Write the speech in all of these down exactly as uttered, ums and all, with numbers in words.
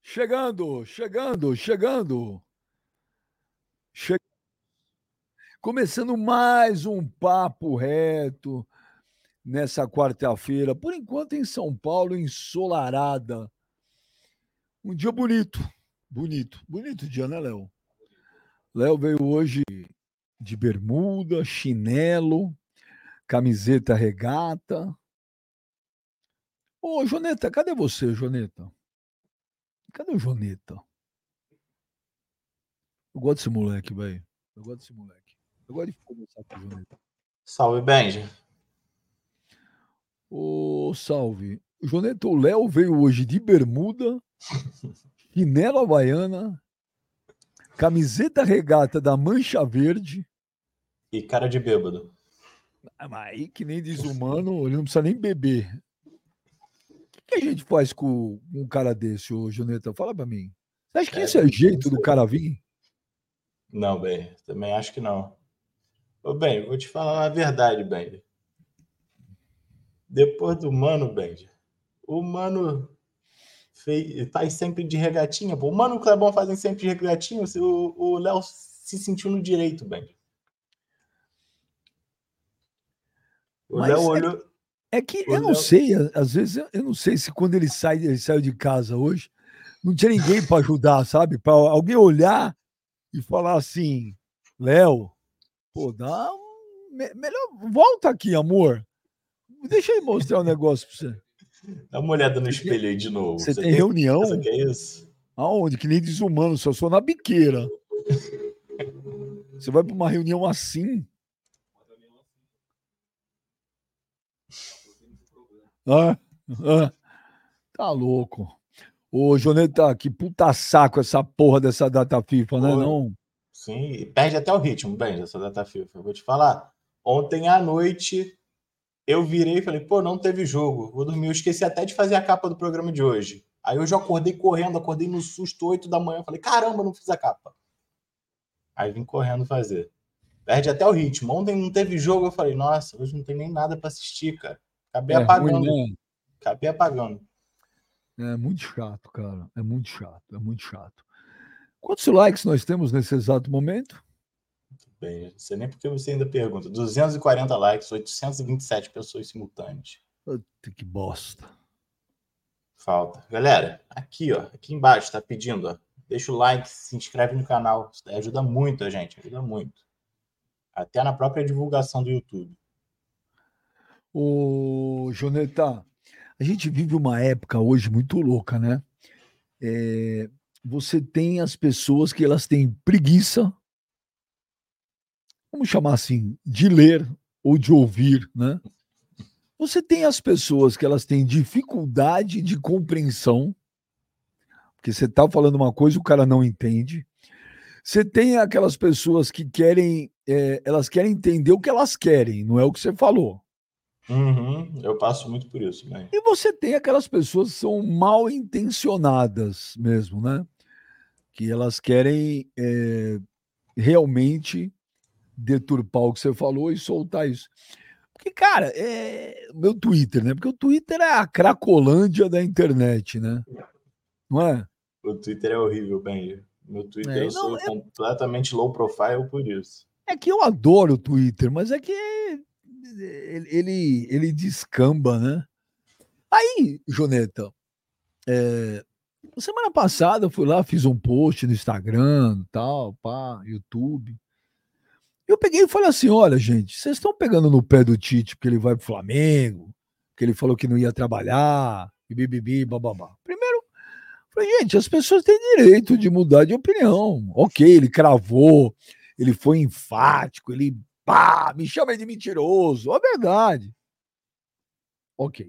Chegando, chegando, chegando. Che... Começando mais um papo reto nessa quarta-feira. Por enquanto em São Paulo, ensolarada. Um dia bonito, bonito, bonito dia, né, Léo? Léo veio hoje de bermuda, chinelo, camiseta regata. Ô, Joneta, cadê você, Joneta? Cadê o Joneta? Eu gosto desse moleque, velho. Eu gosto desse moleque. Eu gosto de conversar com o Joneta. Salve, Benji. Ô, salve. Joneta, o Léo veio hoje de bermuda, chinelo havaiana, camiseta regata da Mancha Verde. E cara de bêbado. Ah, mas aí que nem desumano, ele não precisa nem beber. O que a gente faz com um cara desse, ô Joneta? Fala pra mim. Você acha que É, esse é jeito do cara vir? Não, Benji. Também acho que não. Ô, Benji, vou te falar a verdade, Benji. Depois do Mano, Benji, o Mano fez, faz sempre de regatinha. Pô. O Mano e o Clebão fazem sempre de regatinha. O, o Léo se sentiu no direito, Benji. O Mas Léo é, olhou... é que o eu não Léo... sei, às vezes eu, eu não sei se quando ele sai, ele saiu de casa hoje, não tinha ninguém para ajudar, sabe? Para alguém olhar e falar assim, Léo, pô, dá um, me, melhor, volta aqui, amor. Deixa eu mostrar um negócio pra você. Dá uma olhada no Você espelho tem, aí de novo. você Você tem tem reunião? certeza que é isso? Aonde? Que nem desumano, só sou na biqueira. Você vai para uma reunião assim? Ah, ah, tá louco. Ô, Joneta, que puta saco essa porra dessa data FIFA, né? Pô, Não. sim, e perde até o ritmo, Benji, essa data FIFA. Eu vou te falar. Ontem à noite... Eu virei e falei, pô, não teve jogo, vou dormir. Eu esqueci até de fazer a capa do programa de hoje. Aí eu já acordei correndo, acordei no susto, oito da manhã. Falei, caramba, não fiz a capa. Aí vim correndo fazer. Perde até o ritmo. Ontem não teve jogo, eu falei, nossa, hoje não tem nem nada para assistir, cara. Acabei É ruim, apagando. né? Acabei apagando. É muito chato, cara. É muito chato, é muito chato. Quantos likes nós temos nesse exato momento? Bem, não sei nem porque você ainda pergunta. duzentos e quarenta likes, oitocentas e vinte e sete pessoas simultâneas. Puta que bosta. Falta. Galera, aqui, ó, aqui embaixo, tá pedindo, ó. Deixa o like, se inscreve no canal. Isso daí ajuda muito a gente, ajuda muito. Até na própria divulgação do YouTube. Ô, Joneta, a gente vive uma época hoje muito louca, né? É, você tem as pessoas que elas têm preguiça, vamos chamar assim, de ler ou de ouvir, né? Você tem as pessoas que elas têm dificuldade de compreensão, porque você está falando uma coisa e o cara não entende. Você tem aquelas pessoas que querem, é, elas querem entender o que elas querem, não é o que você falou. Uhum, eu passo muito por isso, né? E você tem aquelas pessoas que são mal intencionadas mesmo, né? Que elas querem é, realmente deturpar o que você falou e soltar isso. Porque, cara, é meu Twitter, né? Porque o Twitter é a cracolândia da internet, né? Não é? O Twitter é horrível, Benji. Meu Twitter, É, eu não, sou é, completamente low profile por isso. é que eu adoro o Twitter, mas é que ele, ele, ele descamba, né? Aí, Joneta, é, semana passada eu fui lá, fiz um post no Instagram, tal, pá, YouTube. Eu peguei e falei assim: olha, gente, vocês estão pegando no pé do Tite porque ele vai pro Flamengo, que ele falou que não ia trabalhar, e bibibi, bababá. Primeiro, falei, gente, as pessoas têm direito de mudar de opinião. Ok, ele cravou, ele foi enfático, ele pá, me chama de mentiroso. É verdade. Ok.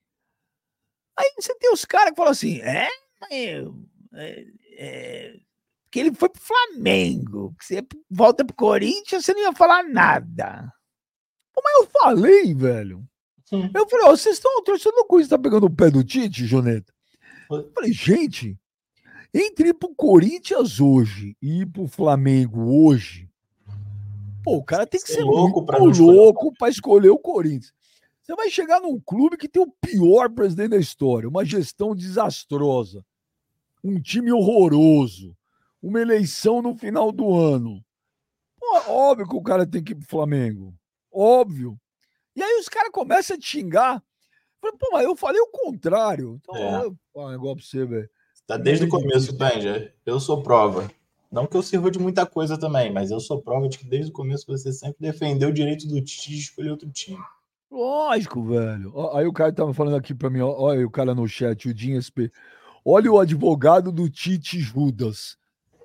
Aí você tem os caras que falam assim: é, meu, é, é, que ele foi pro Flamengo, que você volta pro Corinthians, você não ia falar nada. Pô, mas eu falei, velho. Hum. Eu falei, ó, vocês estão torcendo com isso, tá pegando o pé do Tite, Joneta? Eu falei, gente, entre ir pro Corinthians hoje e ir pro Flamengo hoje, pô, o cara tem que ser louco muito pra não escolher. louco para escolher o Corinthians. Você vai chegar num clube que tem o pior presidente da história, uma gestão desastrosa, um time horroroso, uma eleição no final do ano. Pô, óbvio que o cara tem que ir pro Flamengo. Óbvio. E aí os caras começam a te xingar. Falei, pô, mas eu falei o contrário. Então, É. eu falo um negócio pra você, velho. Tá desde o começo, Benja. Eu sou prova. Não que eu sirva de muita coisa também, mas eu sou prova de que desde o começo você sempre defendeu o direito do Tite de escolher outro time. Lógico, velho. Ó, aí o cara tava falando aqui pra mim, ó, olha o cara no chat, o Dinho S P. Olha o advogado do Tite Judas.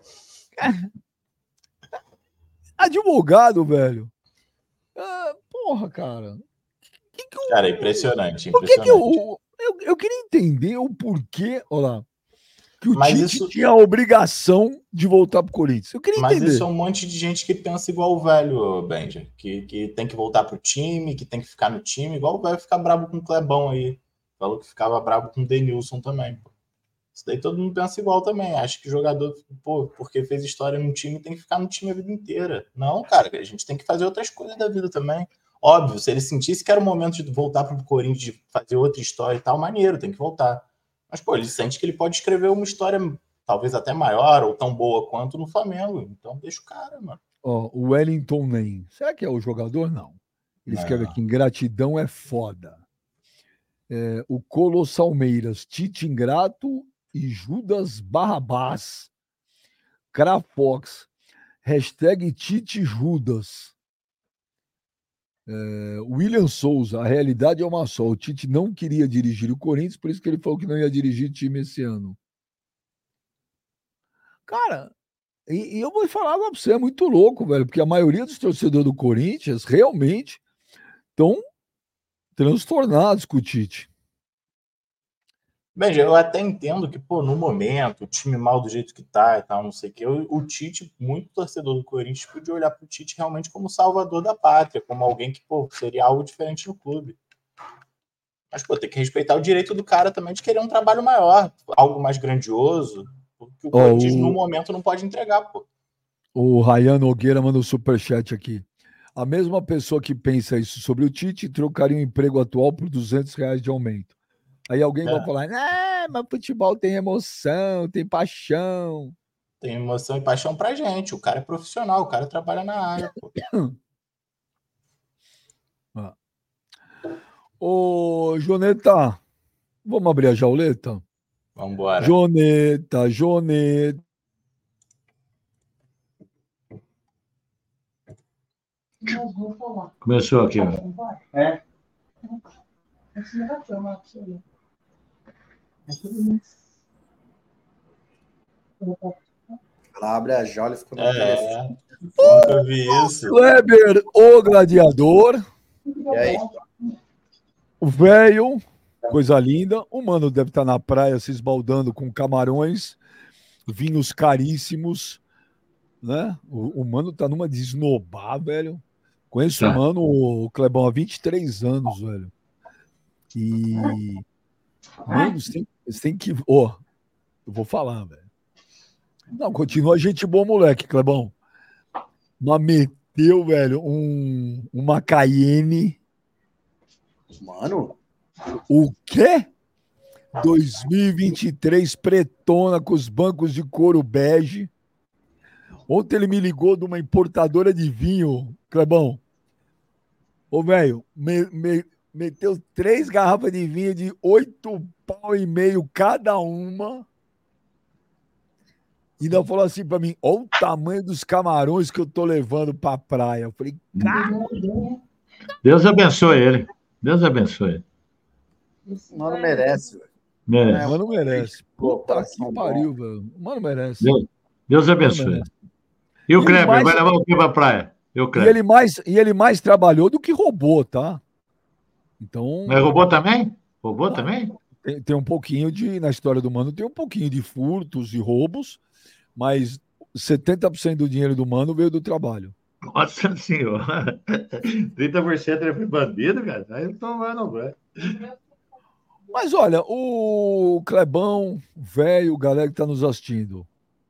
Advogado, velho. Ah, porra, cara. Que que eu, Cara, impressionante, por que impressionante. que eu, eu, eu queria entender o porquê, olha lá, que o Mas Tite isso- tinha a obrigação de voltar pro Corinthians. Eu queria Mas entender. isso é um monte de gente que pensa igual o velho, Benja. Que, que tem que voltar pro time, que tem que ficar no time, igual o velho ficar bravo com o Clebão aí. Falou que ficava bravo com o Denilson também, pô. Isso daí todo mundo pensa igual também. Acho que o jogador, pô, porque fez história no time, tem que ficar no time a vida inteira. Não, cara, a gente tem que fazer outras coisas da vida também. Óbvio, se ele sentisse que era o momento de voltar pro Corinthians, de fazer outra história e tal, maneiro, tem que voltar. Mas, pô, ele sente que ele pode escrever uma história talvez até maior ou tão boa quanto no Flamengo. Então deixa o cara, mano. Ó, o Wellington Nem. Será que é o jogador? Não. Ele Não. escreve aqui, ingratidão é foda. É, o Colossalmeiras, Tite ingrato e Judas Barrabás. Crafox, hashtag Tite Judas. É, William Souza, a realidade é uma só. O Tite não queria dirigir o Corinthians, por isso que ele falou que não ia dirigir time esse ano. Cara, e, e eu vou falar pra você, é muito louco, velho, porque a maioria dos torcedores do Corinthians realmente estão transtornados com o Tite. Bem, eu até entendo que, pô, no momento, o time mal do jeito que tá e tal, não sei o quê, o, o Tite, muito torcedor do Corinthians, podia olhar pro Tite realmente como salvador da pátria, como alguém que, pô, seria algo diferente no clube. Mas, pô, tem que respeitar o direito do cara também de querer um trabalho maior, algo mais grandioso, que o Ó, Corinthians, o- no momento, não pode entregar, pô. O Rayan Nogueira manda um superchat aqui. A mesma pessoa que pensa isso sobre o Tite trocaria o emprego atual por duzentos reais de aumento. Aí alguém É. vai falar, ah, mas futebol tem emoção, tem paixão. Tem emoção e paixão pra gente. O cara é profissional, o cara trabalha na área, pô. Ah. Ô, Joneta, vamos abrir a jauleta? Vambora. Joneta, Joneta. Começou aqui, ó. É. Ela abre a jaula e fica no telefone. É, nunca vi isso. Kleber, o gladiador. E aí? O velho, coisa linda. O mano deve estar na praia se esbaldando com camarões, vinhos caríssimos, né? O, o mano tá numa de esnobar, velho. Conheço Tá. o mano, o Clebão, há vinte e três anos, velho. E. Mano, você tem, você tem que. Ó, eu vou falar, velho. Não, continua gente boa, moleque, Clebão. Mas meteu, velho, um, uma Cayenne. Mano, O quê? dois mil e vinte e três pretona com os bancos de couro bege. Ontem ele me ligou de uma importadora de vinho, Clebão. Ô, velho, me, me, meteu três garrafas de vinho de oito pau e meio cada uma. E ainda falou assim pra mim, olha o tamanho dos camarões que eu tô levando pra praia. Eu falei, cara, Deus abençoe ele. Deus abençoe. o mano merece, velho. É. o mano merece. Pô, Puta coração que bom. pariu, velho. O mano merece. Deus, Deus O mano abençoe. merece. E o E Kleber, mais- vai levar o que pra praia? E o E Kleber? ele, mais, e ele mais trabalhou do que roubou, tá? Então, Mas roubou também? Roubou Ah. também? tem, tem um pouquinho de, na história do mano, tem um pouquinho de furtos e roubos, mas setenta por cento do dinheiro do mano veio do trabalho. Nossa senhora. trinta por cento ele foi bandido, cara. Aí não tô mais, não, velho. Mas olha, o Clebão, velho, galera que tá nos assistindo.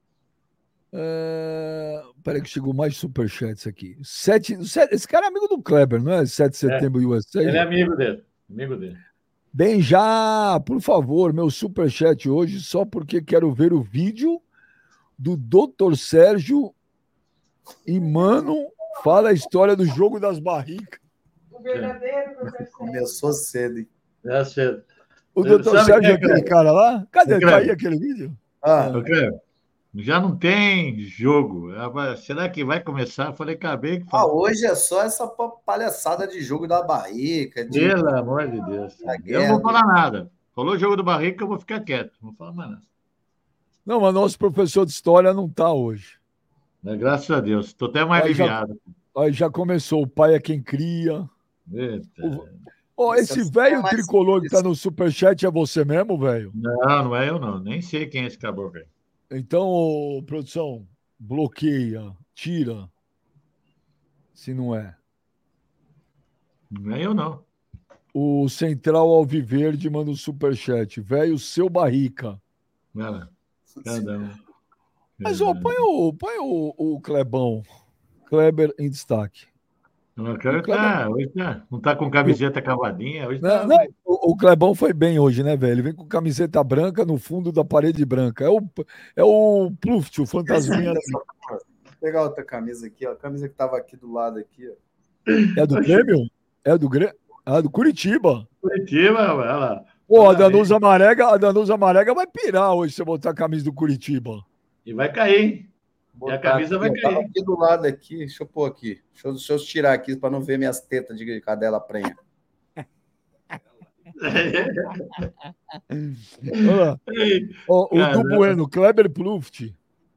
É... Peraí que chegou mais superchats aqui. Sete... Sete... Esse cara é amigo do Kleber, não é? sete de setembro U S A? Ele é amigo dele. Amigo dele. Bem, já, por favor, meu superchat hoje, só porque quero ver o vídeo do doutor Sérgio e, mano, fala a história do jogo das barricas. O verdadeiro doutor Começou cedo, hein? É cedo. O Você doutor sabe Sérgio quem é é, aquele cara? cara lá? Cadê? Ô, Tá aí Cleber. aquele vídeo? Ah, Ô, Cleber, já não tem jogo. Ah, será que vai começar? Eu falei, acabei que ah, falou. hoje é só essa pa- palhaçada de jogo da barrica, de Pelo amor de Deus. da Eu não vou guerra. falar nada. Falou jogo do Barrica, eu vou ficar quieto. Não vou falar mais nada. Não, mas nosso professor de história não tá hoje. Mas, graças a Deus. Estou até mais Aí já, aliviado. aí já começou, o pai é quem cria. Eita. O- Ó, Isso esse é velho mais tricolor que tá simples. no superchat é você mesmo, velho? Não, não é eu, não. Nem sei quem é esse caboclo aí. Então, ô, produção, bloqueia, tira, se não é. Não é eu, não. O Central Alviverde manda um superchat. Velho, seu barrica. Vai lá. Cada um. Mas, ó, põe o, põe o, o Clebão. Kleber em destaque. Não, o cara O Kleber- tá, hoje tá, não tá com camiseta cavadinha. Hoje Não, tá, não, o, o Clebão foi bem hoje, né, velho? Ele vem com camiseta branca no fundo da parede branca. É o, é o Pluft, o fantasminha. Vou pegar outra camisa aqui, ó. A camisa que tava aqui do lado aqui, ó. É do Grêmio? É do Grêmio? Ah, do Curitiba. Curitiba, vai lá. Pô, a Parabéns. Danusa Marega, a Danusa Marega vai pirar hoje se você botar a camisa do Curitiba. E vai cair, hein? Botar camisa aqui, vai ó. Tava cair. aqui do lado aqui. Deixa eu pôr aqui. Deixa eu, deixa eu tirar aqui para não ver minhas tetas de cadela prenha. Olha lá. Ó, o Caramba. do Bueno, Kleber Pluft.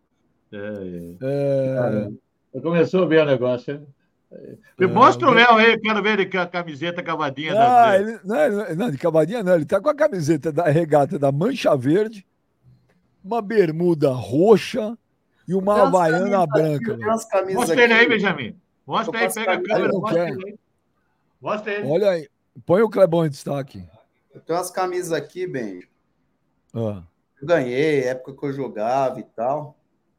É, É, é. Começou a ver o negócio, hein? É, Mostra o o- Léo aí, quero ver ele com a camiseta cavadinha da Ah, dele. ele, não, ele- não, de cavadinha não. Ele tá com a camiseta da regata da Mancha Verde, uma bermuda roxa e uma Tem umas havaiana camisas branca. aqui, tem velho. umas camisas Mostra ele aí, aqui. Benjamin. Mostra Tô aí, com as pega a camisas- câmera, Ele não mostra quer. ele aí. Mostra ele. Olha aí. Põe o Clebão em destaque. Eu tenho umas camisas aqui, bem. Ah. Eu ganhei, época que eu jogava e tal.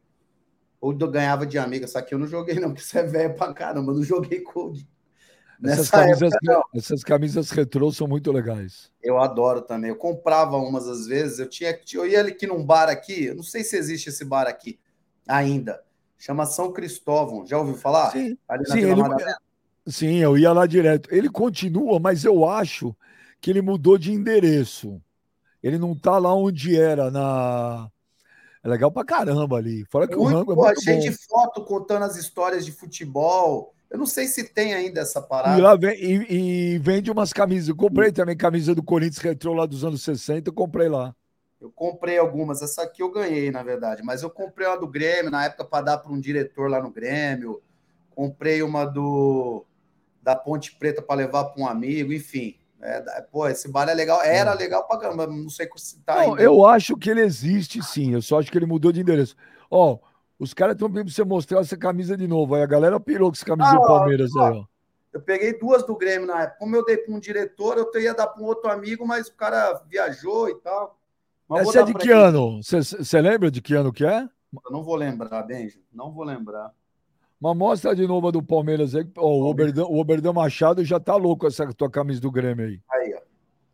Ou eu ganhava de amiga. Essa aqui eu não joguei, não, porque você é velho pra caramba. Eu não joguei com. Essas, Nessa camisas, época, não. essas camisas retrô são muito legais. Eu adoro também. Eu comprava umas às vezes. Eu tinha eu ia aqui num bar aqui. Eu não sei se existe esse bar aqui ainda. Chama São Cristóvão. Já ouviu falar? Sim, Ali na sim, Vila ele, Madalena. sim, eu ia lá direto. Ele continua, mas eu acho que ele mudou de endereço. Ele não tá lá onde era, na. É legal pra caramba ali. Fora que o Muito, rango é pô, muito cheio bom. de foto contando as histórias de futebol. Eu não sei se tem ainda essa E parada. lá vem, e, e vende umas camisas. Eu comprei também camisa do Corinthians retrô lá dos anos sessenta, eu comprei lá. Eu comprei algumas. Essa aqui eu ganhei, na verdade. Mas eu comprei uma do Grêmio, na época, para dar para um diretor lá no Grêmio. Comprei uma do da Ponte Preta para levar para um amigo. Enfim. É, pô, esse bar é legal. Era legal pra caramba. Não sei se tá Não, ainda. eu acho que ele existe sim. Eu só acho que ele mudou de endereço. Ó, os caras estão pedindo pra você mostrar essa camisa de novo. Aí a galera pirou com essa camisa Ah, do ó, Palmeiras ó. aí, ó. Eu peguei duas do Grêmio na época. Como eu dei para um diretor, eu ia dar para um outro amigo, mas o cara viajou e tal. Mas vou Essa é dar de pra que ele. ano? Você lembra de que ano que é? Eu não vou lembrar, Benjo. Não vou lembrar. Mas mostra de novo a do Palmeiras aí. Ó, o Oberdão, o Oberdão Machado já tá louco com essa tua camisa do Grêmio aí. Aí, ó.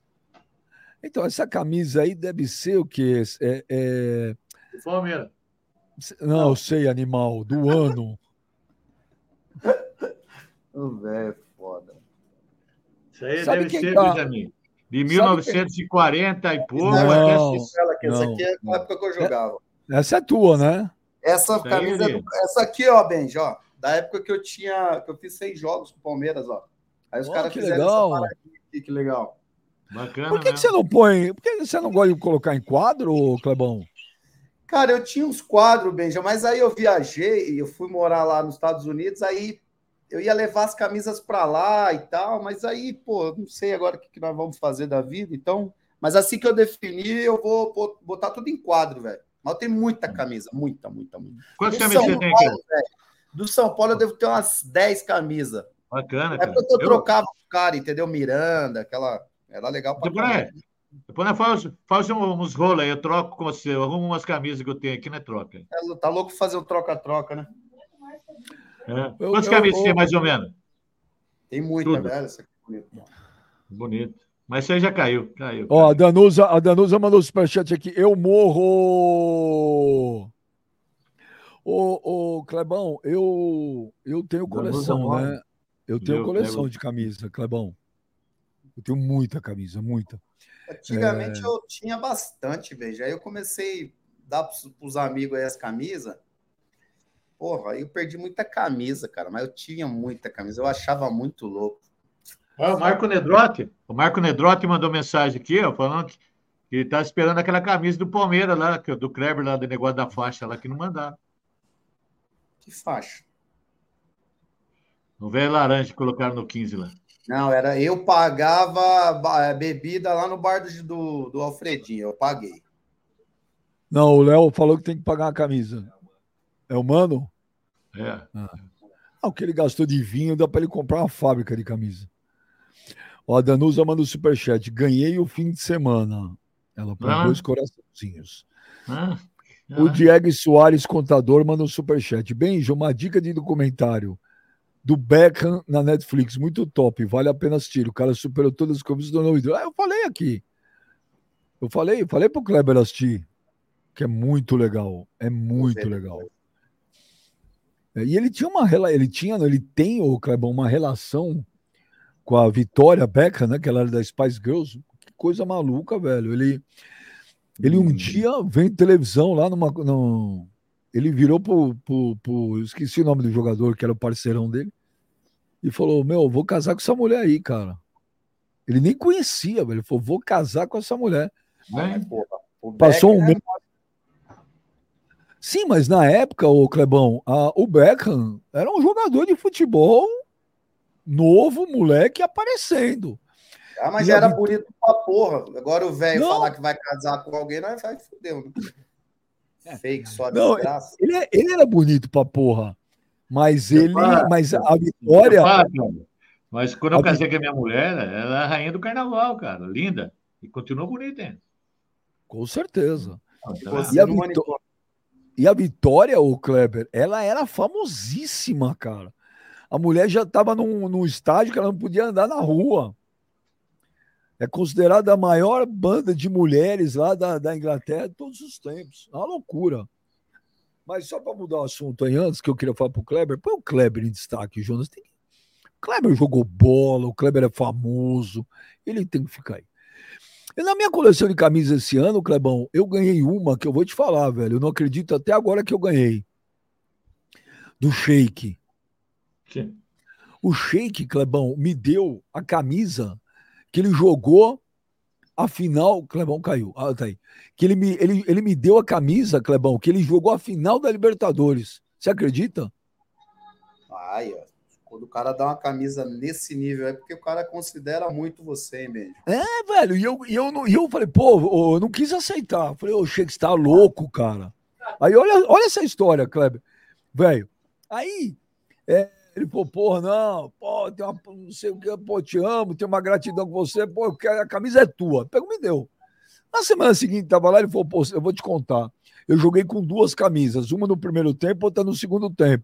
Então, essa camisa aí deve ser o quê? É, é... Palmeiras. Não, eu sei, animal, do ano. O velho é foda. Isso aí Sabe deve quem ser, tá- Benjamin. De mil novecentos e quarenta e pouco Não. até Ela, que essa não, aqui é a época que eu jogava. Essa é tua, né? Essa Isso aí, camisa, Eli. do- essa aqui, ó, Benjo, ó, da época que eu tinha, que eu fiz seis jogos com o Palmeiras, ó. Aí os Ó, caras que fizeram legal. essa paradinha aqui, que legal. Bacana Por que, que mesmo. você não põe? Por que você não gosta de colocar em quadro, ô, Clebão? Cara, eu tinha uns quadros, Benja, mas aí eu viajei e eu fui morar lá nos Estados Unidos, aí eu ia levar as camisas para lá e tal, mas aí, pô, não sei agora o que, que nós vamos fazer da vida, então... Mas assim que eu definir, eu vou pô- botar tudo em quadro, velho. Mas eu tenho muita camisa, muita, muita, muita. Quantas Do camisas São você tem, Paulo, cara? velho, do São Paulo eu devo ter umas dez camisas. Bacana, É cara. porque eu Eu- trocava com o cara, entendeu? Miranda, aquela... Era legal pra Depois, caramba. depois nós faz, faz uns rolos aí, eu troco com você, eu arrumo umas camisas que eu tenho aqui, né? Troca. É, tá louco fazer um troca-troca, né? É. Eu- Quantas eu- camisas eu- você tem, mais ou menos? Tem muita, Tudo. velho. Essa aqui é bonita. Bonito. Mas isso aí já caiu, caiu. Ó, a caiu. Danusa, a Danusa mandou superchat aqui. Eu morro. Ô, ô, Clebão, eu, eu tenho Danusa coleção, morre. né? Eu tenho Meu, coleção Cleber. de camisa, Clebão. Eu tenho muita camisa, muita. Antigamente eu tinha bastante, veja. Aí eu comecei a dar para os amigos aí as camisas. Porra, aí eu perdi muita camisa, cara. Mas eu tinha muita camisa. Eu achava muito louco. Ó, o Marco Nedrotti, o Marco Nedrotti mandou mensagem aqui, ó, falando que, que ele tá esperando aquela camisa do Palmeiras lá, que- do Kleber lá, do negócio da faixa lá, que não mandaram. Que faixa. No velho laranja que colocaram no quinze lá. Não, era eu pagava ba- bebida lá no bar do, do, do Alfredinho. Eu paguei. Não, o Léo falou que tem que pagar a camisa. É o mano? É. Ah, o que ele gastou de vinho dá pra ele comprar uma fábrica de camisa. Ó, a Danusa manda o superchat. Ganhei o fim de semana. Ela põe Ah. dois coraçãozinhos. Ah, O ah. Diego Soares, contador, manda um superchat. Benjo, uma dica de documentário do Beckham na Netflix. Muito top. Vale a pena assistir. O cara superou todas as coisas do novo. Ah, eu falei aqui. Eu falei, eu falei pro Kleber assistir. Que é muito legal. É muito legal. É, E ele tinha uma rela- ele tinha, ele tem, o Clebão, uma relação com a Vitória Beckham, né? Que ela era da Spice Girls. Que coisa maluca, velho. Ele, ele um Hum. dia vem televisão lá numa. No, ele virou pro, pro, pro. Eu esqueci o nome do jogador, que era o parceirão dele, e falou: Meu, vou casar com essa mulher aí, cara. Ele nem conhecia, velho. Ele falou: Vou casar com essa mulher. Né? Porra, o Passou um Beckham, mês. Sim, mas na época, o Clebão, a- o Beckham era um jogador de futebol novo, moleque, aparecendo. Ah, mas E já a era Vit- bonito pra porra. Agora o velho Não. falar que vai casar com alguém, nós vai fudeu, né? Fake, só Não, desgraça. ele, é- ele era bonito pra porra. Mas Eu ele. falo, Mas a eu Vitória. falo, cara. Mas quando eu A Vi- casei com a minha mulher, ela é a rainha do carnaval, cara. Linda. E continua bonita ainda. Com certeza. Tá E vendo? você E a, no Vitó- monitor. e a Vitória, o Kleber, ela era famosíssima, cara. A mulher já estava num, num estágio que ela não podia andar na rua. É considerada a maior banda de mulheres lá da, da Inglaterra de todos os tempos. É uma loucura. Mas só para mudar o assunto aí antes, que eu queria falar pro Kleber, põe o Kleber em destaque, Jonas. Tem... O Kleber jogou bola, o Kleber é famoso, ele tem que ficar aí. E na minha coleção de camisas esse ano, Clebão, eu ganhei uma que eu vou te falar, velho. Eu não acredito até agora que eu ganhei. Do Sheik. Sim. O Sheik, Clebão, me deu a camisa que ele jogou a final. Clebão caiu. Ah, tá aí. Que ele me, ele, ele me deu a camisa, Clebão, que ele jogou a final da Libertadores. Você acredita? Ai, ó. Quando o cara dá uma camisa nesse nível, é porque o cara considera muito você, hein, Benjo? É, velho. E eu, e eu, não, e eu falei, pô, ô, eu não quis aceitar. Falei, ô, Sheik, você tá louco, cara. Aí olha, olha essa história, Kleber. Velho. Aí, é, ele falou, porra, não, pô, tem uma, não sei o que, pô, te amo, tenho uma gratidão com você, pô, eu quero, a camisa é tua. Pegou, me deu. Na semana seguinte, tava lá, ele falou, pô, eu vou te contar. Eu joguei com duas camisas, uma no primeiro tempo, outra no segundo tempo.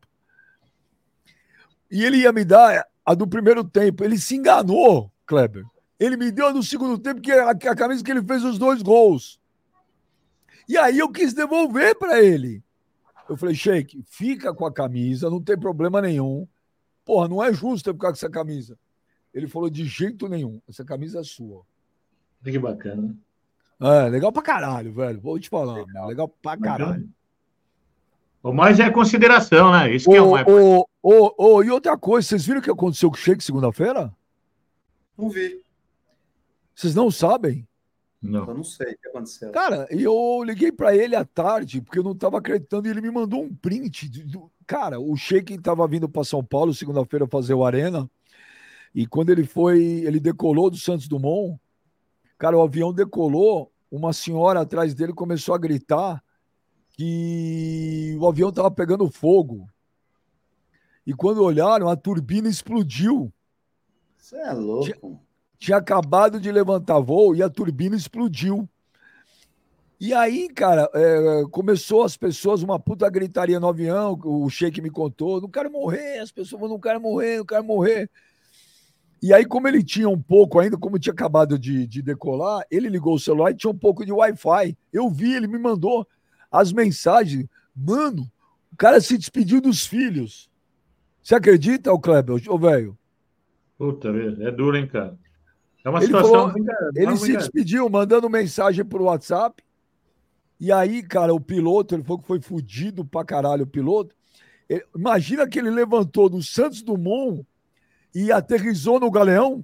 E ele ia me dar a do primeiro tempo. Ele se enganou, Kleber. Ele me deu a do segundo tempo, que é a, a camisa que ele fez os dois gols. E aí eu quis devolver para ele. Eu falei, Sheik, fica com a camisa, não tem problema nenhum. Porra, não é justo eu ficar com essa camisa. Ele falou, de jeito nenhum, essa camisa é sua. Que bacana. É, legal pra caralho, velho. Vou te falar, legal, meu, legal pra caralho. O mais é consideração, né? Isso que é o mais. Ô, ô, ô, e outra coisa, vocês viram o que aconteceu com o Sheik segunda-feira? Não vi. Vocês não sabem? Não. Eu não sei o que aconteceu. Cara, eu liguei pra ele à tarde, porque eu não tava acreditando, e ele me mandou um print. De, do... Cara, o Sheik tava vindo pra São Paulo segunda-feira fazer o Arena, e quando ele foi, ele decolou do Santos Dumont, cara, o avião decolou, uma senhora atrás dele começou a gritar que o avião tava pegando fogo. E quando olharam, a turbina explodiu. Você é louco. Tinha, tinha acabado de levantar voo e a turbina explodiu. E aí, cara, é, começou as pessoas, uma puta gritaria no avião, o Sheik me contou, não quero morrer, as pessoas falam, não quero morrer, não quero morrer. E aí, como ele tinha um pouco ainda, como tinha acabado de, de decolar, ele ligou o celular e tinha um pouco de Wi-Fi. Eu vi, ele me mandou as mensagens. Mano, o cara se despediu dos filhos. Você acredita, ô Kleber, ô velho? Puta vida, é duro, hein, cara? É uma Ele situação falou, muito. ele se despediu mandando mensagem pro WhatsApp. E aí, cara, o piloto, ele falou que foi fudido pra caralho o piloto. Ele, imagina que ele levantou do Santos Dumont e aterrissou no Galeão.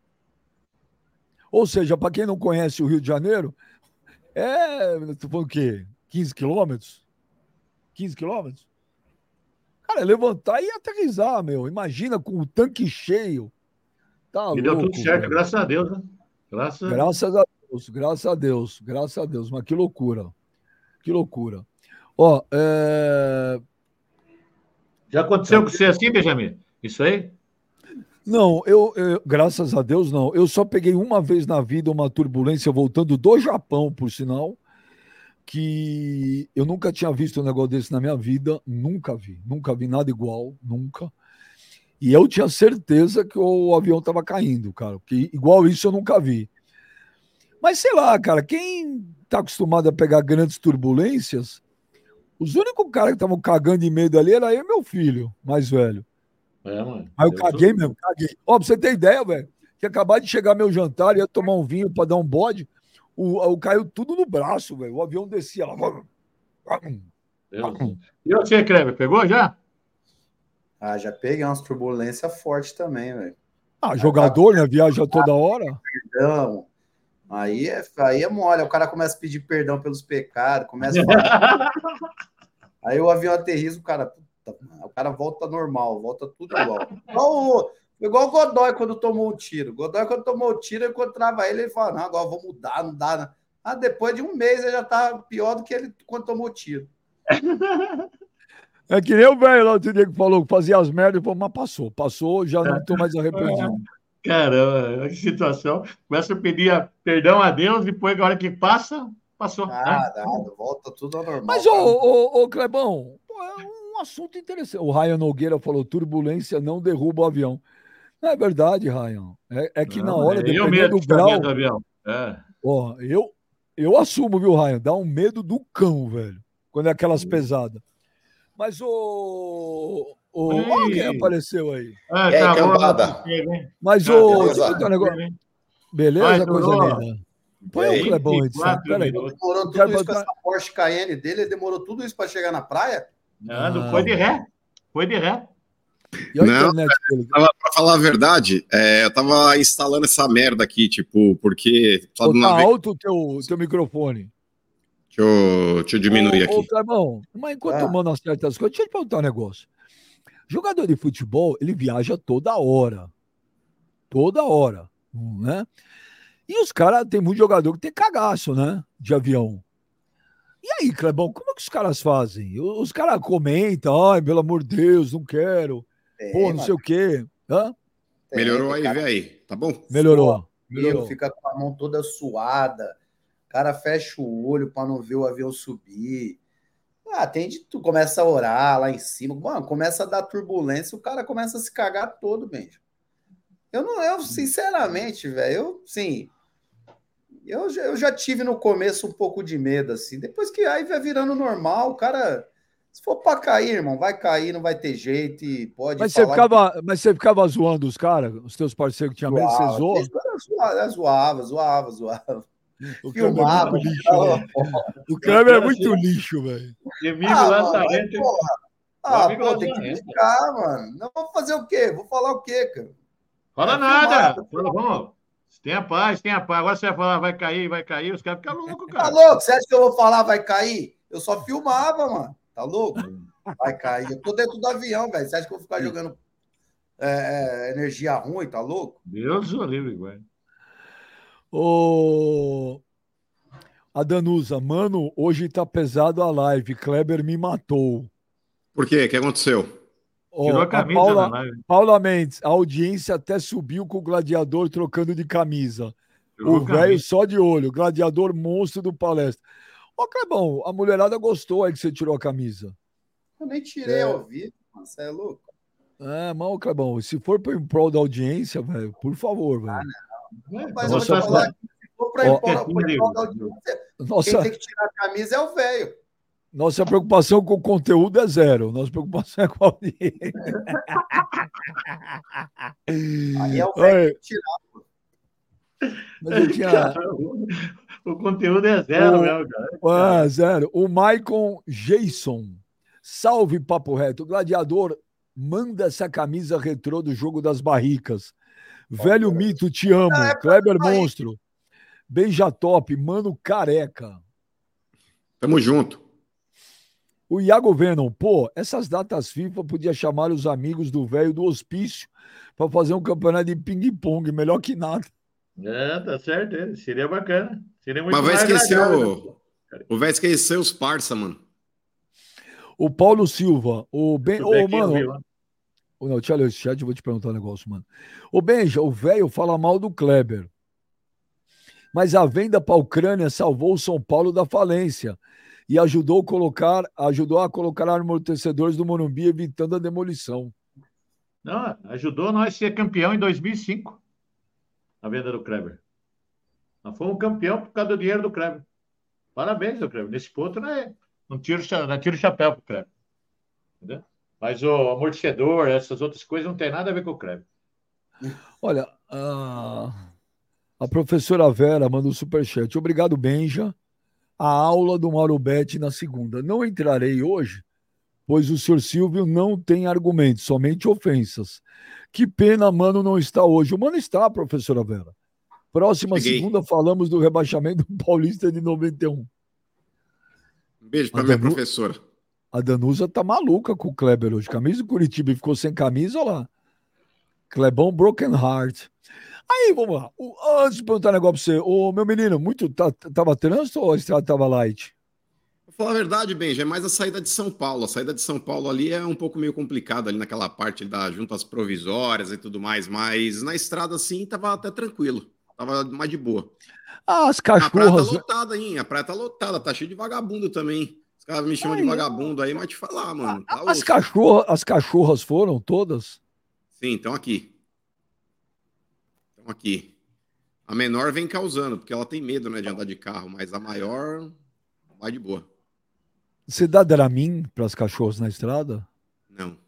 Ou seja, para quem não conhece o Rio de Janeiro, é, tu falou o quê? quinze quilômetros? quinze quilômetros? Cara, levantar e aterrissar, meu. Imagina com o tanque cheio. Tá E louco, deu tudo certo, velho. graças a Deus, né? Graças a Deus. Graças a Deus, graças a Deus, graças a Deus. Mas que loucura. Que loucura. Ó, é... Já aconteceu com você assim, Benjamin? Isso aí? Não, eu, eu, graças a Deus, não. Eu só peguei uma vez na vida uma turbulência voltando do Japão, por sinal, que eu nunca tinha visto um negócio desse na minha vida, nunca vi, nunca vi nada igual, nunca. E eu tinha certeza que o avião estava caindo, cara, porque igual isso eu nunca vi. Mas sei lá, cara, quem tá acostumado a pegar grandes turbulências, os únicos caras que estavam cagando de medo ali era eu e meu filho, mais velho. É, mano. Aí eu caguei mesmo, caguei. Ó, pra você ter ideia, velho, que acabou de chegar meu jantar, ia tomar um vinho pra dar um bode, o, o caiu tudo no braço, velho. O avião descia lá. Deus. E você, Kleber, pegou já? Ah, já peguei umas turbulências fortes também, velho. Ah, jogador, né? Viaja toda hora. Perdão. Aí é, aí é mole. O cara começa a pedir perdão pelos pecados, começa a falar. Aí o avião aterriza, o cara. O cara volta normal, volta tudo igual. Igual, igual o Godoy quando tomou o tiro. O Godoy, quando tomou o tiro, eu encontrava ele e falava: não, agora vou mudar, não dá. Não. Ah, depois de um mês ele já tá pior do que ele quando tomou o tiro. É que nem o velho lá outro dia que falou que fazia as merdas e falou, mas passou, passou, já não estou mais arrependido. Caramba, que situação. Começa a pedir perdão a Deus, depois, na hora que passa, passou. Ah, né? nada, volta tudo ao normal. Mas, ô, ô, ô, Clebão, pô, é um assunto interessante. O Ryan Nogueira falou: turbulência não derruba o avião. Não é verdade, Ryan. É, é que Não, na hora, é eu dependendo mesmo do que está grau. dentro do avião. É. Ó, eu, eu assumo, viu, Ryan? Dá um medo do cão, velho. Quando é aquelas pesadas. Mas o. o ó, quem apareceu aí? Ah, E aí, acabou cambada? a notícia, hein? Mas Ah, o. beleza. Deixa eu botar um negócio. Beleza, Vai, coisa Turô. linda. Põe E o aí? Clebão aí de saco. vinte e quatro Peraí. minutos. Demorou Quero tudo isso com botar- essa Porsche Cayenne dele, ele demorou tudo isso para chegar na praia? Não, não Ah. foi de ré. Foi de ré. E a Não, internet dele? Tava, pra falar a verdade, é, eu tava instalando essa merda aqui, tipo, porque. Só Ô, de uma tá vez. alto o teu, teu microfone. Deixa eu, deixa eu diminuir Ô, ô, aqui. Clebão, mas enquanto Ah. o mano acerta as coisas, deixa eu te perguntar um negócio. Jogador de futebol, ele viaja toda hora. Toda hora, né? E os caras, tem muito jogador que tem cagaço, né? De avião. E aí, Clebão, como é que os caras fazem? Os caras comentam, ai, pelo amor de Deus, não quero. Tem, Pô, não mano, sei o quê. Hã? tem, Melhorou tem aí, cara vê aí, tá bom? Melhorou. que Melhorou. fica com a mão toda suada, o cara fecha o olho para não ver o avião subir. Ah, tem de tu começa a orar lá em cima, mano, começa a dar turbulência, o cara começa a se cagar todo, mesmo. Eu não, eu sinceramente, velho, eu sim. Eu, já- eu já tive no começo um pouco de medo, assim. Depois que aí vai virando normal, o cara. Se for pra cair, irmão, vai cair, não vai ter jeito e pode Mas você, falar. ficava, mas você ficava zoando os caras, os teus parceiros que tinham medo, você zoava, zoou? zoava, zoava, zoava, zoava. O Kleber é Filmava. muito lixo, velho. O Kleber é muito lixo, velho. Amigo Ah, Lazarento. mano, porra. Meu Ah, amigo pô, tem que Lazarento. ficar, mano. Não vou fazer o quê? Vou falar o quê, cara? Fala É, nada. filmado. Fala, vamos. Tenha paz, tenha paz. Agora você vai falar, vai cair, vai cair. Os caras ficam loucos, Tá cara. louco? Você acha que eu vou falar vai cair? Eu só filmava, mano. Tá louco? Vai cair. Eu tô dentro do avião, velho. Você acha que eu vou ficar jogando é, é, energia ruim? Tá louco? Deus o livre, velho. Ô, a Danusa, mano, hoje tá pesado a live. Kleber me matou. Por quê? O que aconteceu? Ó, Tirou a a camisa Paula, na live. Paula Mendes, a audiência até subiu com o gladiador trocando de camisa. Tirou O a velho camisa. só de olho, gladiador monstro do palestra. Ô, Clebão, a mulherada gostou aí que você tirou a camisa. Eu nem tirei É. ao vivo, mano. Você é louco? É, mal, Clebão, se for para em prol da audiência, velho, por favor, velho. Ah, não. É, Mas então eu vou te você falar vai- que se for para Ó, impor prol da audiência, quem Nossa, tem que tirar a camisa é o velho. nossa preocupação com o conteúdo é zero. Nossa preocupação é com a audiência. Aí é o velho que Olha, tem que tirar. mas eu tinha. O conteúdo é zero O- mesmo, cara. Ah, zero. O Maicon Jason. Salve, Papo Reto. O Gladiador manda essa camisa retrô do jogo das barricas. Velho mito, te amo. Ah, é pra Kleber sair. Monstro. Beija top, mano careca. Tamo junto. O Iago Venom, pô, essas datas FIFA podia chamar os amigos do velho do hospício para fazer um campeonato de ping-pong, melhor que nada. É, tá certo. é. Seria bacana. Seria muito Mas vai mais esquecer agradável. o. O vai esquecer os parça, mano. O Paulo Silva, o Ben. Tudo bem Ô, que eu vi mano. lá. Ô, não, deixa eu ler esse chat, eu vou te perguntar um negócio, mano. Ô, Benja, o velho fala mal do Kleber. Mas a venda para a Ucrânia salvou o São Paulo da falência e ajudou a colocar, ajudou a colocar amortecedores do Morumbi, evitando a demolição. Não, ajudou nós a ser campeão em dois mil e cinco. A venda do Kleber. Nós fomos campeão por causa do dinheiro do Kleber. Parabéns, do Kleber. Nesse ponto, não, é, não, tiro, não tiro o chapéu pro Kleber. Entendeu? Mas o amortecedor, essas outras coisas, não tem nada a ver com o Kleber. Olha, a, a professora Vera manda um superchat. Obrigado, Benja. A aula do Mauro Betti na segunda. Não entrarei hoje, pois o senhor Silvio não tem argumentos, somente ofensas. Que pena, Mano não está hoje. O Mano está, professora Vera. Próxima Cheguei. segunda falamos do rebaixamento do Paulista de noventa e um. Um beijo pra A minha Danu- professora. A Danusa tá maluca com o Kleber hoje. Camisa do Curitiba e ficou sem camisa, olha lá. Klebão Broken Heart. Aí, vamos lá. O, antes de perguntar um negócio pra você. Ô, meu menino, muito, tá, tava trânsito ou a estrada tava light? Vou falar a verdade, Benja, é mais a saída de São Paulo. A saída de São Paulo ali é um pouco meio complicada, ali naquela parte da juntas provisórias e tudo mais, mas na estrada, assim, tava até tranquilo. Tava mais de boa. Ah, as A praia tá cachorras. lotada, hein? A praia tá lotada, tá cheio de vagabundo também. Os caras me chamam de Aí, vagabundo aí, mas te falar, mano. Tá As osso. cachorras, as cachorras foram todas? Sim, estão aqui. Estão aqui. A menor vem causando, porque ela tem medo, né, de andar de carro, mas a maior vai de boa. Você dá Dramin para as cachorras na estrada? Não.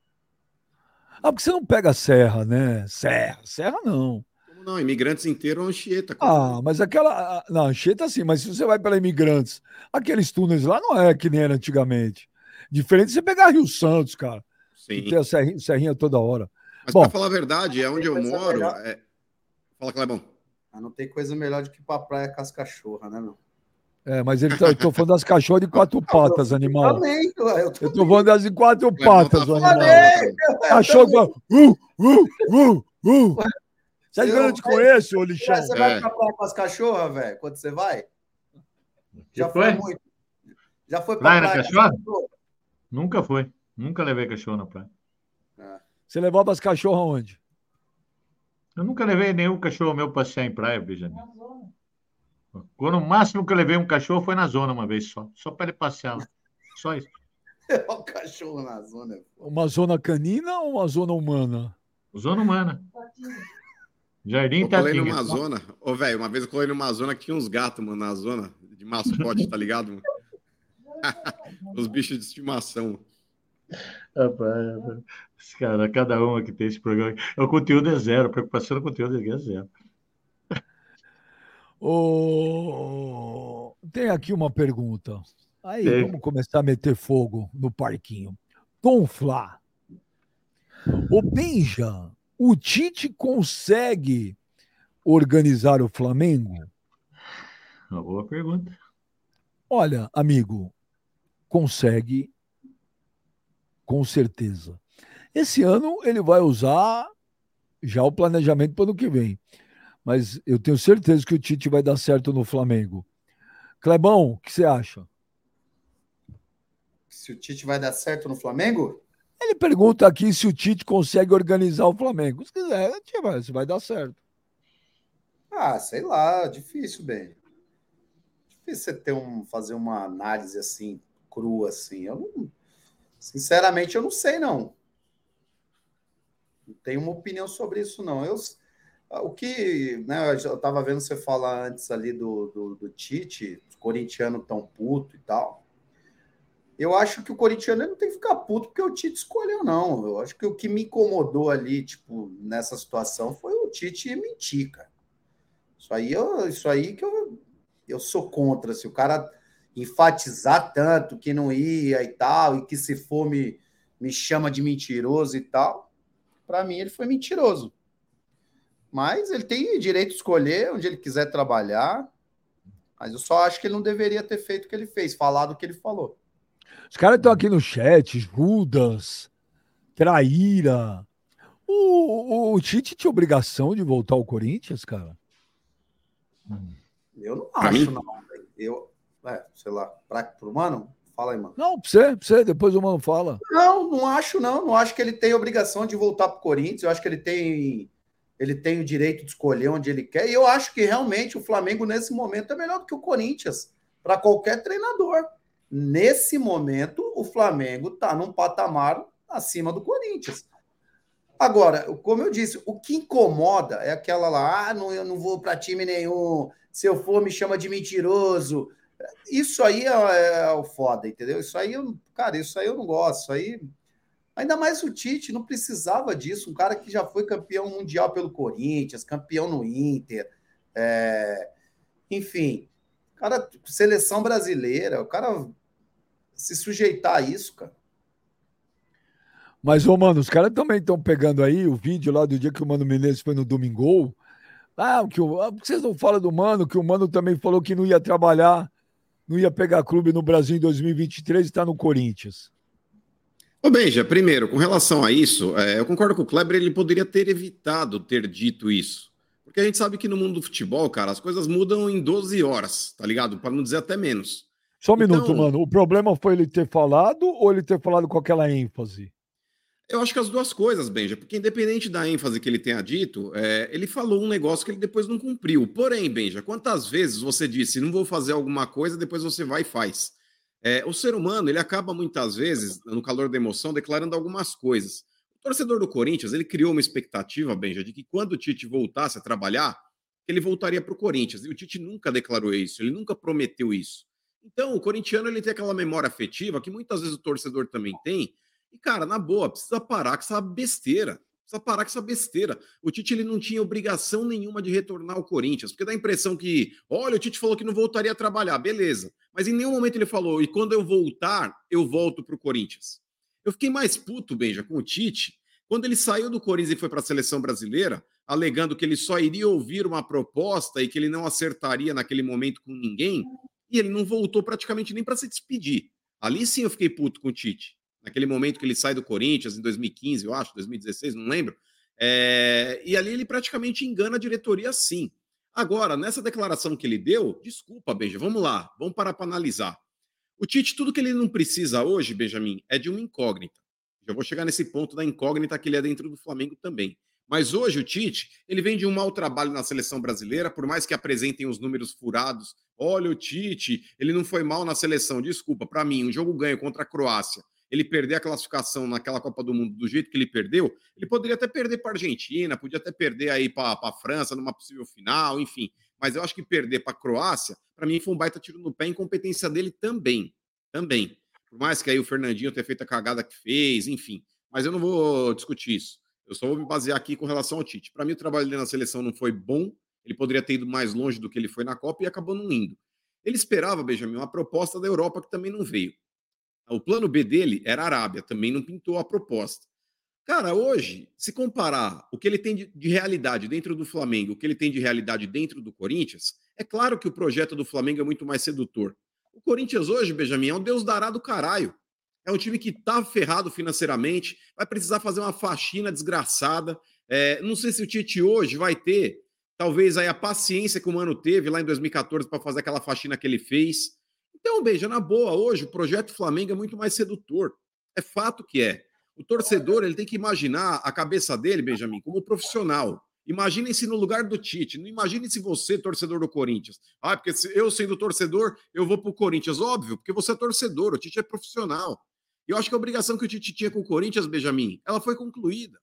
Ah, porque você não pega serra, né? Serra, serra não. Como não? Imigrantes inteiros é Anchieta. Ah, mas aquela. ah, Não, Anchieta sim, mas se você vai pela Imigrantes, aqueles túneis lá não é que nem era antigamente. Diferente de você pegar Rio Santos, cara, que Sim. tem a serrinha, serrinha toda hora. Mas Bom. pra falar a verdade, é onde eu Coisa moro. melhor. É... Fala, Clebão. Ah, não tem coisa melhor do que ir pra praia com as cachorras, né, meu? É, mas ele tá, eu tô falando das cachorras de quatro patas, animal. Também, eu Eu tô tô falando das de quatro Clebão patas, tá o falando animal. mal. Cachorro que fala, uh, uh, uh, uh. Sabe que eu não Eu- te conheço, ô lixão? Você vai É. pra praia com as cachorras, velho? Quando você vai? Já Que foi foi? muito. Já foi pra Praia na praia com as cachorra? cachorras? Nunca foi. Nunca levei cachorro na praia. Você levava as cachorras onde? Eu nunca levei nenhum cachorro meu passear em praia, Benjamin. Quando o máximo que eu levei um cachorro foi na zona uma vez só. Só para ele passear lá. Só isso. Olha o cachorro na zona. Uma zona canina ou uma zona humana? Zona humana. Jardim Eu colei Tatinha. numa zona. Ô, velho, uma vez eu colei numa zona que tinha uns gatos, mano, na zona de mascote, tá ligado, mano? Os bichos de estimação. Rapaz, rapaz. Esse cara, cada um que tem esse programa. O conteúdo é zero. A preocupação do conteúdo é zero. Ô, tem aqui uma pergunta. Aí, Tem. vamos começar a meter fogo no parquinho. Conflá. Ô, Benja, o Tite consegue organizar o Flamengo? Uma boa pergunta. Olha, amigo, consegue, com certeza. Esse ano ele vai usar já o planejamento para o ano que vem. Mas eu tenho certeza que o Tite vai dar certo no Flamengo. Clebão, o que você acha? Se o Tite vai dar certo no Flamengo? Ele pergunta aqui se o Tite consegue organizar o Flamengo. Se quiser, vai, vai dar certo. Ah, sei lá, difícil, bem. Difícil você ter um, fazer uma análise assim, crua assim. Eu não, sinceramente, eu não sei, não. Não tenho uma opinião sobre isso, não. Eu, o que, né, eu estava vendo você falar antes ali do, do, do Tite, os corintianos tão puto e tal. Eu acho que o corintiano não tem que ficar puto porque o Tite escolheu, não. Eu acho que o que me incomodou ali, tipo, nessa situação foi o Tite mentir, cara. Isso aí, eu, isso aí que eu, eu sou contra. Se o cara enfatizar tanto que não ia e tal, e que se for me, me chama de mentiroso e tal, para mim ele foi mentiroso. Mas ele tem direito de escolher onde ele quiser trabalhar, mas eu só acho que ele não deveria ter feito o que ele fez, falado o que ele falou. Os caras estão aqui no chat, Judas, Traíra. O, o, o Tite tinha obrigação de voltar ao Corinthians, cara? Eu não Pra acho, mim? não. Eu, é, sei lá, para pro mano? Fala aí, mano. Não, pra você, pra você, depois o mano fala. Não, não acho, não. Não acho que ele tem obrigação de voltar pro Corinthians. Eu acho que ele tem, ele tem o direito de escolher onde ele quer. E eu acho que realmente o Flamengo, nesse momento, é melhor do que o Corinthians para qualquer treinador. Nesse momento, o Flamengo está num patamar acima do Corinthians. Agora, como eu disse, o que incomoda é aquela lá, ah, não, eu não vou para time nenhum, se eu for me chama de mentiroso. Isso aí é, é o foda, entendeu? Isso aí, eu, cara, isso aí eu não gosto. Isso aí, ainda mais o Tite, não precisava disso. Um cara que já foi campeão mundial pelo Corinthians, campeão no Inter, é, enfim, cara, seleção brasileira, o cara se sujeitar a isso, cara. Mas, ô, mano, os caras também estão pegando aí o vídeo lá do dia que o Mano Menezes foi no Domingol. Ah, que o, ah, por que vocês não falam do Mano? Que o Mano também falou que não ia trabalhar, não ia pegar clube no Brasil em dois mil e vinte e três e está no Corinthians. Ô, Benja, primeiro, com relação a isso, é, eu concordo com o Kleber, ele poderia ter evitado ter dito isso. Porque a gente sabe que no mundo do futebol, cara, as coisas mudam em doze horas, tá ligado? Para não dizer até menos. Só um Então, minuto, mano. O problema foi ele ter falado ou ele ter falado com aquela ênfase? eu acho que as duas coisas, Benja, porque independente da ênfase que ele tenha dito, é, ele falou um negócio que ele depois não cumpriu. Porém, Benja, quantas vezes você disse, não vou fazer alguma coisa, depois você vai e faz? É, o ser humano, ele acaba muitas vezes, no calor da emoção, declarando algumas coisas. O torcedor do Corinthians, ele criou uma expectativa, Benja, de que quando o Tite voltasse a trabalhar, ele voltaria para o Corinthians. E o Tite nunca declarou isso, ele nunca prometeu isso. Então, o corintiano, ele tem aquela memória afetiva que muitas vezes o torcedor também tem. E, cara, na boa, precisa parar com essa besteira. Precisa parar com essa besteira. O Tite, ele não tinha obrigação nenhuma de retornar ao Corinthians, porque dá a impressão que, olha, o Tite falou que não voltaria a trabalhar, beleza. Mas em nenhum momento ele falou, e quando eu voltar, eu volto pro Corinthians. Eu fiquei mais puto, Benja, com o Tite, quando ele saiu do Corinthians e foi para a seleção brasileira, alegando que ele só iria ouvir uma proposta e que ele não acertaria naquele momento com ninguém, e ele não voltou praticamente nem para se despedir. Ali sim eu fiquei puto com o Tite. Naquele momento que ele sai do Corinthians, em dois mil e quinze, eu acho, dois mil e dezesseis, não lembro. É... E ali ele praticamente engana a diretoria, sim. Agora, nessa declaração que ele deu, desculpa, Benja, vamos lá, vamos parar para analisar. O Tite, tudo que ele não precisa hoje, Benjamin, é de uma incógnita. Já vou chegar nesse ponto da incógnita que ele é dentro do Flamengo também. Mas hoje o Tite, ele vem de um mau trabalho na seleção brasileira, por mais que apresentem os números furados. Olha, o Tite, ele não foi mal na seleção. Desculpa, para mim, um jogo ganho contra a Croácia, ele perder a classificação naquela Copa do Mundo do jeito que ele perdeu, ele poderia até perder para a Argentina, podia até perder aí para a França numa possível final, enfim. Mas eu acho que perder para a Croácia, para mim, foi um baita tiro no pé, incompetência dele também. Também. Por mais que aí o Fernandinho tenha feito a cagada que fez, enfim. Mas eu não vou discutir isso. Eu só vou me basear aqui com relação ao Tite. Para mim, o trabalho dele na seleção não foi bom. Ele poderia ter ido mais longe do que ele foi na Copa e acabou não indo. Ele esperava, Benjamin, uma proposta da Europa que também não veio. O plano B dele era a Arábia, também não pintou a proposta. Cara, hoje, se comparar o que ele tem de, de realidade dentro do Flamengo, o que ele tem de realidade dentro do Corinthians, é claro que o projeto do Flamengo é muito mais sedutor. O Corinthians hoje, Benjamin, é um Deus dará do caralho. É um time que tá ferrado financeiramente, vai precisar fazer uma faxina desgraçada. É, não sei se o Tite hoje vai ter, talvez, aí a paciência que o Mano teve lá em dois mil e quatorze para fazer aquela faxina que ele fez. Então, Benja, na boa, hoje o projeto Flamengo é muito mais sedutor. É fato que é. O torcedor, ele tem que imaginar a cabeça dele, Benjamin, como profissional. Imaginem-se no lugar do Tite. Não imagine-se você, torcedor do Corinthians. Ah, porque eu sendo torcedor, eu vou pro Corinthians. Óbvio, porque você é torcedor, o Tite é profissional. E eu acho que a obrigação que o Tite tinha com o Corinthians, Benjamin, ela foi concluída.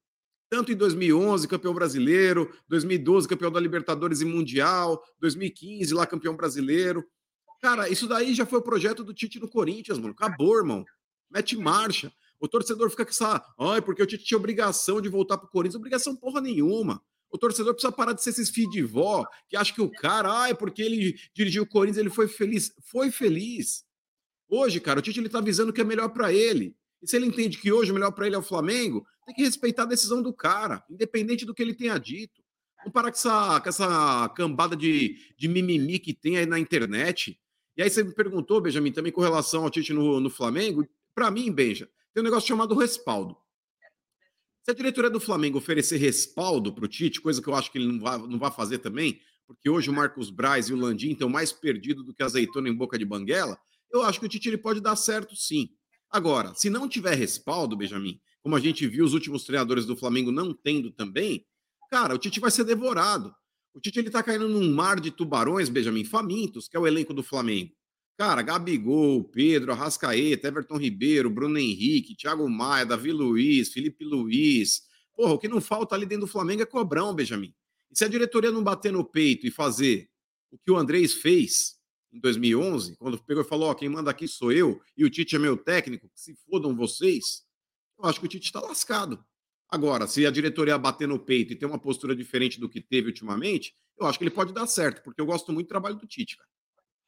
Tanto em dois mil e onze, campeão brasileiro, dois mil e doze, campeão da Libertadores e Mundial, dois mil e quinze, lá campeão brasileiro. Cara, isso daí já foi o projeto do Tite no Corinthians, mano. Acabou, irmão. Mete marcha. O torcedor fica com essa... Ai, porque o Tite tinha obrigação de voltar pro Corinthians. Obrigação porra nenhuma. O torcedor precisa parar de ser esses filhos de vó que acha que o cara, ai, porque ele dirigiu o Corinthians, ele foi feliz. Foi feliz. Hoje, cara, o Tite ele tá avisando que é melhor para ele. E se ele entende que hoje o melhor para ele é o Flamengo, tem que respeitar a decisão do cara, independente do que ele tenha dito. Vamos parar com essa, com essa cambada de, de mimimi que tem aí na internet. E aí você me perguntou, Benjamin, também com relação ao Tite no, no Flamengo. Para mim, Benja, tem um negócio chamado respaldo. Se a diretoria do Flamengo oferecer respaldo para o Tite, coisa que eu acho que ele não vai, não vai fazer também, porque hoje o Marcos Braz e o Landim estão mais perdidos do que azeitona em boca de banguela, eu acho que o Tite ele pode dar certo sim. Agora, se não tiver respaldo, Benjamin, como a gente viu os últimos treinadores do Flamengo não tendo também, cara, o Tite vai ser devorado. O Tite ele tá caindo num mar de tubarões, Benjamin, famintos, que é o elenco do Flamengo. Cara, Gabigol, Pedro, Arrascaeta, Everton Ribeiro, Bruno Henrique, Thiago Maia, Davi Luiz, Felipe Luiz. Porra, o que não falta ali dentro do Flamengo é cobrão, Benjamin. E se a diretoria não bater no peito e fazer o que o Andrés fez em dois mil e onze, quando pegou e falou, ó, quem manda aqui sou eu, e o Tite é meu técnico, que se fodam vocês, eu acho que o Tite está lascado. Agora, se a diretoria bater no peito e ter uma postura diferente do que teve ultimamente, eu acho que ele pode dar certo, porque eu gosto muito do trabalho do Tite, cara.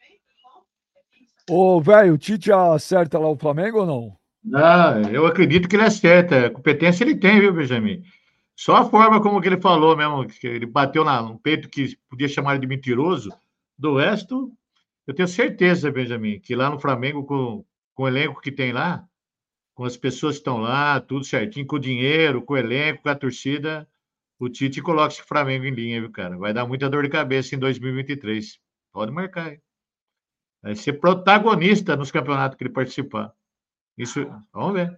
Ô, velho, o Tite acerta lá o Flamengo ou não? Não, eu acredito que ele acerta. A competência ele tem, viu, Benjamin? Só a forma como que ele falou mesmo, que ele bateu na, no peito que podia chamar ele de mentiroso, do resto... Eu tenho certeza, Benjamin, que lá no Flamengo, com, com o elenco que tem lá, com as pessoas que estão lá, tudo certinho, com o dinheiro, com o elenco, com a torcida, o Tite coloca esse Flamengo em linha, viu, cara? Vai dar muita dor de cabeça em dois mil e vinte e três. Pode marcar, hein? Vai ser protagonista nos campeonatos que ele participar. Isso, vamos ver.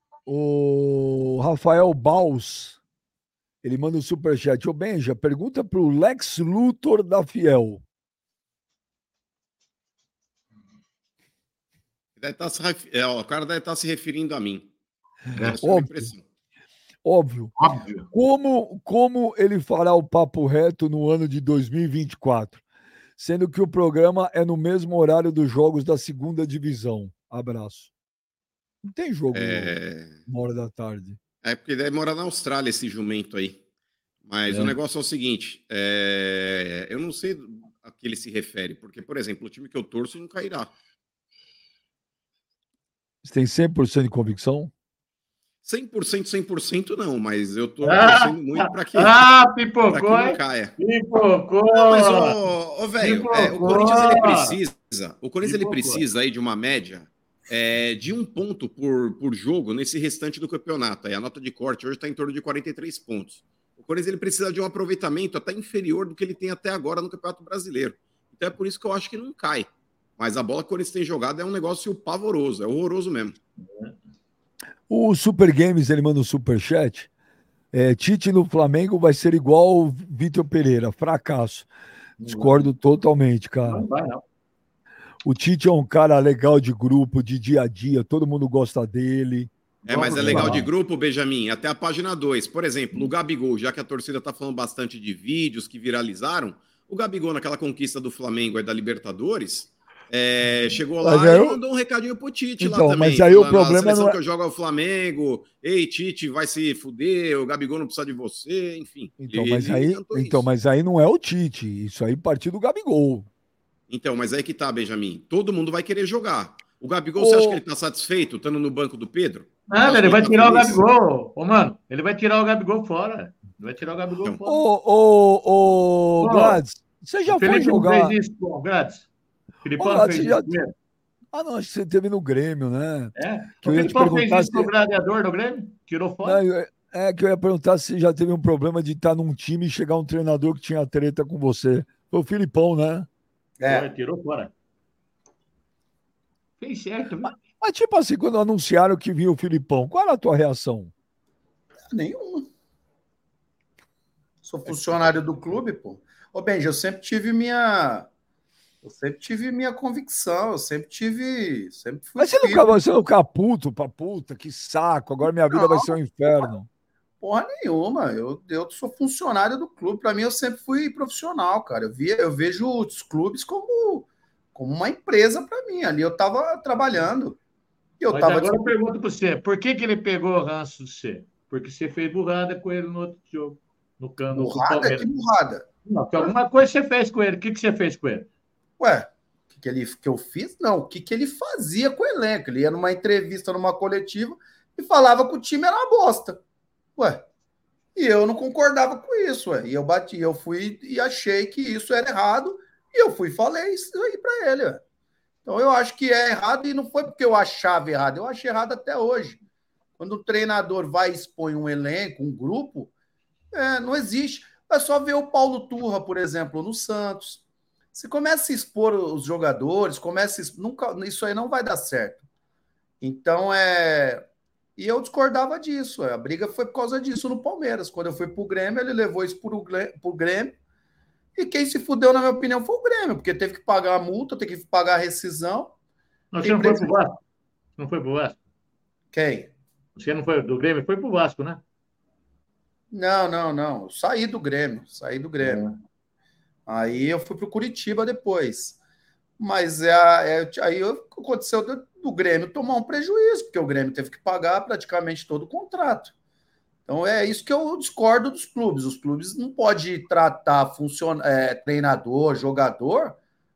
O Rafael Baus, ele manda um superchat. Ô, Benja, pergunta pro Lex Luthor da Fiel. Deve estar se ref... é, ó, o cara deve estar se referindo a mim. É, óbvio. Óbvio. Óbvio. Como, como ele fará o papo reto no ano de dois mil e vinte e quatro? Sendo que o programa é no mesmo horário dos jogos da segunda divisão. Abraço. Não tem jogo é... uma hora da tarde. É porque deve morar na Austrália esse jumento aí. Mas é. O negócio é o seguinte, é... eu não sei a que ele se refere, porque, por exemplo, o time que eu torço não cairá. Você tem cem por cento de convicção? cem por cento, cem por cento não, mas eu tô torcendo ah, muito para que, ah, pipocou, pra que não caia. Pipocou! Não, mas, ô, ô velho, é, o Corinthians ele precisa, o Corinthians ele precisa aí de uma média é, de um ponto por, por jogo nesse restante do campeonato. Aí a nota de corte hoje está em torno de quarenta e três pontos. O Corinthians ele precisa de um aproveitamento até inferior do que ele tem até agora no Campeonato Brasileiro. Então é por isso que eu acho que não cai. Mas a bola que o Corinthians tem jogado é um negócio pavoroso, é horroroso mesmo. O Super Games, ele manda um superchat. É, Tite no Flamengo vai ser igual o Vitor Pereira, fracasso. Discordo totalmente, cara. Não vai, não. O Tite é um cara legal de grupo, de dia a dia, todo mundo gosta dele. É, mas é legal de grupo, Benjamin, até a página dois. Por exemplo, o Gabigol, já que a torcida tá falando bastante de vídeos que viralizaram, o Gabigol naquela conquista do Flamengo e da Libertadores... É, chegou lá e eu... mandou um recadinho pro Tite então, lá também. Mas aí o problema não é... que eu jogo ao Flamengo, ei, Tite, vai se fuder, o Gabigol não precisa de você, enfim. Então, ele, mas, aí, então mas aí não é o Tite, isso aí partiu do Gabigol. Então, mas aí que tá, Benjamin, todo mundo vai querer jogar. O Gabigol, ô... você acha que ele tá satisfeito, estando no banco do Pedro? Nada, ele vai tá tirar feliz. O Gabigol. Ô, mano, ele vai tirar o Gabigol fora. Ele vai tirar o Gabigol então. fora. Ô, ô, ô, Gladys, você já foi jogar... Fez isso, Gladys. Filipão Olá, fez já... isso Ah, não, acho que você teve no Grêmio, né? É, que o Filipão fez isso se... no gladiador do Grêmio? Tirou fora? Não, é que eu ia perguntar se já teve um problema de estar num time e chegar um treinador que tinha treta com você. Foi o Filipão, né? É, tirou fora. Fez certo, viu? Mas, mas tipo assim, quando anunciaram que vinha o Filipão, qual era a tua reação? Nenhuma. Sou funcionário do clube, pô. Ô, Benji, eu sempre tive minha... Eu sempre tive minha convicção, eu sempre tive. Sempre fui Mas você não, fica, você não fica puto pra puta, que saco, agora minha vida não, vai ser um inferno. Porra nenhuma. Eu, eu sou funcionário do clube. Para mim, eu sempre fui profissional, cara. Eu, via, eu vejo os clubes como, como uma empresa para mim. Ali eu estava trabalhando. Eu Mas tava agora eu pergunto para você, por que, que ele pegou o ranço de você? Porque você fez burrada com ele no outro jogo, no cano do burrada? Palmeiras. Que burrada? Não, que alguma coisa você fez com ele. O que, que você fez com ele? Ué, o que, que, ele, que eu fiz? Não, o que, que ele fazia com o elenco? Ele ia numa entrevista, numa coletiva, e falava que o time era uma bosta. Ué, e eu não concordava com isso, ué. E eu bati, eu fui e achei que isso era errado, e eu fui e falei isso aí para ele, ué. Então eu acho que é errado, e não foi porque eu achava errado, eu achei errado até hoje. Quando o treinador vai e expõe um elenco, um grupo, é, não existe. É só ver o Paulo Turra, por exemplo, no Santos. Você começa a expor os jogadores, começa a... nunca, isso aí não vai dar certo. Então, é... E eu discordava disso. A briga foi por causa disso no Palmeiras. Quando eu fui pro Grêmio, ele levou isso pro Grêmio. E quem se fudeu, na minha opinião, foi o Grêmio, porque teve que pagar a multa, teve que pagar a rescisão. Não, você não foi pro Vasco? Não foi pro Vasco? Quem? Você não foi do Grêmio? Foi pro Vasco, né? Não, não, não. Eu saí do Grêmio. Saí do Grêmio. É. Aí eu fui pro Curitiba depois. Mas é, é, aí aconteceu do, do Grêmio tomar um prejuízo, porque o Grêmio teve que pagar praticamente todo o contrato. Então é isso que eu discordo dos clubes. Os clubes não podem tratar funcion... é, treinador, jogador,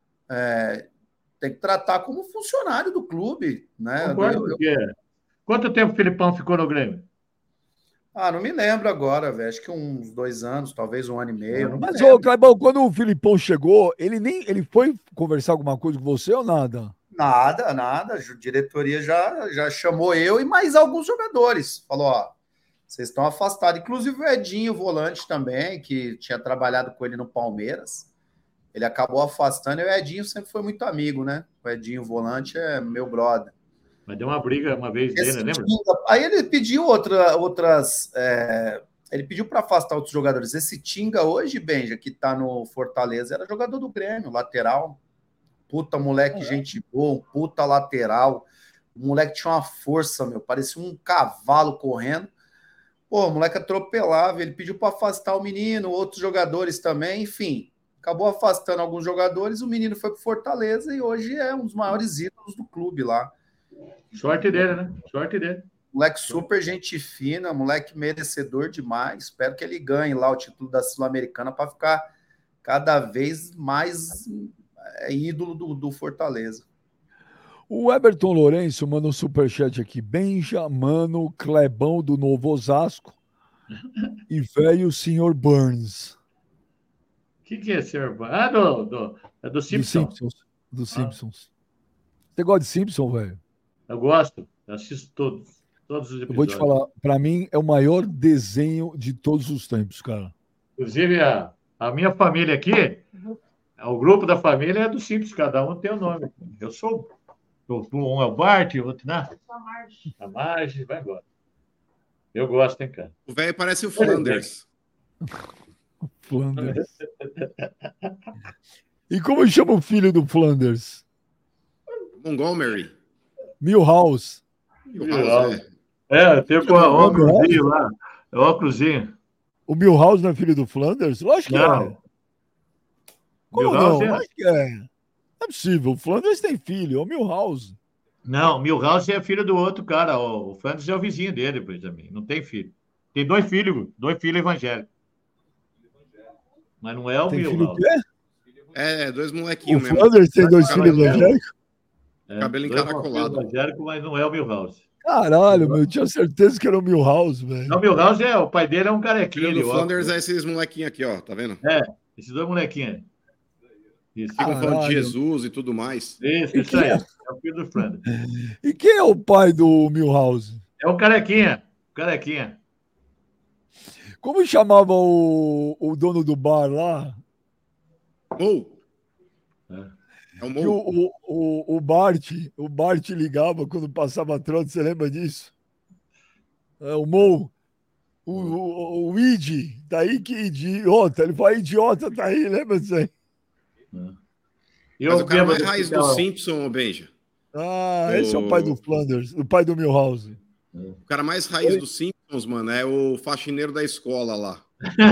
é, tem que tratar como funcionário do clube. Né? Concordo, eu, eu... Quanto tempo o Filipão ficou no Grêmio? Ah, não me lembro agora, velho. Acho que uns dois anos, talvez um ano e meio. Não Mas, ô, Clebão, quando o Filipão chegou, ele nem ele foi conversar alguma coisa com você ou nada? Nada, nada. A diretoria já, já chamou eu e mais alguns jogadores. Falou, ó, vocês estão afastados. Inclusive o Edinho, o volante também, que tinha trabalhado com ele no Palmeiras. Ele acabou afastando. E o Edinho sempre foi muito amigo, né? O Edinho, o volante, é meu brother. Mas deu uma briga uma vez dele, lembra? Aí ele pediu outra, outras... É... Ele pediu para afastar outros jogadores. Esse Tinga hoje, Benja, que tá no Fortaleza, era jogador do Grêmio, lateral. Puta moleque, gente boa, puta lateral. O moleque tinha uma força, meu. Parecia um cavalo correndo. Pô, o moleque atropelava. Ele pediu para afastar o menino, outros jogadores também. Enfim, acabou afastando alguns jogadores. O menino foi pro Fortaleza e hoje é um dos maiores ídolos do clube lá. Sorte dele, né? Sorte dele. Moleque super gente fina, moleque merecedor demais. Espero que ele ganhe lá o título da Sul-Americana para ficar cada vez mais é, ídolo do, do Fortaleza. O Everton Lourenço manda um superchat aqui. Benja, mano, Clebão do Novo Osasco e velho senhor Burns. O que, que é senhor Burns? Ah, do, do, é do Simpsons. Do Simpsons. Do Simpsons. Ah. Você gosta de Simpsons, velho? Eu gosto. Eu assisto todos. Todos os episódios. Eu vou te falar, para mim é o maior desenho de todos os tempos, cara. Inclusive, a, a minha família aqui, o grupo da família é do Simpsons, cada um tem o um nome. Eu sou. Um é o Bart, o outro, né? A Marge. A Marge, vai embora. Eu gosto, hein, cara? O velho parece o Flanders. Flanders. E como chama o filho do Flanders? Montgomery. Milhouse. Milhouse, é. É, tem com o óculosinho lá. É o óculosinho. O Milhouse não é filho do Flanders? Lógico que não. é. Como Milhouse não? é. Lógico que é. Não é possível. O Flanders tem filho, é o Milhouse. Não, o Milhouse é filho do outro cara. O Flanders é o vizinho dele, Benjamin. Não tem filho. Tem dois filhos, dois filhos evangélicos. Mas não é o tem Milhouse. Filho é, dois molequinhos o mesmo. O Flanders tem dois filhos evangélicos? É, cabelo encaracolado. Evangélico, mas não é o Milhouse. Caralho, meu, eu tinha certeza que era o Milhouse, velho. Não, o Milhouse é, o pai dele é um carequinho. O Flanders é esses molequinhos aqui, ó, tá vendo? É, esses dois molequinhos. Isso. Ficam falando de Jesus e tudo mais. Isso, isso aí. É? é o filho do Flanders. E quem é o pai do Milhouse? É o carequinha. Carequinha. Como chamava o, o dono do bar lá? Mou. É. É o, o, o, o Bart, o Bart ligava quando passava trote, você lembra disso? É, o Mou, o, o, o Id, daí que idiota, ele foi idiota, tá aí, lembra disso aí? É. Mas o cara mais raiz do Simpson, Benja. Ah, esse o... é o pai do Flanders, o pai do Milhouse. O cara mais raiz do Simpson mano, é o faxineiro da escola lá.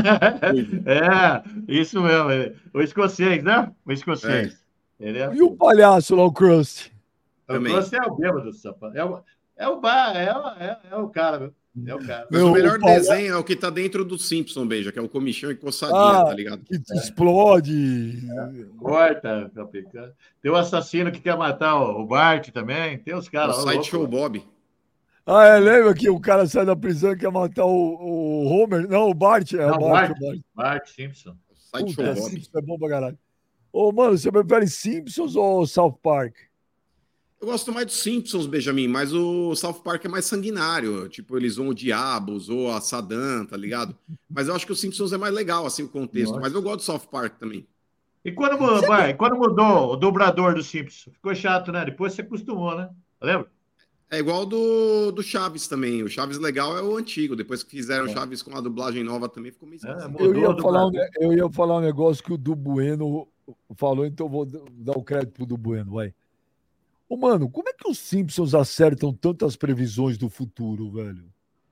É, isso mesmo. é. O escocês, né? O escocês. Ele é E o palhaço lá, o Krusty? O Também. Krusty é o bêbado do sapato. É o, é o bar, é, o- é, é o cara, meu. É o cara. Mas Meu, o melhor o palha- desenho é o que tá dentro do Simpson, Beija, que é o comichão e coçadinha, Ah, tá ligado? que te explode. Corta, capitão. Tem o assassino que quer matar o o Bart também. Tem os É o caras lá Sideshow loucos. Bob. Ah, é, lembra que o cara sai da prisão e quer matar o, o Homer? Não, o Bart. É Não, o Bart. Bart. o Bart. Bart Simpson. Sideshow Puta, Bob. Simpsons é bom pra caralho. Ô, mano, você prefere Simpsons ou South Park? Eu gosto mais dos Simpsons, Benjamin, mas o South Park é mais sanguinário. Tipo, eles vão o diabo, usou a Saddam, tá ligado? Mas eu acho que o Simpsons é mais legal, assim, o contexto. Nossa. Mas eu gosto do South Park também. E quando, mu- vai, quando mudou o dobrador do Simpson? Ficou chato, né? Depois você acostumou, né? Lembra? É igual do, do Chaves também. O Chaves legal é o antigo. Depois que fizeram É. Chaves com a dublagem nova também, ficou meio É, esquisito. mudou Eu ia, do falar um, Brasil. ne- eu ia falar um negócio que o Du Bueno falou, então eu vou d- dar o crédito pro Du Bueno, vai. Ô, mano, como é que os Simpsons acertam tantas previsões do futuro, velho?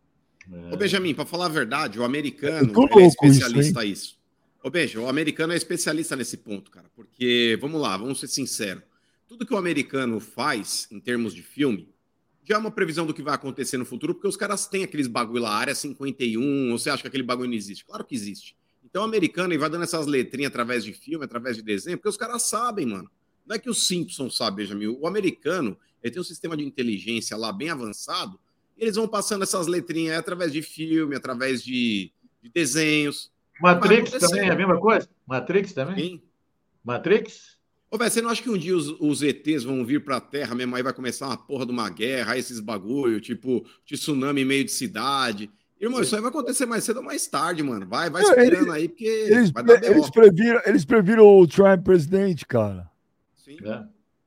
É. Ô, Benjamin, pra falar a verdade, o Eu americano tô ele é louco isso, especialista nisso. Ô, Benja, o americano é especialista nesse ponto, cara. Porque, vamos lá, vamos ser sinceros. Tudo que o americano faz, em termos de filme, já é uma previsão do que vai acontecer no futuro, porque os caras têm aqueles bagulho lá, área cinquenta e um, ou você acha que aquele bagulho não existe? Claro que existe. Então o americano ele vai dando essas letrinhas através de filme, através de desenho, porque os caras sabem, mano. Não é que os Simpsons sabem, Benjamin. O americano, ele tem um sistema de inteligência lá bem avançado, e eles vão passando essas letrinhas aí através de filme, através de, de desenhos. Matrix Vai acontecer. também é a mesma coisa? Matrix também? Hein? Matrix? Ô, velho, você não acha que um dia os, os E Tês vão vir pra Terra mesmo, aí vai começar uma porra de uma guerra, aí esses bagulho, tipo, tsunami em meio de cidade? Irmão, isso aí vai acontecer mais cedo ou mais tarde, mano. Vai, vai Não, esperando aí, porque Eles, vai dar eles, B O. previram, eles previram o Trump presidente, cara. Sim. É.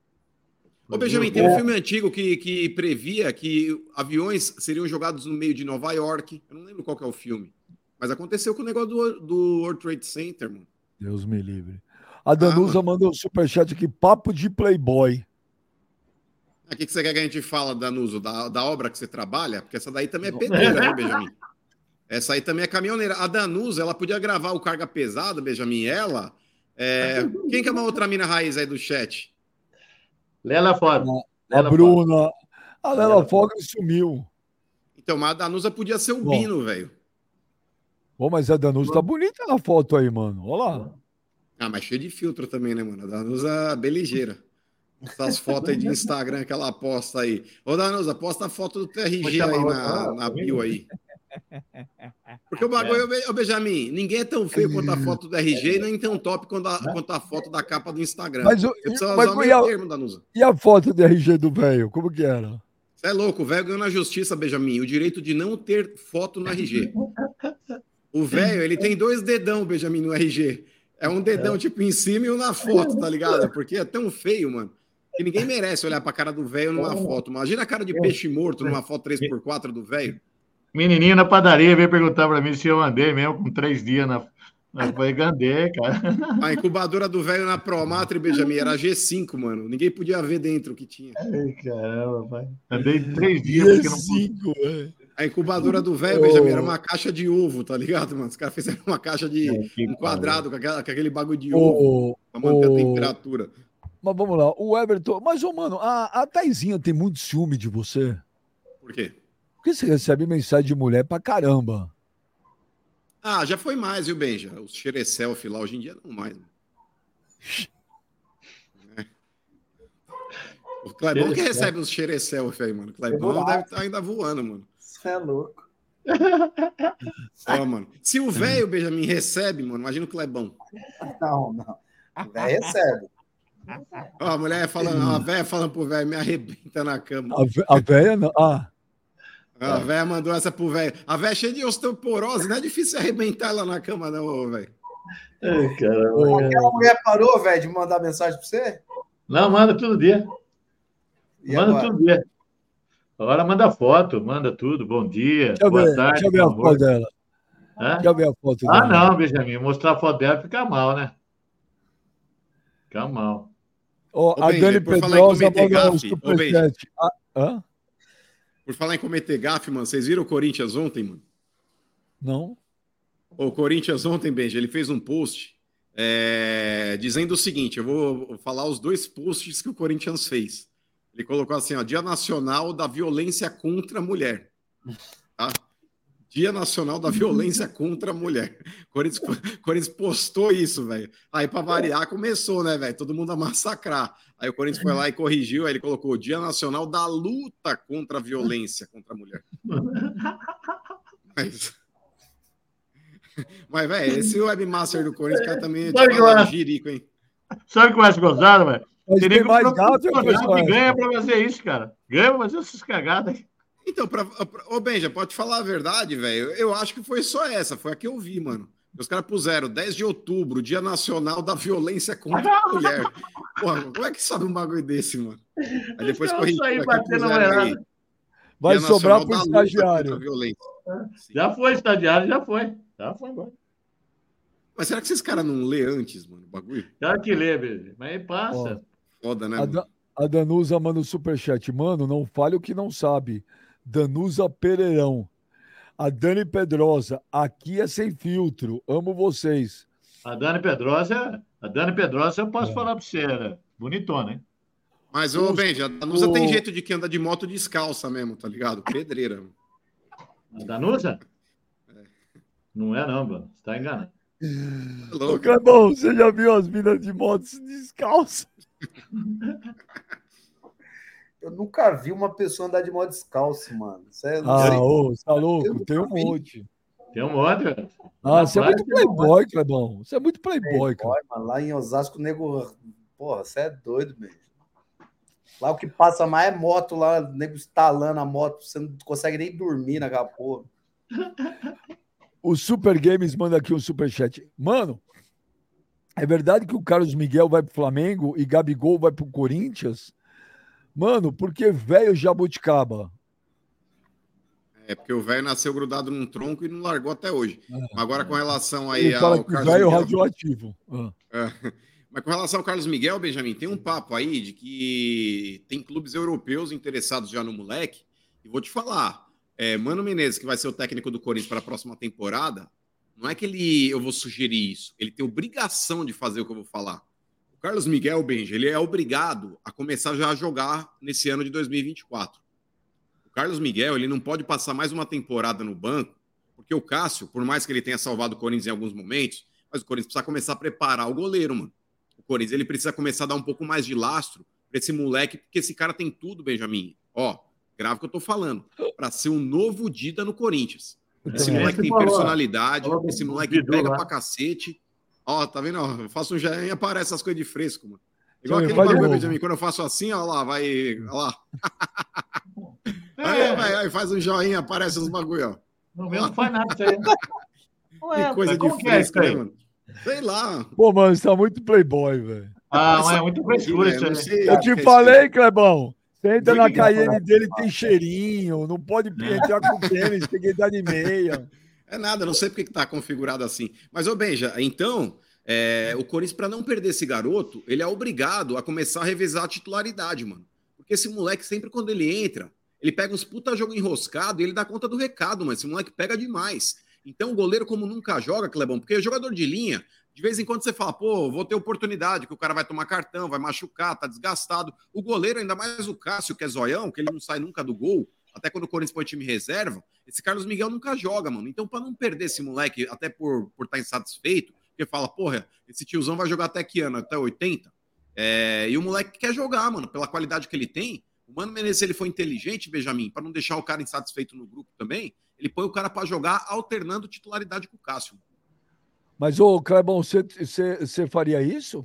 Ô, Benjamin, tem um filme antigo que, que previa que aviões seriam jogados no meio de Nova York. Eu não lembro qual que é o filme. Mas aconteceu com o negócio do, do World Trade Center, mano. Deus me livre. A Danusa mano. mandou um superchat aqui, papo de Playboy. O que, que você quer que a gente fala, Danuso, da, da obra que você trabalha? Porque essa daí também é pedreira, viu, Benjamin? Essa aí também é caminhoneira. A Danusa, ela podia gravar o Carga Pesada, Benjamin, ela... é, Quem que é uma outra mina raiz aí do chat? Lela foda. A Lela Bruna. A Lela Lela Foga sumiu. Então, mas a Danusa podia ser o Bom. Bino, velho. Ô, mas a Danusa tá bonita na foto aí, mano. Olha lá. Ah, mas cheio de filtro também, né, mano? A Danusa é bem ligeira. Essas fotos aí de Instagram que ela posta aí. Ô, Danusa, posta a foto do T R G aí na, na bio aí. Porque o bagulho, ô Benjamin, ninguém é tão feio quanto a foto do R G e nem tão top quanto a, quanto a foto da capa do Instagram. Mas, o- Você precisa mas usar o e, meio a, termo, Danusa. e a foto do R G do velho? Como que era? Você é louco, o velho ganhou na justiça, Benjamin, o direito de não ter foto no R G. O velho, ele tem dois dedão, Benjamin, no R G. É um dedão, tipo, em cima e um na foto, tá ligado? Porque é tão feio, mano, que ninguém merece olhar pra cara do velho numa foto. Imagina a cara de peixe morto numa foto três por quatro do velho. Menininho na padaria veio perguntar pra mim se eu andei mesmo com três dias na. Eu falei, andei, cara. A incubadora do velho na Promatre, Benjamin, era G cinco, mano. Ninguém podia ver dentro o que tinha. Ai, caramba, pai. Andei três dias porque não pude. cinco, velho. A incubadora do velho, Benjamin, era uma caixa de ovo, tá ligado, mano? Os caras fizeram uma caixa de É, que um quadrado com, aquela- com aquele bagulho de ovo Ô, pra manter a ô, temperatura. mas vamos lá, o Everton. Mas, ô, mano, a, a Taizinha tem muito ciúme de você. Por quê? Porque você recebe mensagem de mulher pra caramba. Ah, já foi mais, viu, Benja? Os xerecelf lá, hoje em dia não mais. Mano. É. O Clebão que recebe os xerecelf aí, mano. O Clebão deve estar ainda voando, mano. Você é louco. Ó, mano. Se o velho Benjamin recebe, mano, imagina o Clebão. Não, não. O velho recebe. Ó, a mulher falando, a velha falando pro velho, me arrebenta na cama. A, ve- a velha não. Ah, A velha mandou essa pro velho. A velha é cheia de osteoporose, não é difícil arrebentar ela na cama, não, ô, velho. Ai, caramba. ô, A mulher parou, velho, de mandar mensagem pra você? Não, manda todo dia. E Manda agora? todo dia. Agora manda foto, manda tudo. Bom dia, deixa eu boa ver, tarde. deixa eu ver a boa foto noite. dela. Hã? Deixa eu ver a foto Ah, dela. não, Benjamin. Mostrar a foto dela fica mal, né? Fica mal. Ó, Ô, a Benja, Dani por falar em Pedrosa cometer mandou um gafe, ô, superchat. Ah, hã? Por por falar em cometer gafe, mano, vocês viram o Corinthians ontem, mano? Não? O Corinthians ontem, Benji, ele fez um post é, dizendo o seguinte, eu vou falar os dois posts que o Corinthians fez. Ele colocou assim, ó, Dia Nacional da Violência contra a Mulher. Tá? Dia Nacional da Violência contra a Mulher. O Corinthians, Corinthians postou isso, velho. Aí, para variar, começou, né, velho? Todo mundo a massacrar. Aí o Corinthians foi lá e corrigiu, aí ele colocou Dia Nacional da Luta contra a Violência contra a Mulher. Mas, mas velho, esse webmaster do Corinthians, cara, também é de jirico, hein? Sabe o que eu acho gozado, velho? Mas Teria tem mais que gafe, que ganha pra fazer isso, cara. Ganha pra fazer essas cagadas aí. Então, pra, pra, ô Benja, pode falar a verdade, velho. Eu acho que foi só essa, foi a que eu vi, mano. Os caras puseram dez de outubro, Dia Nacional da Violência contra a Mulher. Porra, como é que sabe um bagulho desse, mano? Aí depois corrigiu aqui, puseram aí. Vai Dia sobrar Nacional pro da Luta estagiário. contra a Violência. Já foi, estagiário, já foi. Já foi embora. Mas será que esses caras não lê antes, mano, o bagulho? Claro que lê, beleza. Mas aí passa. Ó, Foda, né, a, mano? Da- a Danusa manda o superchat. Mano, não fale o que não sabe. Danusa Pereirão. A Dani Pedrosa. Aqui é sem filtro. Amo vocês. A Dani Pedrosa, a Dani Pedrosa, eu posso É. falar pra você, né? Bonitona, hein? Mas, ô, Os- Benja, a Danusa o- tem jeito de que anda de moto descalça mesmo, tá ligado? Pedreira. Mano. A Danusa? Não é, não, mano. Você tá enganado. É Ô, louco. Clebão, você já viu as minas de motos descalças? Eu nunca vi uma pessoa andar de moto descalço, mano. Isso é, não Ah, sei. ô, tá Eu louco? nunca Tem um vi. monte. Tem um monte, velho. Ah, Na você é praia muito tem um monte. playboy, Clebão. Você é muito playboy, cara. Playboy, mano. Lá em Osasco, o nego. Porra, você é doido, mesmo. Lá o que passa mais é moto, lá, o nego estalando a moto, você não consegue nem dormir naquela porra. O Super Games manda aqui um superchat. Mano, é verdade que o Carlos Miguel vai pro Flamengo e Gabigol vai pro Corinthians? Mano, porque velho jabuticaba. É porque o velho nasceu grudado num tronco e não largou até hoje. É. Agora, com relação aí Ele fala ao que Carlos velho Miguel... radioativo. Ah. É. Mas com relação ao Carlos Miguel, Benjamin, tem um papo aí de que tem clubes europeus interessados já no moleque. E vou te falar, é, Mano Menezes, que vai ser o técnico do Corinthians para a próxima temporada, não é que ele, eu vou sugerir isso, ele tem obrigação de fazer o que eu vou falar. O Carlos Miguel, Benja, ele é obrigado a começar já a jogar nesse ano de dois mil e vinte e quatro. O Carlos Miguel, ele não pode passar mais uma temporada no banco, porque o Cássio, por mais que ele tenha salvado o Corinthians em alguns momentos, mas o Corinthians precisa começar a preparar o goleiro, mano. O Corinthians, ele precisa começar a dar um pouco mais de lastro para esse moleque, porque esse cara tem tudo, Benjamin. Ó, grave o que eu tô falando, para ser um novo Dida no Corinthians. Esse também. moleque Você tem falou, personalidade, falou do- esse do moleque Bidu pega lá. pra cacete. Ó, tá vendo? Ó, eu faço um joinha e aparece essas coisas de fresco, mano. Igual Deixa eu ver, aquele faz de bagulho, novo. Benjamin, quando eu faço assim, ó lá, vai, ó lá. Aí, É, vai, aí faz um joinha, aparece os bagulho, ó. não, não faz nada isso aí. Não Que é, coisa mas de como que é fresco, isso né, aí? mano? Sei lá. Pô, mano, você tá muito playboy, velho. Ah, mas é muito frescura É, isso não aí. sei, Eu te que- falei, Clebão. Você entra Muito na que Cayenne dele, tem cheirinho. Não pode entrar com tênis, tem que entrar de meia. É nada, não sei porque que tá configurado assim. Mas, ô Benja, então, é, o Corinthians, para não perder esse garoto, ele é obrigado a começar a revezar a titularidade, mano. Porque esse moleque, sempre quando ele entra, ele pega uns puta jogo enroscado e ele dá conta do recado, mas esse moleque pega demais. Então, o goleiro, como nunca joga, Clebão, porque jogador de linha, de vez em quando você fala, pô, vou ter oportunidade, que o cara vai tomar cartão, vai machucar, tá desgastado. O goleiro, ainda mais o Cássio, que é zoião, que ele não sai nunca do gol, até quando o Corinthians põe time reserva, esse Carlos Miguel nunca joga, mano. Então, para não perder esse moleque, até por por estar insatisfeito, porque fala, porra, esse tiozão vai jogar até que ano? Até oitenta? É, e o moleque quer jogar, mano, pela qualidade que ele tem. O Mano Menezes, se ele for inteligente, Benjamin, para não deixar o cara insatisfeito no grupo também, ele põe o cara para jogar alternando titularidade com o Cássio. Mas, ô, Clebão, você, você, você faria isso?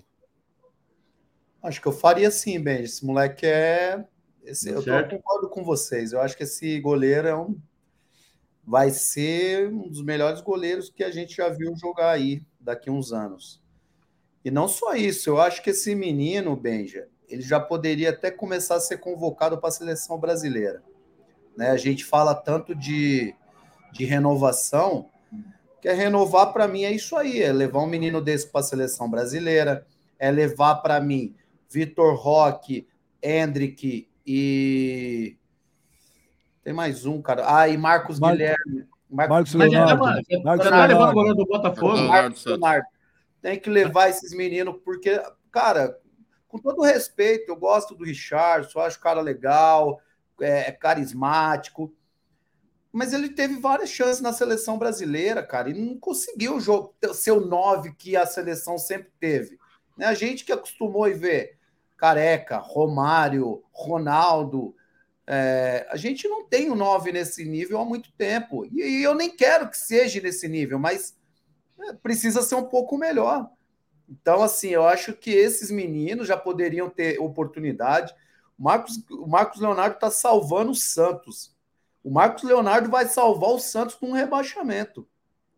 Acho que eu faria sim, Ben. Esse moleque é. Esse, eu tô- Certo. concordo com vocês. Eu acho que esse goleiro é um. Vai ser um dos melhores goleiros que a gente já viu jogar aí daqui a uns anos. E não só isso, eu acho que esse menino, Benja, ele já poderia até começar a ser convocado para a seleção brasileira. Né? A gente fala tanto de, de renovação, que é renovar para mim é isso aí, é levar um menino desse para a seleção brasileira, é levar para mim Vitor Roque, Hendrick e Tem mais um, cara. Ah, e Marcos Mar... Guilherme. Marcos Mas é, Leonardo. mano, você Marcos tá levando o Leonardo. goleiro do Botafogo. Leonardo Marcos Santos. Leonardo. Tem que levar esses meninos, porque, cara, com todo respeito, eu gosto do Richardson, acho o cara legal, é, é carismático, mas ele teve várias chances na seleção brasileira, cara, e não conseguiu o jogo, ser o nove que a seleção sempre teve. Né? A gente que acostumou a ver Careca, Romário, Ronaldo, é, a gente não tem o nove nesse nível há muito tempo, e, e eu nem quero que seja nesse nível, mas é, precisa ser um pouco melhor. Então, assim, eu acho que esses meninos já poderiam ter oportunidade. O Marcos, o Marcos Leonardo está salvando o Santos. O Marcos Leonardo vai salvar o Santos num rebaixamento.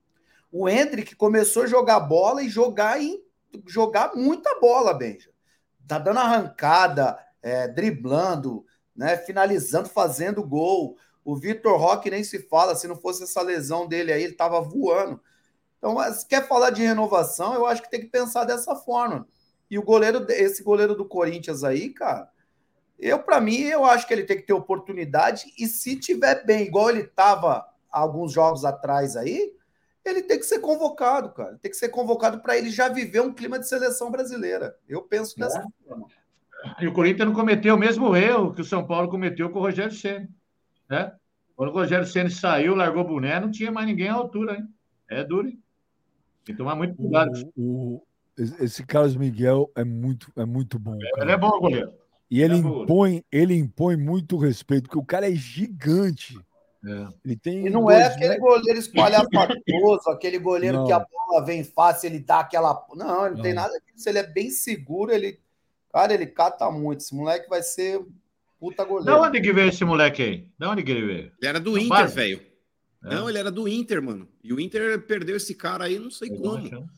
O Endrick começou a jogar bola e jogar, em, jogar muita bola, Benja. Tá dando arrancada, é, driblando, né, finalizando, fazendo gol. O Vitor Roque nem se fala, se não fosse essa lesão dele aí, ele estava voando. Então, se quer falar de renovação, eu acho que tem que pensar dessa forma. E o goleiro, esse goleiro do Corinthians aí, cara, eu, para mim, eu acho que ele tem que ter oportunidade, e se tiver bem, igual ele estava alguns jogos atrás aí, ele tem que ser convocado, cara. Tem que ser convocado para ele já viver um clima de seleção brasileira. Eu penso dessa é. forma. E o Corinthians não cometeu o mesmo erro que o São Paulo cometeu com o Rogério Ceni, né? Quando o Rogério Ceni saiu, largou o boné, não tinha mais ninguém à altura, hein? É duro, hein? Tem que tomar muito cuidado. O, o, esse Carlos Miguel é muito, é muito bom. Cara. Ele é bom, goleiro. E ele, ele impõe, é ele impõe muito respeito, porque o cara é gigante. É. Ele tem e não é aquele metros... goleiro espalhafatoso, aquele goleiro não. que a bola vem fácil, ele dá aquela. Não, ele não, não tem nada disso. Ele é bem seguro, ele. Cara, ele cata muito. Esse moleque vai ser puta goleiro. Da onde que veio esse moleque aí? Da onde que ele veio? Ele era do Na Inter, velho. É. É. Não, ele era do Inter, mano. E o Inter perdeu esse cara aí, não sei Eu como. não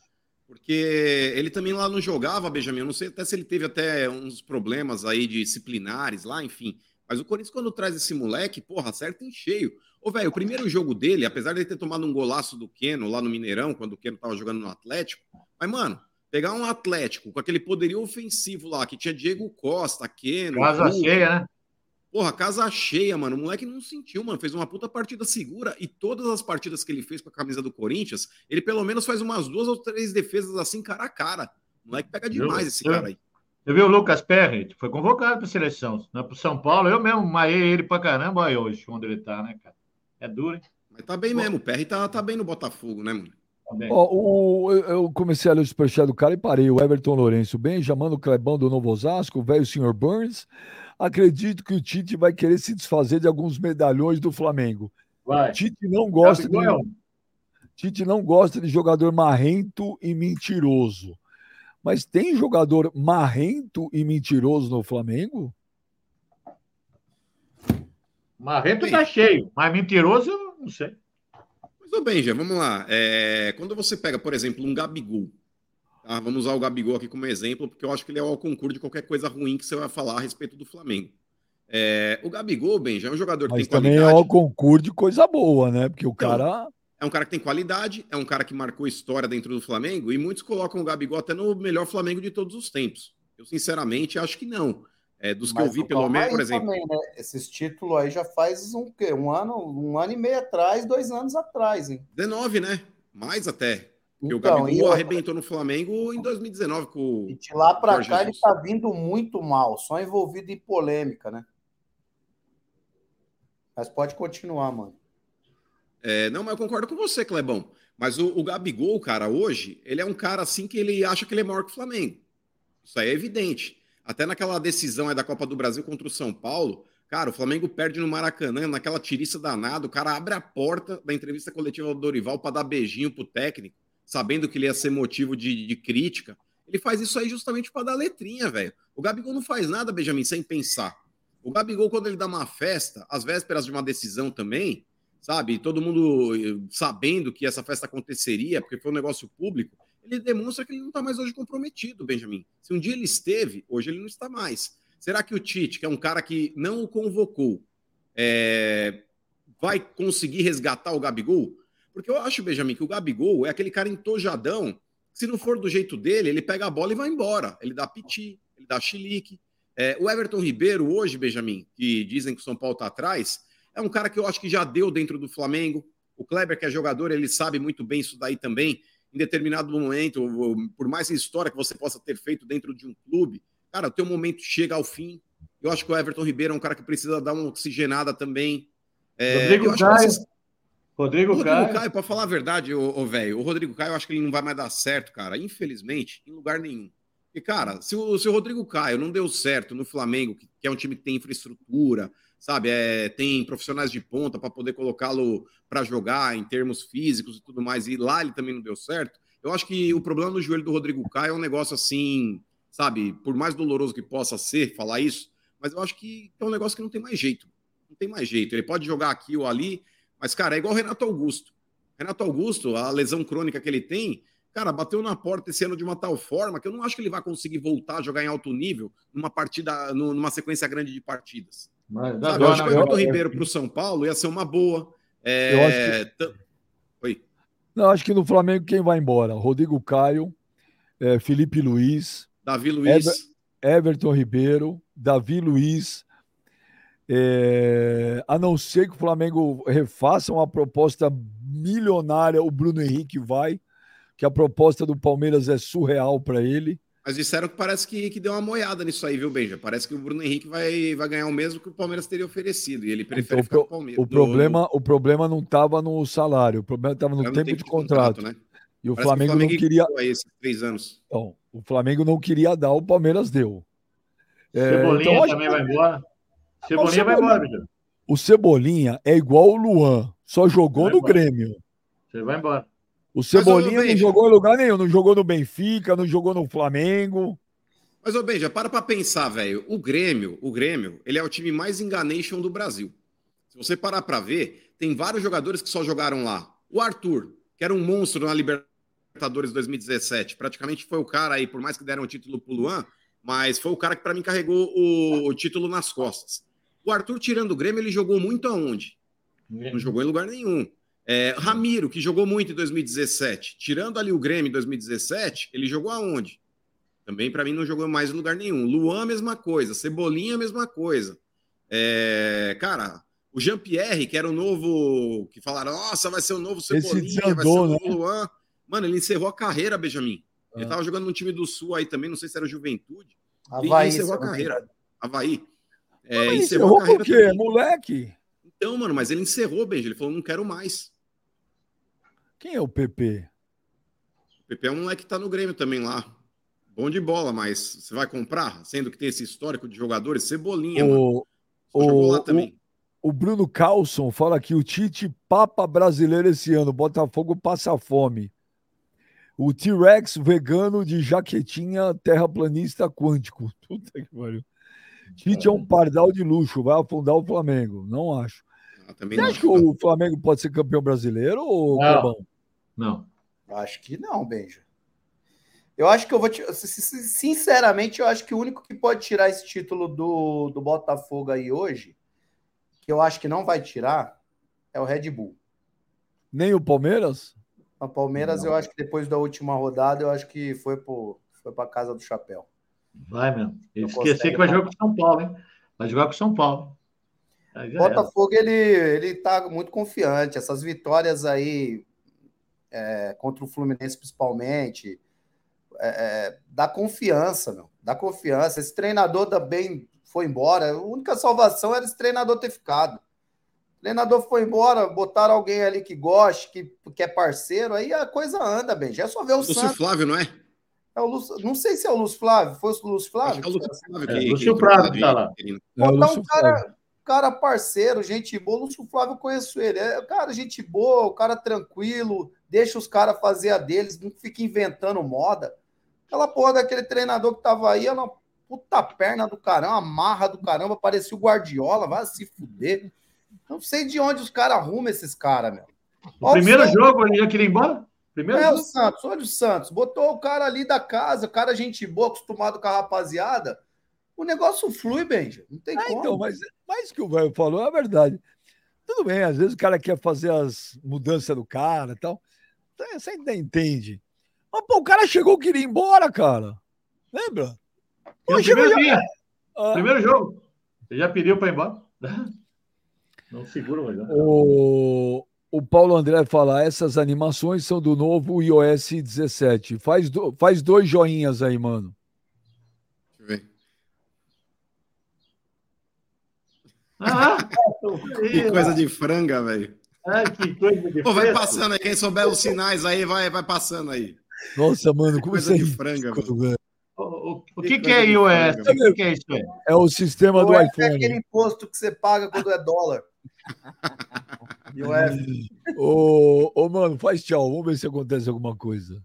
Porque ele também lá não jogava, Benjamin. Eu não sei até se ele teve até uns problemas aí disciplinares lá, enfim. Mas o Corinthians, quando traz esse moleque, porra, acerta em cheio. Ô, velho, o primeiro jogo dele, apesar de ele ter tomado um golaço do Keno lá no Mineirão, quando o Keno tava jogando no Atlético, mas, mano, pegar um Atlético com aquele poderio ofensivo lá, que tinha Diego Costa, Keno... Casa Hulk, cheia, né? Porra, casa cheia, mano. O moleque não sentiu, mano. Fez uma puta partida segura. E todas as partidas que ele fez com a camisa do Corinthians, ele pelo menos faz umas duas ou três defesas assim, cara a cara. O moleque pega demais eu, esse eu, cara aí. Você viu o Lucas Perry? Foi convocado para a seleção. Né? Para São Paulo, eu mesmo maiei ele pra caramba aí hoje, onde ele tá, né, cara? É duro, hein? Mas tá bem Pô. mesmo. O Perry tá, tá bem no Botafogo, né, mano? Oh, o, eu comecei a ler o superchat do cara e parei. O Everton Lourenço, Benjamin, o Clebão do Novo Osasco, o velho senhor Burns. Acredito que o Tite vai querer se desfazer de alguns medalhões do Flamengo. Vai. Tite não gosta de Tite não gosta de jogador marrento e mentiroso. Mas tem jogador marrento e mentiroso no Flamengo? Marrento bem, tá cheio, mas mentiroso eu não sei. Mas, ô Benja, vamos lá. É, quando você pega, por exemplo, um Gabigol, tá? Vamos usar o Gabigol aqui como exemplo, porque eu acho que ele é o concurso de qualquer coisa ruim que você vai falar a respeito do Flamengo. É, o Gabigol, Benja, é um jogador que mas tem qualidade. Mas também é o concurso de coisa boa, né? Porque o então, cara... É um cara que tem qualidade, é um cara que marcou história dentro do Flamengo, e muitos colocam o Gabigol até no melhor Flamengo de todos os tempos. Eu, sinceramente, acho que não. É, dos mas que eu vi, pelo menos, por exemplo... Também, né? Esses títulos aí já faz um, quê? um ano, um ano e meio atrás, dois anos atrás, hein? dezenove, né? Mais até. Porque então, o Gabigol eu... arrebentou no Flamengo em dois mil e dezenove com E de lá para cá Jesus. Ele tá vindo muito mal, só envolvido em polêmica, né? Mas pode continuar, mano. É, não, mas eu concordo com você, Clebão. Mas o, o Gabigol, cara, hoje, ele é um cara assim que ele acha que ele é maior que o Flamengo. Isso aí é evidente. Até naquela decisão aí da Copa do Brasil contra o São Paulo, cara, o Flamengo perde no Maracanã, naquela tiriça danada, o cara abre a porta da entrevista coletiva do Dorival para dar beijinho pro técnico, sabendo que ele ia ser motivo de, de crítica. Ele faz isso aí justamente para dar letrinha, velho. O Gabigol não faz nada, Benjamin, sem pensar. O Gabigol, quando ele dá uma festa, às vésperas de uma decisão também, sabe, todo mundo sabendo que essa festa aconteceria, porque foi um negócio público, ele demonstra que ele não está mais hoje comprometido, Benjamin. Se um dia ele esteve, hoje ele não está mais. Será que o Tite, que é um cara que não o convocou, é... vai conseguir resgatar o Gabigol? Porque eu acho, Benjamin, que o Gabigol é aquele cara entojadão, se não for do jeito dele, ele pega a bola e vai embora. Ele dá piti, ele dá chilique. É... o Everton Ribeiro hoje, Benjamin, que dizem que o São Paulo está atrás, É um cara que eu acho que já deu dentro do Flamengo. O Kleber, que é jogador, ele sabe muito bem isso daí também. Em determinado momento, por mais história que você possa ter feito dentro de um clube, cara, o teu momento chega ao fim. Eu acho que o Everton Ribeiro é um cara que precisa dar uma oxigenada também. É, Rodrigo eu acho Caio. que vocês... Rodrigo, O Rodrigo Caio. Caio, para falar a verdade, ô, ô, velho, o Rodrigo Caio, eu acho que ele não vai mais dar certo, cara, infelizmente, em lugar nenhum. E, cara, se o, se o Rodrigo Caio não deu certo no Flamengo, que, que é um time que tem infraestrutura, sabe, é, tem profissionais de ponta para poder colocá-lo para jogar em termos físicos e tudo mais, e lá ele também não deu certo, eu acho que o problema no joelho do Rodrigo Caio é um negócio assim, sabe, por mais doloroso que possa ser falar isso, mas eu acho que é um negócio que não tem mais jeito. Não tem mais jeito. Ele pode jogar aqui ou ali, mas, cara, é igual o Renato Augusto. Renato Augusto, a lesão crônica que ele tem, cara, bateu na porta esse ano de uma tal forma que eu não acho que ele vai conseguir voltar a jogar em alto nível numa partida, numa sequência grande de partidas. Mas, Sabe, eu acho que o Everton Ribeiro para o São Paulo ia ser uma boa. É... Eu acho que... Oi. Não, acho que no Flamengo quem vai embora? Rodrigo Caio, é, Felipe Luiz, Davi Luiz, Ever... Everton Ribeiro, Davi Luiz. É... A não ser que o Flamengo refaça uma proposta milionária, o Bruno Henrique vai, que a proposta do Palmeiras é surreal para ele. Mas disseram que parece que, que deu uma moiada nisso aí, viu, Benja? Parece que o Bruno Henrique vai, vai ganhar o mesmo que o Palmeiras teria oferecido. E ele prefere então, ficar com o Palmeiras. O problema, no... o problema não estava no salário, o problema estava no, no tempo, tempo de, de contrato. contrato né? E o Flamengo, o Flamengo não queria. Esses três anos. Então, o Flamengo não queria dar, o Palmeiras deu. Cebolinha é, então, também que... vai embora. Cebolinha, Cebolinha vai embora, Benja. O Cebolinha é igual o Luan, só jogou no embora. Grêmio. Você vai embora. O Cebolinha não jogou em lugar nenhum, não jogou no Benfica, não jogou no Flamengo. Mas, ô Benja, para pra pensar, velho. O Grêmio, o Grêmio, ele é o time mais enganation do Brasil. Se você parar pra ver, tem vários jogadores que só jogaram lá. O Arthur, que era um monstro na Libertadores dois mil e dezessete, praticamente foi o cara aí, por mais que deram o título pro Luan, mas foi o cara que pra mim carregou o, o título nas costas. O Arthur, tirando o Grêmio, ele jogou muito aonde? Não jogou em lugar nenhum. É, Ramiro, que jogou muito em dois mil e dezessete, tirando ali o Grêmio em dois mil e dezessete, ele jogou aonde? Também, para mim, não jogou mais em lugar nenhum. Luan, mesma coisa. Cebolinha, mesma coisa. É, cara, o Jean-Pierre, que era o novo... Que falaram, nossa, vai ser o novo Cebolinha, desandou, vai ser o novo né? Luan. Mano, ele encerrou a carreira, Benjamin. Ele ah. tava jogando no time do Sul aí também, não sei se era o Juventude. Avaí, ele encerrou a carreira. Avaí. É, encerrou, encerrou a carreira por quê? Também. Moleque? Então, mano, mas ele encerrou, Benjamin. Ele falou, não quero mais. Quem é o P P? O P P é um moleque que tá no Grêmio também lá. Bom de bola, mas você vai comprar? Sendo que tem esse histórico de jogadores, Cebolinha, o, mano. O, jogou lá também. O, o Bruno Carlson fala que o Tite papa brasileiro esse ano. Botafogo passa fome. O T-Rex vegano de jaquetinha terraplanista quântico. Puta que pariu. Tite é um pardal de luxo. Vai afundar o Flamengo. Não acho. Ah, também Você não acha acho, que não. O Flamengo pode ser campeão brasileiro ou não? Não. Acho que não, Benja. Eu acho que eu vou te... Sinceramente, eu acho que o único que pode tirar esse título do, do Botafogo aí hoje, que eu acho que não vai tirar, é o Red Bull. Nem o Palmeiras? O Palmeiras, não. Eu acho que depois da última rodada, eu acho que foi pro, foi pra casa do chapéu. Vai mesmo. Esquecer que vai jogar com o São Paulo, hein? Vai jogar com o São Paulo. O Botafogo, ele, ele tá muito confiante. Essas vitórias aí é, contra o Fluminense, principalmente... É, dá confiança, meu. Dá confiança. Esse treinador também foi embora. A única salvação era esse treinador ter ficado. O treinador foi embora, botaram alguém ali que goste, que, que é parceiro, aí a coisa anda, bem. Já é só ver o Lúcio Santos. Flávio, não é? é o Lúcio, não sei se é o Lúcio Flávio. Foi o Lúcio Flávio? Acho que é o Lúcio Flávio. É, que, Lúcio que Flávio que tá lá. Botar um cara, cara parceiro, gente boa. O Lúcio Flávio, eu conheço ele. É, cara, gente boa, o cara tranquilo, deixa os caras fazer a deles, não fica inventando moda. Aquela porra daquele treinador que tava aí, ela puta perna do caramba, a marra do caramba, parecia o Guardiola, vai se fuder. Não sei de onde os caras arrumam esses caras, meu. O primeiro o jogo ele já queria ir embora? Primeiro é jogo? o Santos, olha o Santos. Botou o cara ali da casa, o cara gente boa, acostumado com a rapaziada. O negócio flui, Benja. Não tem ah, como. Então, mas, mas que o velho falou é verdade. Tudo bem, às vezes o cara quer fazer as mudanças do cara e tal. Você ainda entende. Mas, pô, o cara chegou, queria ir embora, cara. Lembra? Pô, primeiro, já... ah. primeiro jogo. Você já pediu para ir embora? Não segura o olhão. O, o Paulo André fala, essas animações são do novo i O S dezessete. Faz, do, faz dois joinhas aí, mano. Deixa eu ver. Ah, Que coisa de franga, velho. ah, que coisa de Pô, vai fresco. passando aí. Quem souber os sinais aí, vai, vai passando aí. Nossa, mano, como Coisa você de franga, mano. velho. O, o, o Que que, que coisa é de I O S? franga, O que, que é isso aí? É o sistema do I O S é iPhone. aquele imposto que você paga quando é dólar. I O S. Ô, ô, mano, faz tchau. Vamos ver se acontece alguma coisa.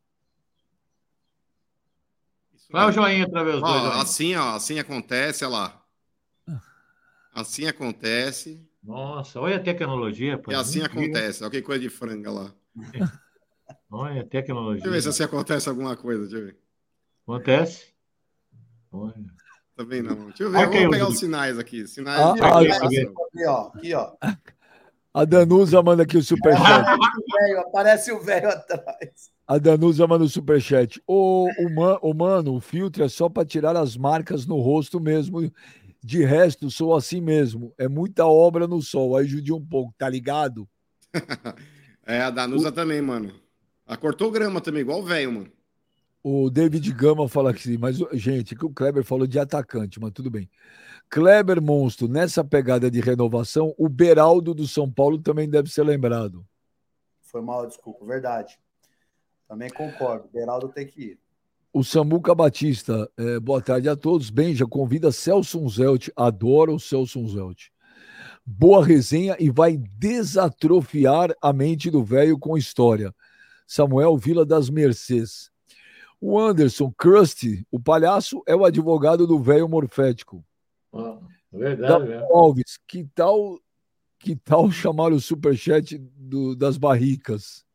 Vai o joinha pra ver os Ó, dois joinhas. assim, ó, assim acontece, olha lá. Assim acontece. Nossa, olha a tecnologia. Pô. E assim Mentira. acontece. Olha que coisa de franga lá. Olha a tecnologia. Deixa eu ver se assim acontece alguma coisa. Deixa eu ver. Acontece? Olha. Também não. Deixa eu ver. Marca aí, Vamos pegar Rodrigo. os sinais aqui. Sinais Ah, de ah, comunicação. Aqui, ó. Aqui, ó. A Danusa manda aqui o superchat. Velho, aparece o velho atrás. A Danusa manda o superchat. O, o, man, o mano, o filtro é só para tirar as marcas no rosto mesmo. De resto, sou assim mesmo. É muita obra no sol. Aí judia um pouco, tá ligado? É, a Danusa também, mano. Ela cortou grama também, igual o velho, mano. O David Gama fala aqui, mas, gente, que o Kleber falou de atacante, mas tudo bem. Kleber Monstro, nessa pegada de renovação, o Beraldo do São Paulo também deve ser lembrado. Foi mal, desculpa, verdade. Também concordo. Beraldo tem que ir. O Samuca Batista, é, boa tarde a todos. Benja, convida Celso Unzelt, adoro o Celso Unzelt. Boa resenha e vai desatrofiar a mente do velho com história. Samuel Vila das Mercês. O Anderson Krusty, o palhaço, é o advogado do velho morfético. Ah, verdade, né? Alves, que tal, que tal chamar o superchat do, das barricas?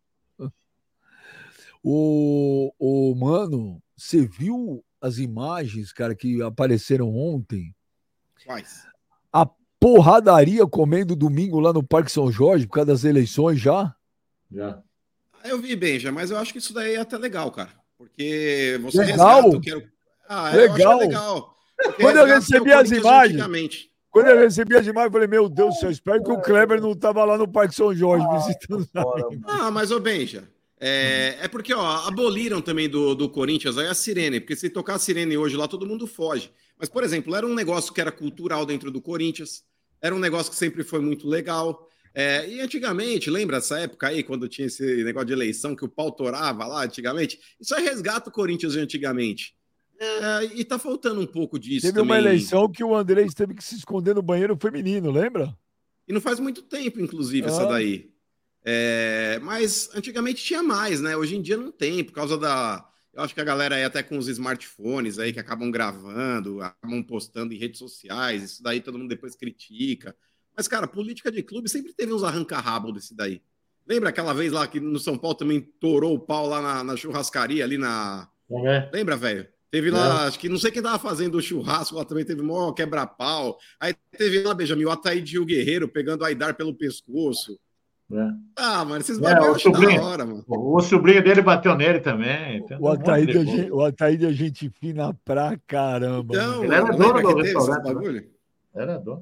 O, o mano, você viu as imagens, cara, que apareceram ontem? Quais? A porradaria comendo domingo lá no Parque São Jorge por causa das eleições já? Já. Eu vi, Benja, mas eu acho que isso daí é até legal, cara. Porque você Legal? resgata o que era... Ah, Legal. eu acho que é legal. Porque Quando eu resgata o que recebi era o as Corinthians imagens- antigamente. Quando eu recebi as imagens, eu falei, meu Deus do céu, espero que o Kleber não estava lá no Parque São Jorge visitando os Bora, amigos. mano. Ah, mas, ô Benja, é, é porque, ó, aboliram também do, do Corinthians aí a sirene, porque se tocar a sirene hoje lá, todo mundo foge. Mas, por exemplo, era um negócio que era cultural dentro do Corinthians, era um negócio que sempre foi muito legal. É, e antigamente, lembra essa época aí, quando tinha esse negócio de eleição que o pau torava lá antigamente? Isso aí resgata o Corinthians de antigamente. É, e tá faltando um pouco disso Teve também. uma eleição que o Andrés teve que se esconder no banheiro feminino, lembra? E não faz muito tempo, inclusive, Ah. essa daí. É, mas antigamente tinha mais, né? Hoje em dia não tem, por causa da... Eu acho que a galera aí até com os smartphones aí que acabam gravando, acabam postando em redes sociais, isso daí todo mundo depois critica. Mas, cara, política de clube sempre teve uns arranca-rabo desse daí. Lembra aquela vez lá que no São Paulo também torou o pau lá na, na churrascaria, ali na... É. Lembra, velho? Teve lá, acho que não sei quem tava fazendo o churrasco lá também, teve mó quebra-pau. Aí teve lá, Benjamin, o Ataíde e o Guerreiro pegando o Aidar pelo pescoço. É. Ah, mano, esses É, bagulho eu o acho da sobrinho. hora, mano. O, o sobrinho dele bateu nele também. Tem um O monte de Ataíde, é coisa. gente, o Ataíde é gente fina pra caramba. Então, mano. Ele era mano, dono lembra do que teve esses restaurante, né? bagulho? Era dor.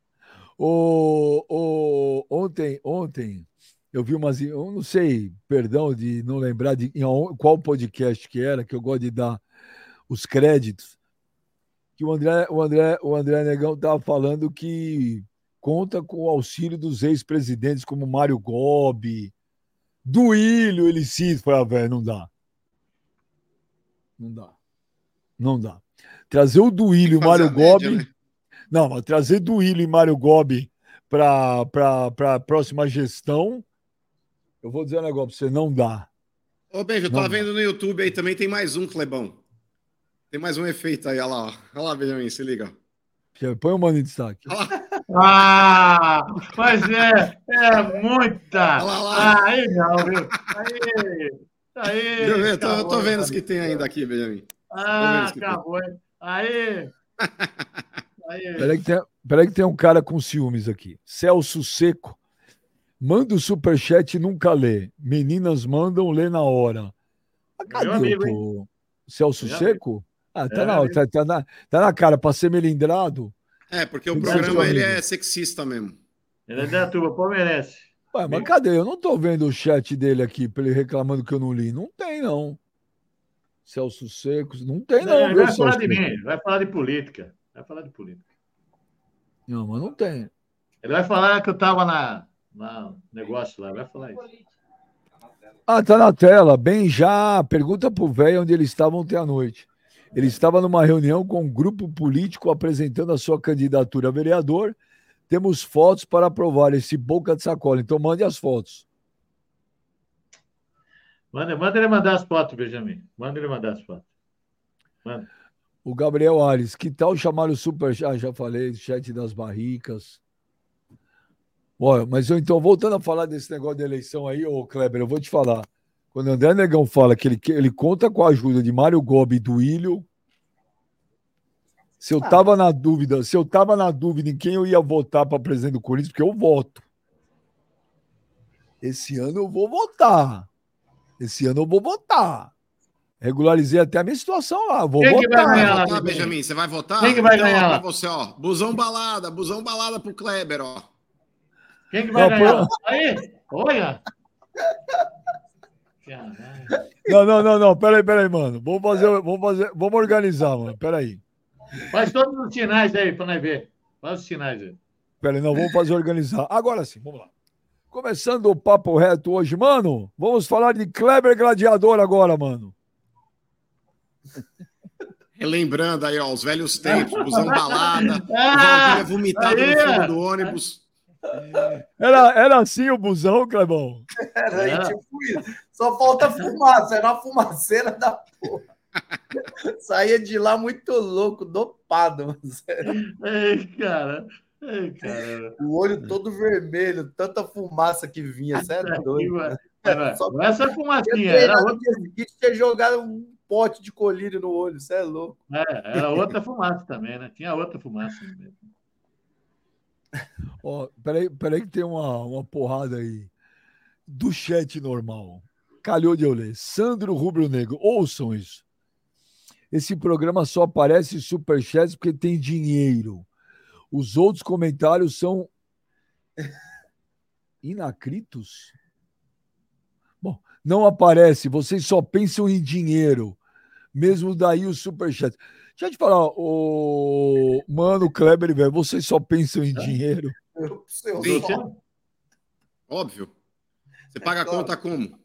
O, o, ontem, ontem, eu vi umas. Eu não sei, perdão de não lembrar de em aon- qual podcast que era, que eu gosto de dar os créditos. Que o André, o André, o André Negão estava falando que conta com o auxílio dos ex-presidentes como Mário Gobi, Duílio, ele cita. Falei, ah, velho, não dá. Não dá. Não dá. Trazer o Duílio e o Fazer Mário a média, Gobi. né? Não, mas trazer Duílio e Mário Gobi para a próxima gestão, eu vou dizer um negócio para você, não dá. Ô, Benja, eu Não tava dá. vendo no YouTube aí também, tem mais um, Clebão. Tem mais um efeito aí, olha lá, ó. Olha lá, Benjamin, se liga. Põe o mano em destaque. Olha lá, Ah, mas é, é muita. olha lá, olha lá. Ah, aí não, viu? Aí, aí. Deixa eu ver, eu tô, eu tô acabou, vendo os cara. que tem ainda aqui, Benjamin. Ah, vendo os que tem. acabou, hein? Aí. Aí. Peraí que, tem, peraí que tem um cara com ciúmes aqui. Celso Seco. Manda o superchat e nunca lê. Meninas mandam, lê na hora. Ah, cadê Meu amigo, o teu- Celso Meu Seco? Ah, tá, É, na, amigo. tá, tá, na, tá na cara, para ser melindrado. É, porque o Tem que programa ser ele amigo. é sexista mesmo. Ele é da turma palmeirense. Ué, mas cadê? Eu não tô vendo o chat dele aqui, pra ele reclamando que eu não li. Não tem, não. Celso Secos, não tem, não. Não, ele viu, vai falar Celso de Secos? mim, vai falar de política. Vai falar de política. Não, mas não tem. Ele vai falar que eu tava na, na negócio lá, vai falar isso. Ah, tá na tela. Bem já. Pergunta pro velho onde ele estava ontem à noite. Ele estava numa reunião com um grupo político apresentando a sua candidatura a vereador. Temos fotos para aprovar esse boca de sacola. Então mande as fotos. Manda, manda ele mandar as fotos, Benjamin. Manda ele mandar as fotos. Manda. O Gabriel Ares, que tal chamar o super... Ah, já falei, chat das barricas. Olha, mas eu então, voltando a falar desse negócio de eleição aí, ô Kleber, eu vou te falar. Quando o André Negão fala que ele, que ele conta com a ajuda de Mário Gobi e do Ilho, se eu tava na dúvida, se eu tava na dúvida em quem eu ia votar para presidente do Corinthians, porque eu voto. Esse ano eu vou votar. Esse ano eu vou votar. Regularizei até a minha situação lá. Vou Quem que votar. vai ganhar? Vai votar, Benjamin? Você vai votar? Quem que vai Então, ó, ganhar lá? pra você, ó. Busão balada, busão balada pro Kleber, ó. Quem que vai Não, ganhar? pô. Aí, olha. Caralho. Não, não, não, não. Peraí, peraí, mano. Vamos fazer, vamos fazer, vamos organizar, mano. Peraí. Faz todos os sinais aí pra nós ver. Faz os sinais aí. Peraí, não, vamos fazer organizar. Agora sim, vamos lá. Começando o papo reto hoje, mano. Vamos falar de Kleber Gladiador agora, mano. Relembrando aí, ó, os velhos tempos, busão balada, o Ah, Valdir é vomitado aí, no fundo ó. do ônibus. Era, era assim o busão, Clebão? Era aí, É. tipo isso. Só falta fumaça, era uma fumaceira da porra. Saía de lá muito louco, dopado. Mas era Ei, cara. Ei, cara. o olho todo vermelho, tanta fumaça que vinha, você é doido. Só Não é essa tinha fumacinha, era treinado no outra, dia seguinte, tinha jogado um pote de colírio no olho, você é louco. é, era outra fumaça também, né? Tinha outra fumaça mesmo. Ó, peraí, peraí que tem uma, uma porrada aí. Do chat normal. Calhou de eu ler. Sandro Rubro Negro. Ouçam isso. Esse programa só aparece em superchats porque tem dinheiro. Os outros comentários são inacritos? Bom, não aparece. Vocês só pensam em dinheiro. Mesmo daí os superchats. Deixa eu te falar, o mano, Kleber, velho, vocês só pensam em dinheiro? Eu, eu Sim. só- Óbvio. Você paga a claro. conta como?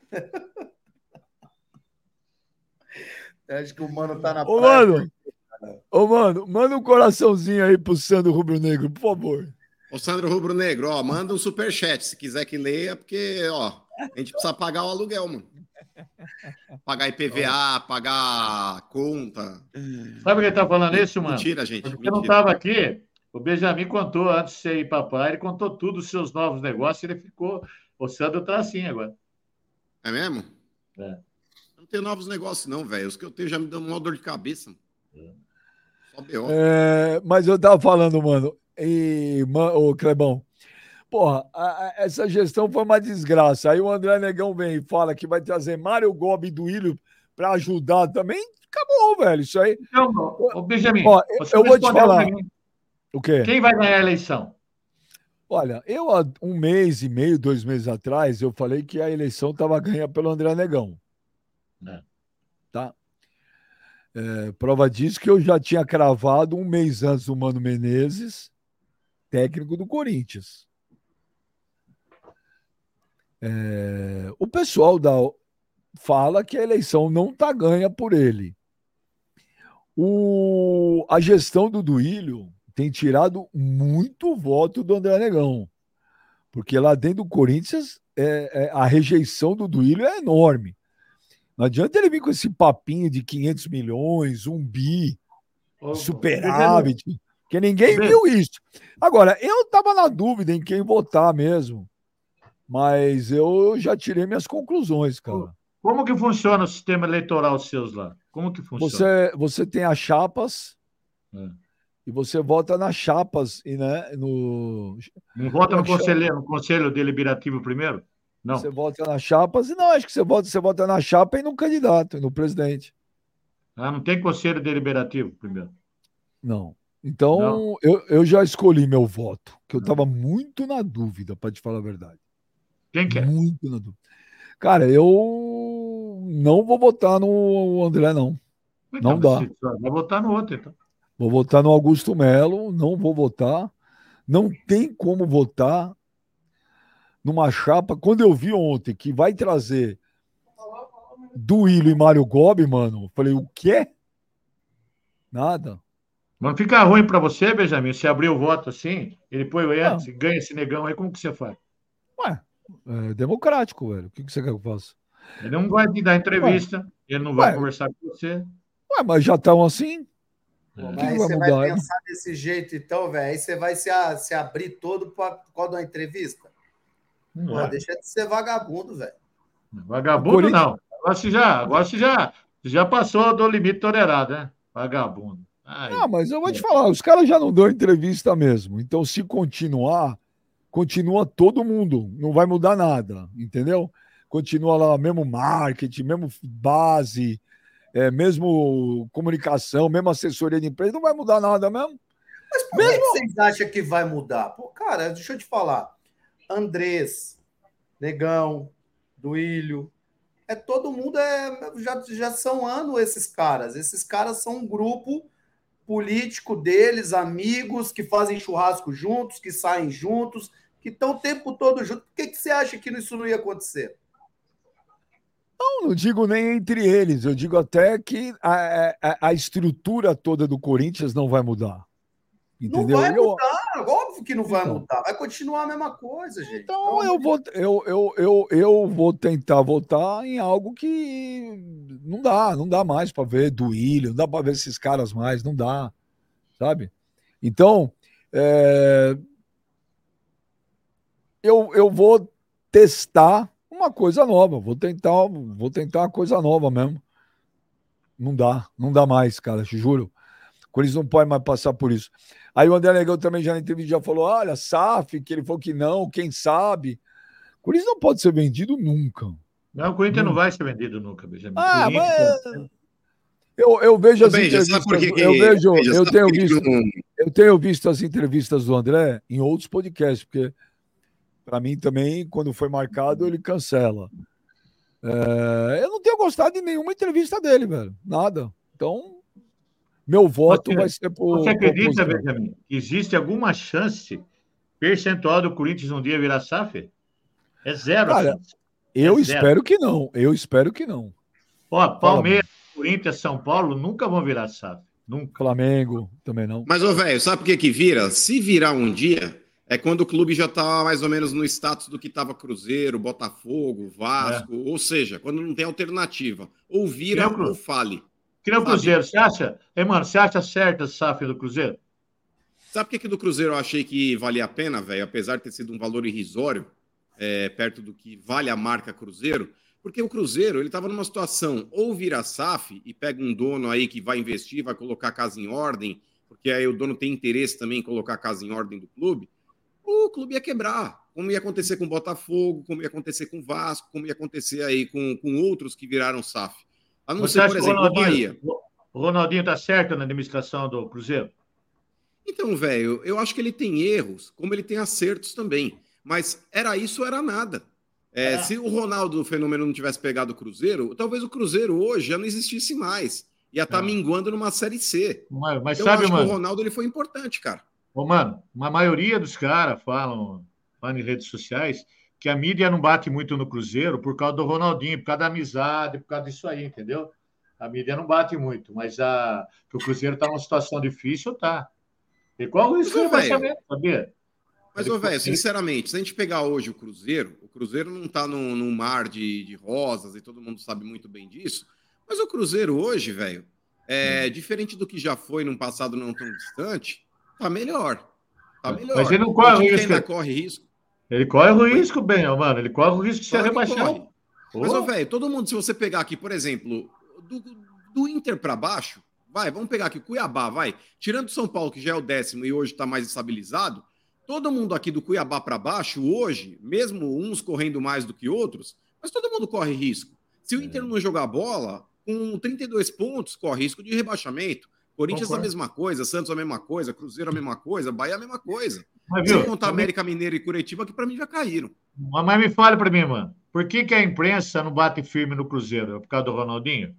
acho que o mano tá na Ô, praia. mano, ô, mano, manda um coraçãozinho aí pro Sandro Rubro Negro, por favor. Ô, Sandro Rubro Negro, ó, manda um superchat se quiser que leia, porque, ó, a gente precisa pagar o aluguel, mano. Pagar I P V A, pagar a conta. Sabe o que ele tá falando isso, mano? Mentira, gente, Porque eu não mentira. estava aqui. O Benjamin contou, antes de você ir para praia, ele contou tudo os seus novos negócios. Ele ficou. O Sandro tá assim agora. É mesmo? É. Não tenho novos negócios, não, velho. Os que eu tenho já me dão uma dor de cabeça. Mano. Só B O. É, mas eu tava falando, mano, e, man, ô Clebão, porra, a- a- essa gestão foi uma desgraça. Aí o André Negão vem e fala que vai trazer Mário Gobi do Ilho pra ajudar também. Acabou, velho, isso aí. Então, o Benjamin, Ó, você eu vou te respondeu falar. pra mim. O quê? Quem vai ganhar a eleição? Olha, eu há um mês e meio, dois meses atrás, eu falei que a eleição estava ganha pelo André Negão. É. Tá? É, prova disso que eu já tinha cravado um mês antes o Mano Menezes, técnico do Corinthians. É, o pessoal da, fala que a eleição não está ganha por ele. O, a gestão do Duílio tem tirado muito voto do André Negão. Porque lá dentro do Corinthians, é, é, a rejeição do Duílio é enorme. Não adianta ele vir com esse papinho de quinhentos milhões, um bi, Ô, superávit, porque ninguém Benjamin. viu isso. Agora, eu estava na dúvida em quem votar mesmo, mas eu já tirei minhas conclusões, cara. Como que funciona o sistema eleitoral seus lá? Como que funciona? Você, você tem as chapas É. e você vota nas chapas e né, no, Não vota no Como é que conselho, no conselho deliberativo primeiro? Não. você vota nas chapas e não, acho que você vota, você vota na chapa e no candidato, e no presidente. Ah, não tem conselho deliberativo primeiro. Não. Então, Não. eu, eu já escolhi meu voto, que eu estava muito na dúvida, para te falar a verdade. Quem que é? Muito na dúvida. Cara, eu não vou votar no André, não. Então, Não dá. se- vai votar no outro, então. Vou votar no Augusto Melo, não vou votar. Não tem como votar numa chapa. Quando eu vi ontem que vai trazer Duílio e Mário Gobi, mano, eu falei, o quê? Nada. Não fica ruim para você, Benjamin, se abrir o voto assim, ele põe o Ah, antes, ganha esse negão aí, como que você faz? ué, é democrático, velho. O que, que você quer que eu faça? Ele não vai te dar Ué, entrevista, ele não vai ué, conversar com você. ué, mas já estão assim? Pô, O mas que, que aí vai você vai mudar? pensar desse jeito, então, velho. Aí você vai se, a- se abrir todo por causa de uma entrevista. Não Porra, é. deixa de ser vagabundo, velho. O Vagabundo Corinthians. não. Agora você já, agora você já, você já passou do limite tolerado, né? Vagabundo. Ah, Ai, mas eu vou te falar, os caras já não dão entrevista mesmo. Então, se continuar, continua todo mundo. Não vai mudar nada, entendeu? Continua lá, mesmo marketing, mesmo base, é, mesmo comunicação, mesmo assessoria de empresa, não vai mudar nada mesmo. Mas por que, que Mesmo. vocês acham que vai mudar? Pô, cara, deixa eu te falar. Andrés, Negão, Duílio, é todo mundo é já, já são anos esses caras. Esses caras são um grupo político deles, amigos que fazem churrasco juntos, que saem juntos, que estão o tempo todo juntos. Por que, que você acha que isso não ia acontecer? Não, não digo nem entre eles, eu digo até que a, a, a estrutura toda do Corinthians não vai mudar. Não Entendeu? vai Eu, mudar, óbvio que não vai então, mudar. Vai continuar a mesma coisa, gente. Pelo então eu amor de vou, eu, eu, eu, eu vou tentar votar em algo que não dá, não dá mais para ver Duílio, não dá para ver esses caras mais, não dá, sabe? Então, é, eu, eu vou testar uma coisa nova, vou tentar, vou tentar uma coisa nova mesmo. Não dá, não dá mais, cara, te juro. O Corinthians não pode mais passar por isso. Aí o André Negão também já na entrevista já falou: olha, S A F, que ele falou que não, quem sabe. O Corinthians não pode ser vendido nunca. não, o Corinthians não Nunca. vai ser vendido nunca, Benjamin. Ah, Corinthians, mas eu, eu vejo Ô, as Benja, sabe por entrevistas, que eu que... vejo, Benja, eu sabe tenho por que que visto, não... eu tenho visto as entrevistas do André em outros podcasts, porque para mim também, quando foi marcado, ele cancela. É, eu não tenho gostado de nenhuma entrevista dele, velho. Nada. Então, meu voto Você, vai ser você por acredita, oposição. Benjamin, que existe alguma chance percentual do Corinthians um dia virar S A F? É zero a Cara, chance. É eu zero. espero que não. Eu espero que não. Ó, Fala, Palmeiras, mano. Corinthians, São Paulo nunca vão virar S A F. Nunca. Flamengo também não. Mas, ô, velho, sabe por que que vira? Se virar um dia, é quando o clube já tá mais ou menos no status do que tava Cruzeiro, Botafogo, Vasco, ou seja, quando não tem alternativa. Ou Que nem vira o, Cru- ou fale. que nem o Sabe? Cruzeiro. Você acha? Ei, mano, você acha certa a S A F do Cruzeiro? Sabe por que que do Cruzeiro eu achei que valia a pena, velho? Apesar de ter sido um valor irrisório, é, perto do que vale a marca Cruzeiro, porque o Cruzeiro, ele estava numa situação, ou vira S A F e pega um dono aí que vai investir, vai colocar a casa em ordem, porque aí o dono tem interesse também em colocar a casa em ordem do clube, o clube ia quebrar, como ia acontecer com o Botafogo, como ia acontecer com o Vasco, como ia acontecer aí com, com outros que viraram S A F. A não Você ser, acha por que o exemplo, o Bahia. Ronaldinho, o Ronaldinho tá certo na administração do Cruzeiro? Então, velho, eu acho que ele tem erros, como ele tem acertos também. Mas era isso ou era nada. É, É. Se o Ronaldo do Fenômeno não tivesse pegado o Cruzeiro, talvez o Cruzeiro hoje já não existisse mais. Ia estar É. minguando numa Série C. Mas, mas Então, sabe, eu acho mano, que o Ronaldo ele foi importante, cara. ô, mano, uma maioria dos caras falam, falam em redes sociais que a mídia não bate muito no Cruzeiro por causa do Ronaldinho, por causa da amizade, por causa disso aí, entendeu? A mídia não bate muito, mas a, que o Cruzeiro tá numa situação difícil, tá. E qual o risco de Mas, ô, velho, rebaixamento, sabia? Mas, Ele- ô, velho, ele- sinceramente, se a gente pegar hoje o Cruzeiro, o Cruzeiro não tá num, num mar de, de rosas e todo mundo sabe muito bem disso. Mas o Cruzeiro hoje, velho, é diferente do que já foi num passado não tão distante, tá melhor. Tá melhor. Mas ele não É um corre o time que risco. ainda corre risco. Ele corre o risco, bem, ó, mano. Ele corre o risco de ser Claro que rebaixado. corre. Mas, Ô, ô, velho, todo mundo, se você pegar aqui, por exemplo, do, do Inter pra baixo, vai, vamos pegar aqui, Cuiabá, vai. Tirando o São Paulo, que já é o décimo e hoje tá mais estabilizado, todo mundo aqui do Cuiabá pra baixo, hoje, mesmo uns correndo mais do que outros, mas todo mundo corre risco. Se o Inter não jogar bola, com trinta e dois pontos, corre risco de rebaixamento. Corinthians Concordo. a mesma coisa, Santos a mesma coisa, Cruzeiro a mesma coisa, Bahia a mesma coisa. Mas, Sem viu, contar também- América Mineiro e Curitiba, que para mim já caíram. Mas mas me fale para mim, mano. Por que, que a imprensa não bate firme no Cruzeiro? É por causa do Ronaldinho?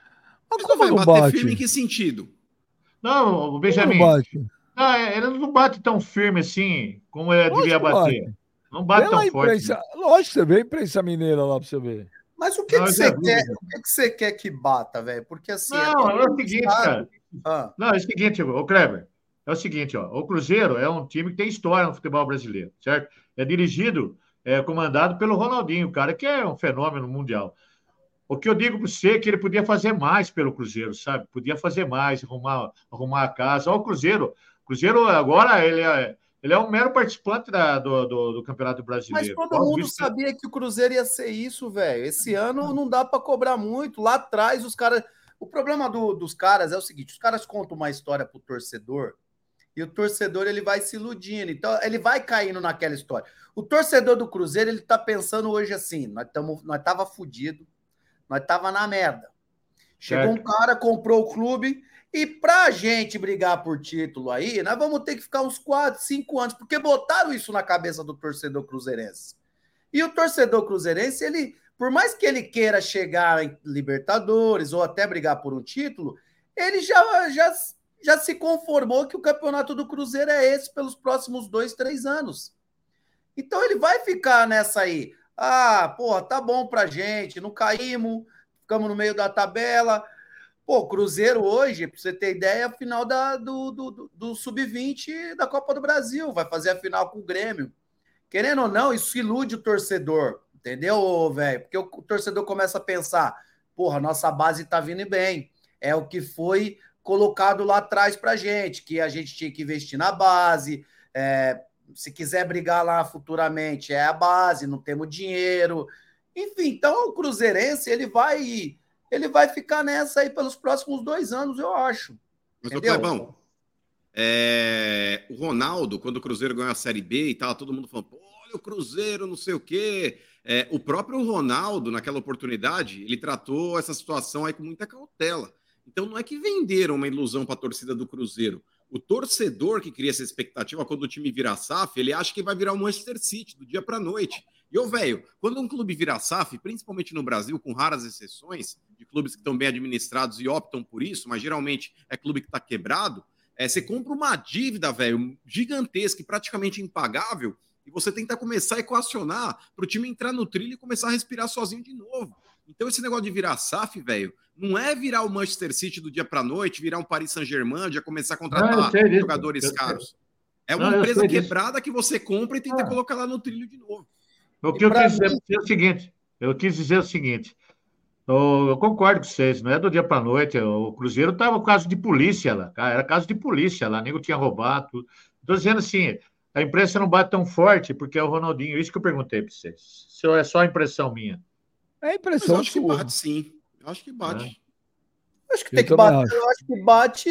Mas Mas como vai não bater bate? firme em que sentido? Não, o Como Benjamin. não bate? Não, é- ele não bate tão firme assim como ele Lógico devia que bater. bate. Não bate Pela tão forte. imprensa. Lógico, você vê a imprensa mineira lá pra você ver. Mas o que, Não, que eu você já vi, quer? já. O que, que você quer que bata, velho? Porque assim. Não, todo é o mundo seguinte, sabe. cara. Ah, Não, é o seguinte, ô Kleber. É o seguinte, ó. O Cruzeiro é um time que tem história no futebol brasileiro, certo? É dirigido, é comandado pelo Ronaldinho, cara, que é um fenômeno mundial. O que eu digo para você é que ele podia fazer mais pelo Cruzeiro, sabe? Podia fazer mais, arrumar, arrumar a casa. Olha o Cruzeiro. O Cruzeiro agora ele é, ele é um mero participante da- do, do- do Campeonato mas Brasileiro. todo Qual mundo visto- sabia que o Cruzeiro ia ser isso, velho. Esse ano não dá pra cobrar muito. Lá atrás, os caras. O problema do- dos caras é o seguinte: os caras contam uma história pro torcedor e o torcedor ele vai se iludindo. Então, ele vai caindo naquela história. O torcedor do Cruzeiro, ele tá pensando hoje assim: nós, tamo, nós tava fudido, nós tava na merda. Chegou Certo. um cara, comprou o clube, e pra gente brigar por título aí, nós vamos ter que ficar uns quatro, cinco anos, porque botaram isso na cabeça do torcedor cruzeirense. E o torcedor cruzeirense, ele, por mais que ele queira chegar em Libertadores ou até brigar por um título, ele já, já, já se conformou que o campeonato do Cruzeiro é esse pelos próximos dois, três anos. Então ele vai ficar nessa aí. Ah, porra, tá bom pra gente, não caímos, ficamos no meio da tabela. Pô, Cruzeiro hoje, pra você ter ideia, é a final da, do, do, do, do sub vinte da Copa do Brasil. Vai fazer a final com o Grêmio. Querendo ou não, isso ilude o torcedor, entendeu, velho? Porque o, o torcedor começa a pensar, porra, nossa base tá vindo bem. É o que foi colocado lá atrás pra gente, que a gente tinha que investir na base, é, se quiser brigar lá futuramente, é a base, não temos dinheiro. Enfim, então o cruzeirense, ele vai, ele vai ficar nessa aí pelos próximos dois anos, eu acho. Mas, ô Entendeu? Clebão, é, o Ronaldo, quando o Cruzeiro ganhou a Série B e tal, todo mundo falando, pô, olha o Cruzeiro, não sei o quê. É, o próprio Ronaldo, naquela oportunidade, ele tratou essa situação aí com muita cautela. Então não é que venderam uma ilusão para a torcida do Cruzeiro. O torcedor que cria essa expectativa, quando o time virar S A F, ele acha que vai virar o Manchester City, do dia para a noite. E, ô, velho, quando um clube vira S A F, principalmente no Brasil, com raras exceções, de clubes que estão bem administrados e optam por isso, mas geralmente é clube que está quebrado, é, você compra uma dívida, velho, gigantesca e praticamente impagável, e você tenta começar a equacionar para o time entrar no trilho e começar a respirar sozinho de novo. Então esse negócio de virar S A F, velho, não é virar o Manchester City do dia para a noite, virar um Paris Saint-Germain, já começar a contratar Não, eu sei disso. jogadores Eu sei. caros. É Não, uma eu empresa sei disso. quebrada que você compra e tenta Ah. colocar lá no trilho de novo. O E que eu pra quis dizer mim- é o seguinte, eu quis dizer o seguinte, eu, eu concordo com vocês, não é do dia para a noite, o Cruzeiro estava com caso de polícia lá, cara, era caso de polícia lá, nego tinha roubado, estou dizendo assim, a imprensa não bate tão forte porque é o Ronaldinho, isso que eu perguntei para vocês, se é só impressão minha. É a Mas eu impressão acho que sua. bate, sim. Eu acho que bate. Acho que Eu tem que também bater, acho. eu acho que bate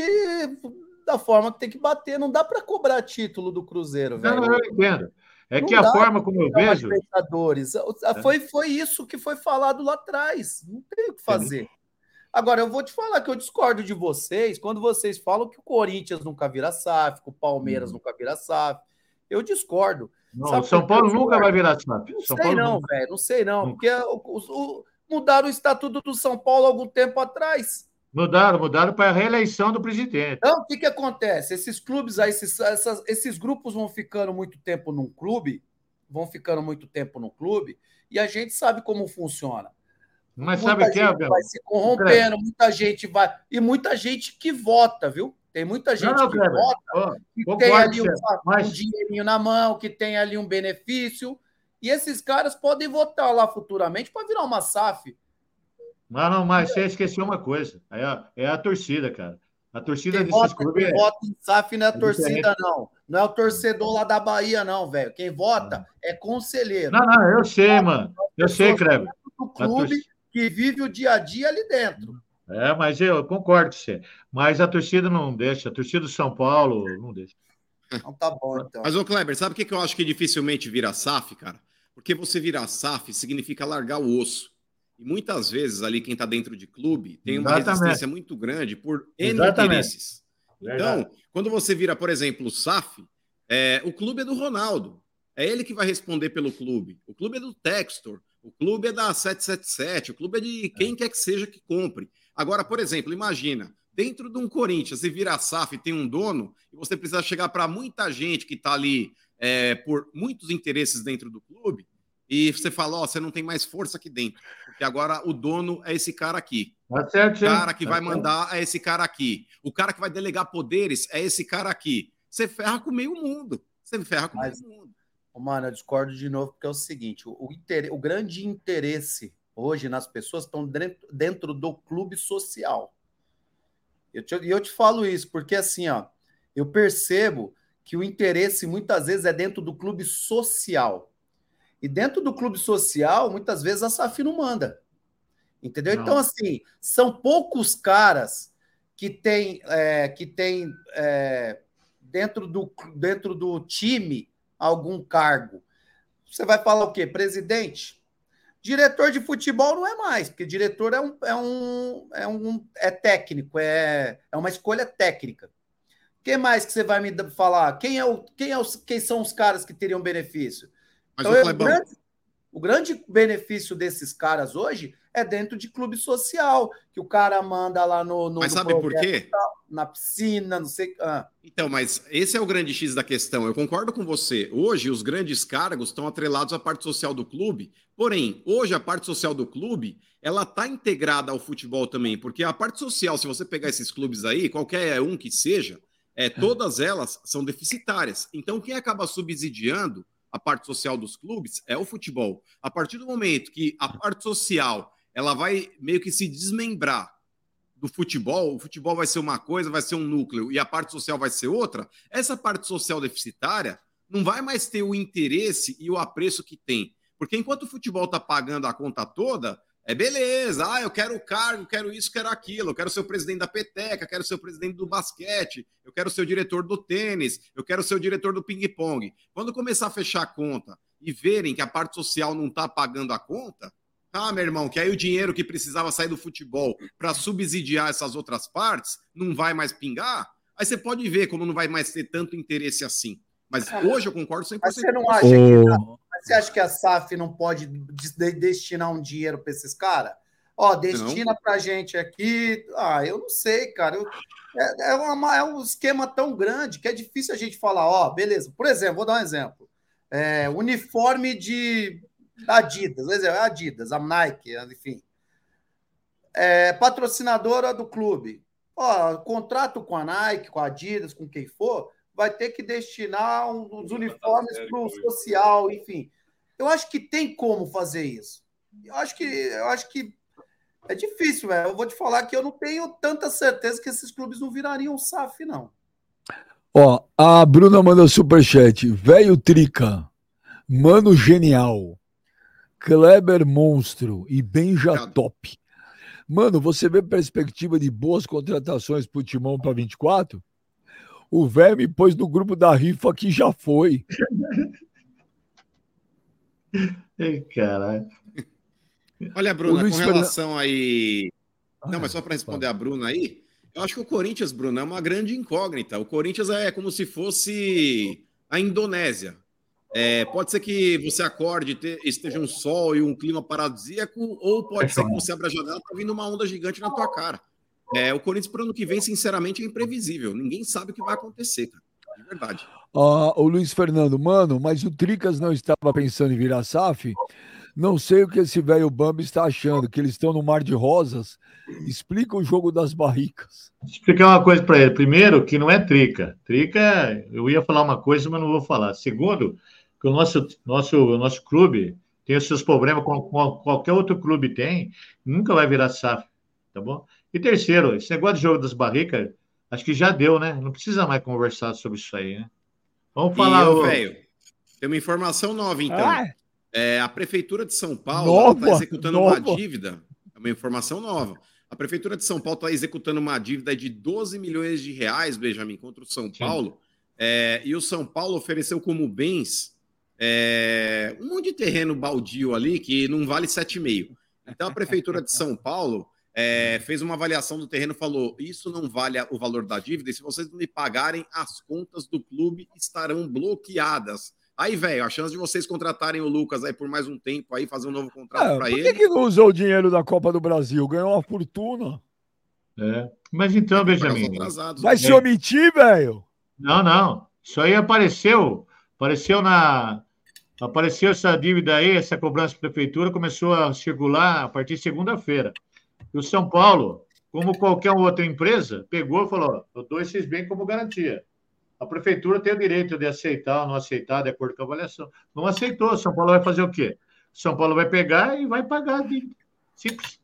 da forma que tem que bater. Não dá para cobrar título do Cruzeiro, Não, velho. não, eu entendo, é Não que a dá forma como eu pra uma vejo, Libertadores. Foi, foi isso que foi falado lá atrás. Não tem o que fazer. Agora, eu vou te falar que eu discordo de vocês quando vocês falam que o Corinthians nunca vira S A F, que o Palmeiras Hum. nunca vira S A F. Eu discordo. não, Sabe o São por que eu Paulo nunca discordo? vai virar S A F, Não São sei Paulo não, nunca. velho. Não sei não. Nunca. Porque o, o- mudaram o estatuto do São Paulo há algum tempo atrás. Mudaram, mudaram para a reeleição do presidente. Então, o que, que acontece? Esses clubes aí, esses, essas- esses grupos vão ficando muito tempo num clube, vão ficando muito tempo no clube, e a gente sabe como funciona. Mas Muita sabe o que é, gente Abel? vai se corrompendo, muita gente vai. E muita gente que vota, viu? Tem muita Não, gente não, que Kleber, vota, ó, que concordo tem ali um, com você, mas- um dinheirinho na mão, que tem ali um benefício, e esses caras podem votar lá futuramente para virar uma S A F. Mas não, mas você esqueceu uma coisa. É a, é a torcida, cara. A torcida Quem desses vota, clubes quem é. vota em S A F não é a é torcida, diferente. não. Não é o torcedor lá da Bahia, não, velho. Quem vota é conselheiro. Não, não, eu sei, mano. Eu sei, Kleber. Do A clube torcida- que vive o dia a dia ali dentro. É, mas eu concordo com você. Mas a torcida não deixa. A torcida do São Paulo não deixa. Então tá bom, então. Mas, ô Kleber, sabe o que que eu acho que dificilmente vira S A F, cara? Porque você virar S A F significa largar o osso. E muitas vezes ali quem está dentro de clube tem uma Exatamente. resistência muito grande por N Exatamente. interesses. Verdade. Então, quando você vira, por exemplo, o S A F, é, o clube é do Ronaldo. É ele que vai responder pelo clube. O clube é do Textor. O clube é da sete sete sete. O clube é de quem quer que seja que compre. Agora, por exemplo, imagina, dentro de um Corinthians, você vira a S A F e tem um dono, e você precisa chegar para muita gente que está ali é, por muitos interesses dentro do clube, e você fala, ó, oh, você não tem mais força aqui dentro, porque agora o dono é esse cara aqui. Tá certo, O cara que tá vai certo. mandar é esse cara aqui. O cara que vai delegar poderes é esse cara aqui. Você ferra com meio mundo. Você ferra com Mas, meio mundo. mano, eu discordo de novo, porque é o seguinte, o, o, inter... o grande interesse hoje nas pessoas estão dentro, dentro do clube social. E eu, te, eu te falo isso, porque assim, ó, eu percebo que o interesse muitas vezes é dentro do clube social. E dentro do clube social, muitas vezes a S A F não manda. Entendeu? Não. Então, assim, são poucos caras que têm é, que tem, é, dentro, do, dentro do time algum cargo. Você vai falar o quê? Presidente? Diretor de futebol não é mais, porque diretor é um é, um, é, um, é técnico, é, é uma escolha técnica. Quem mais que você vai me falar? Quem, é o, quem, é os, quem são os caras que teriam benefício? Mas Então, o eu, Clebão, grande, o grande benefício desses caras hoje é dentro de clube social, que o cara manda lá no, no mas no sabe por quê? tal, na piscina, não sei... Ah. Então, mas esse é o grande X da questão. Eu concordo com você. Hoje, os grandes cargos estão atrelados à parte social do clube. Porém, hoje, a parte social do clube, ela está integrada ao futebol também. Porque a parte social, se você pegar esses clubes aí, qualquer um que seja, é, todas elas são deficitárias. Então, quem acaba subsidiando a parte social dos clubes é o futebol. A partir do momento que a parte social ela vai meio que se desmembrar do futebol, o futebol vai ser uma coisa, vai ser um núcleo, e a parte social vai ser outra, essa parte social deficitária não vai mais ter o interesse e o apreço que tem. Porque enquanto o futebol está pagando a conta toda, é beleza, ah, eu quero o cargo, quero isso, quero aquilo, eu quero ser o presidente da peteca, quero ser o presidente do basquete, eu quero ser o diretor do tênis, eu quero ser o diretor do ping-pong. Quando começar a fechar a conta e verem que a parte social não está pagando a conta, ah, meu irmão, que aí o dinheiro que precisava sair do futebol para subsidiar essas outras partes não vai mais pingar, aí você pode ver como não vai mais ter tanto interesse assim. Mas hoje eu concordo cem por cento. Mas você não acha que... Você acha que a S A F não pode de- destinar um dinheiro para esses caras? Ó, destina para gente aqui. Ah, eu não sei, cara. Eu, é, é, uma, é um esquema tão grande que é difícil a gente falar, ó, beleza. Por exemplo, vou dar um exemplo. É, uniforme de Adidas, exemplo, Adidas, a Nike, enfim. É, patrocinadora do clube. Ó, contrato com a Nike, com a Adidas, com quem for, vai ter que destinar os uniformes para o social, enfim. Eu acho que tem como fazer isso. Eu acho que, eu acho que é difícil, velho. Eu vou te falar que eu não tenho tanta certeza que esses clubes não virariam S A F, não. Ó, a Bruna manda superchat. Velho Trica, Mano Genial, Kleber Monstro e Benja Top. Mano, você vê perspectiva de boas contratações pro Timão para vinte e quatro? O velho me pôs no grupo da rifa que já foi. Ei, caralho. Olha, Bruna, Luiz com relação aí... Não, Ah, mas só para responder a Bruna aí, eu acho que o Corinthians, Bruna, é uma grande incógnita. O Corinthians é como se fosse a Indonésia. É, pode ser que você acorde, te, esteja um sol e um clima paradisíaco, ou pode ser que você abra a janela e tá vindo uma onda gigante na tua cara. É, o Corinthians para o ano que vem, sinceramente, é imprevisível. Ninguém sabe o que vai acontecer, cara. De verdade. Ah, o Luiz Fernando, mano, mas o Tricas não estava pensando em virar S A F? Não sei o que esse velho Bambi está achando, que eles estão no mar de rosas. Explica o jogo das barricas. Vou explicar uma coisa para ele. Primeiro, que não é trica. Trica, eu ia falar uma coisa, mas não vou falar. Segundo, que o nosso, nosso, nosso clube tem os seus problemas, como qualquer outro clube tem, nunca vai virar S A F, tá bom? E terceiro, esse negócio de jogo das barricas, acho que já deu, né? Não precisa mais conversar sobre isso aí, né? Vamos falar... E, ô, o... velho, tem uma informação nova, então. Ah, É, a Prefeitura de São Paulo está executando nova. uma dívida, é uma informação nova. A Prefeitura de São Paulo está executando uma dívida de doze milhões de reais, Benjamin, contra o São Paulo. É, e o São Paulo ofereceu como bens é, um monte de terreno baldio ali que não vale sete vírgula cinco. Então a Prefeitura de São Paulo é, fez uma avaliação do terreno, falou, isso não vale o valor da dívida, e se vocês não me pagarem, as contas do clube estarão bloqueadas. Aí, velho, a chance de vocês contratarem o Lucas aí por mais um tempo, aí fazer um novo contrato É, para por ele... que, que não usou o dinheiro da Copa do Brasil? Ganhou uma fortuna. É. Mas então, Benjamin... Atrasados, Vai né? se omitir, velho? Não, não. Isso aí apareceu, apareceu na... Apareceu essa dívida aí, essa cobrança da prefeitura, começou a circular a partir de segunda-feira. E o São Paulo, como qualquer outra empresa, pegou e falou, eu dou esses bens como garantia. A prefeitura tem o direito de aceitar ou não aceitar, de acordo com a avaliação. Não aceitou, São Paulo vai fazer o quê? São Paulo vai pegar e vai pagar a dívida. Simples.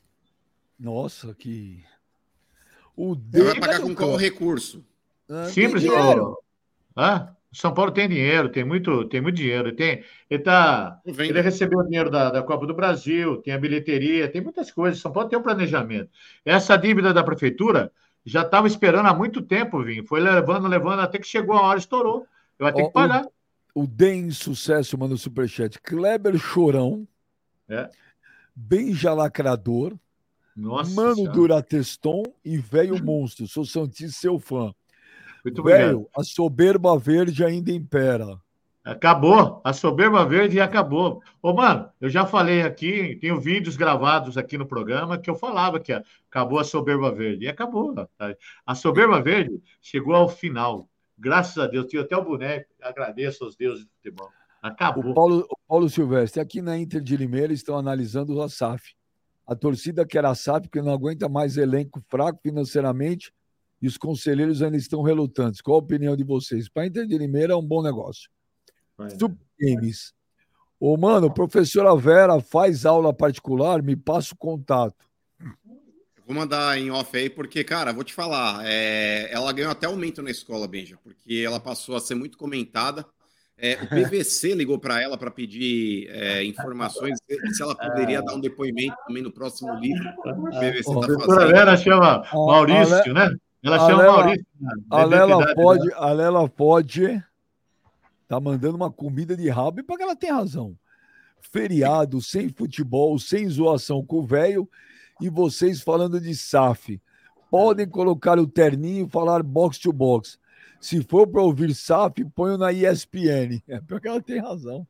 Nossa, que... O Ele vai D... pagar com qual recurso? Ah, Simples. tem dinheiro. Ah, São Paulo tem dinheiro, tem muito, tem muito dinheiro. Ele, tem, ele, tá, ele recebeu o dinheiro da, da Copa do Brasil, tem a bilheteria, tem muitas coisas. São Paulo tem um planejamento. Essa dívida da prefeitura já estava esperando há muito tempo, Vinho. Foi levando, levando, até que chegou a hora, estourou. Vai ter Ó, que pagar. O, o D em sucesso manda o superchat. Kleber Chorão, É. Benja Lacrador, Nossa Mano Senhora. Durateston e Velho Monstro. Sou Santíssimo seu fã. Muito obrigado. Velho, a soberba verde ainda impera. Acabou. A soberba verde acabou. Ô, mano, eu já falei aqui, tenho vídeos gravados aqui no programa que eu falava que acabou a soberba verde. E acabou. Tá? A soberba verde chegou ao final. Graças a Deus. Tinha até o boneco. Agradeço aos deuses do futebol. Acabou. O Paulo, o Paulo Silvestre, aqui na Inter de Limeira estão analisando a S A F. A torcida quer a S A F porque não aguenta mais elenco fraco financeiramente e os conselheiros ainda estão relutantes. Qual a opinião de vocês? Para a Inter de Limeira é um bom negócio. Super Games. Ô, mano, professora Vera faz aula particular? Me passa o contato. Vou mandar em off aí, porque, cara, vou te falar, é, ela ganhou até aumento na escola, Benja, porque ela passou a ser muito comentada. É, o P V C ligou para ela para pedir é, informações se ela poderia dar um depoimento também no próximo livro. O P V C A tá professora fazendo. Vera chama Maurício, né? Ela a chama Lela- Maurício. né? A Da Lela identidade pode, dela. a Lela pode tá mandando uma comida de rabo e porque ela tem razão. Feriado, sem futebol, sem zoação com o velho e vocês falando de S A F. Podem colocar o terninho e falar box to box. Se for para ouvir S A F, ponho na E S P N. É porque ela tem razão.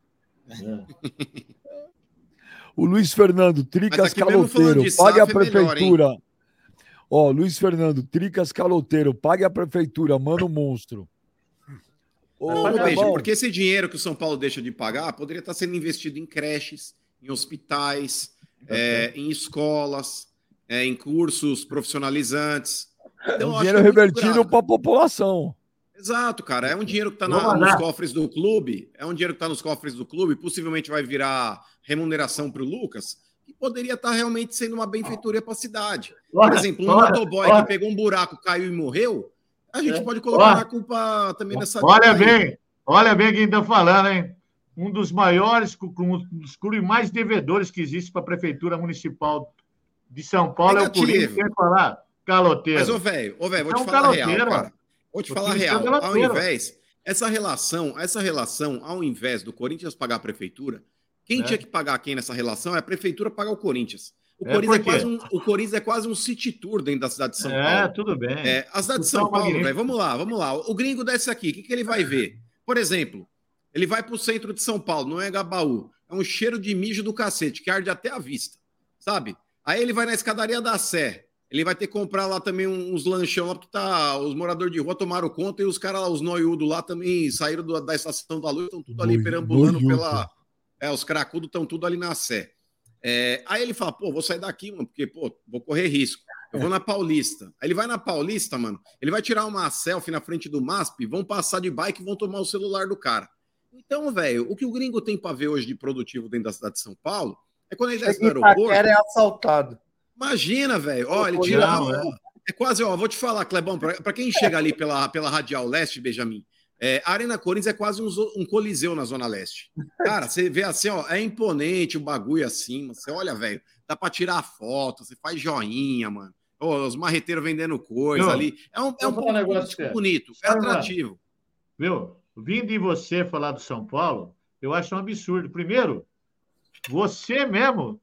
O Luiz Fernando, Tricas Mas aqui mesmo falando Caloteiro, de pague a S A F é melhor, prefeitura. Ó, Luiz Fernando, Tricas Caloteiro, pague a prefeitura, mano monstro. Ô, Ô, tá Benja, bom. porque esse dinheiro que o São Paulo deixa de pagar poderia estar sendo investido em creches, em hospitais, é, em escolas, é, em cursos profissionalizantes. É Então, eu um acho dinheiro que é muito revertido grave. para a população. Exato, cara. É um dinheiro que está Vamos nos lá. cofres do clube. É um dinheiro que está nos cofres do clube. Possivelmente vai virar remuneração para o Lucas. E poderia estar realmente sendo uma benfeitoria para a cidade. Por Olha, exemplo, um olha, motoboy olha. que pegou um buraco, caiu e morreu. A gente É. pode colocar Olha. a culpa também nessa. Olha vida aí. bem, olha bem quem está falando, hein? Um dos maiores, um dos clubes mais devedores que existe para a Prefeitura Municipal de São Paulo é o Negativo. Corinthians. Quer falar? Caloteiro. Mas, ô, velho, ô, velho, vou É te um falar caloteiro, real, cara. mano. Vou te O falar time real. é Ao caloteiro. invés, essa relação, essa relação, ao invés do Corinthians pagar a prefeitura, quem É. tinha que pagar quem nessa relação é a prefeitura pagar o Corinthians. O É, Corinthians é, por quê? quase um, o Corinthians é quase um city tour dentro da cidade de São É, Paulo. tudo bem. É, a cidade de Isso é São um Paulo, magnífico. velho, vamos lá, vamos lá. O gringo desce aqui, o que, que ele vai ver? Por exemplo, ele vai pro centro de São Paulo, não é Gabaú. É um cheiro de mijo do cacete, que arde até a vista, sabe? Aí ele vai na escadaria da Sé, ele vai ter que comprar lá também uns lanchão lá, porque tá, os moradores de rua tomaram conta e os caras, os noiudos lá também saíram do- da estação da luz, estão tudo ali Noi- perambulando noiudo. pela... É, os cracudos estão tudo ali na Sé. É, aí ele fala, pô, vou sair daqui, mano, porque, pô, vou correr risco. Eu vou na Paulista. Aí ele vai na Paulista, mano, ele vai tirar uma selfie na frente do M A S P, vão passar de bike e vão tomar o celular do cara. Então, velho, o que o gringo tem pra ver hoje de produtivo dentro da cidade de São Paulo é quando ele desce no aeroporto. Itaquera é assaltado. Imagina, velho. Ó, ele Não, tira. é. É quase, ó, vou te falar, Clebão, pra, pra quem chega ali pela, pela Radial Leste, Benjamin, é, a Arena Corinthians é quase um, zo- um coliseu na Zona Leste. Cara, você vê assim, ó, é imponente o bagulho assim, você olha, velho, dá pra tirar foto, você faz joinha, mano. Ô, os marreteiros vendendo coisa Não. ali. É um, é um Vou falar um ponto negócio turístico sério. bonito, é Sabe, mano? atrativo. Viu? Vindo de você falar do São Paulo, eu acho um absurdo. Primeiro, você mesmo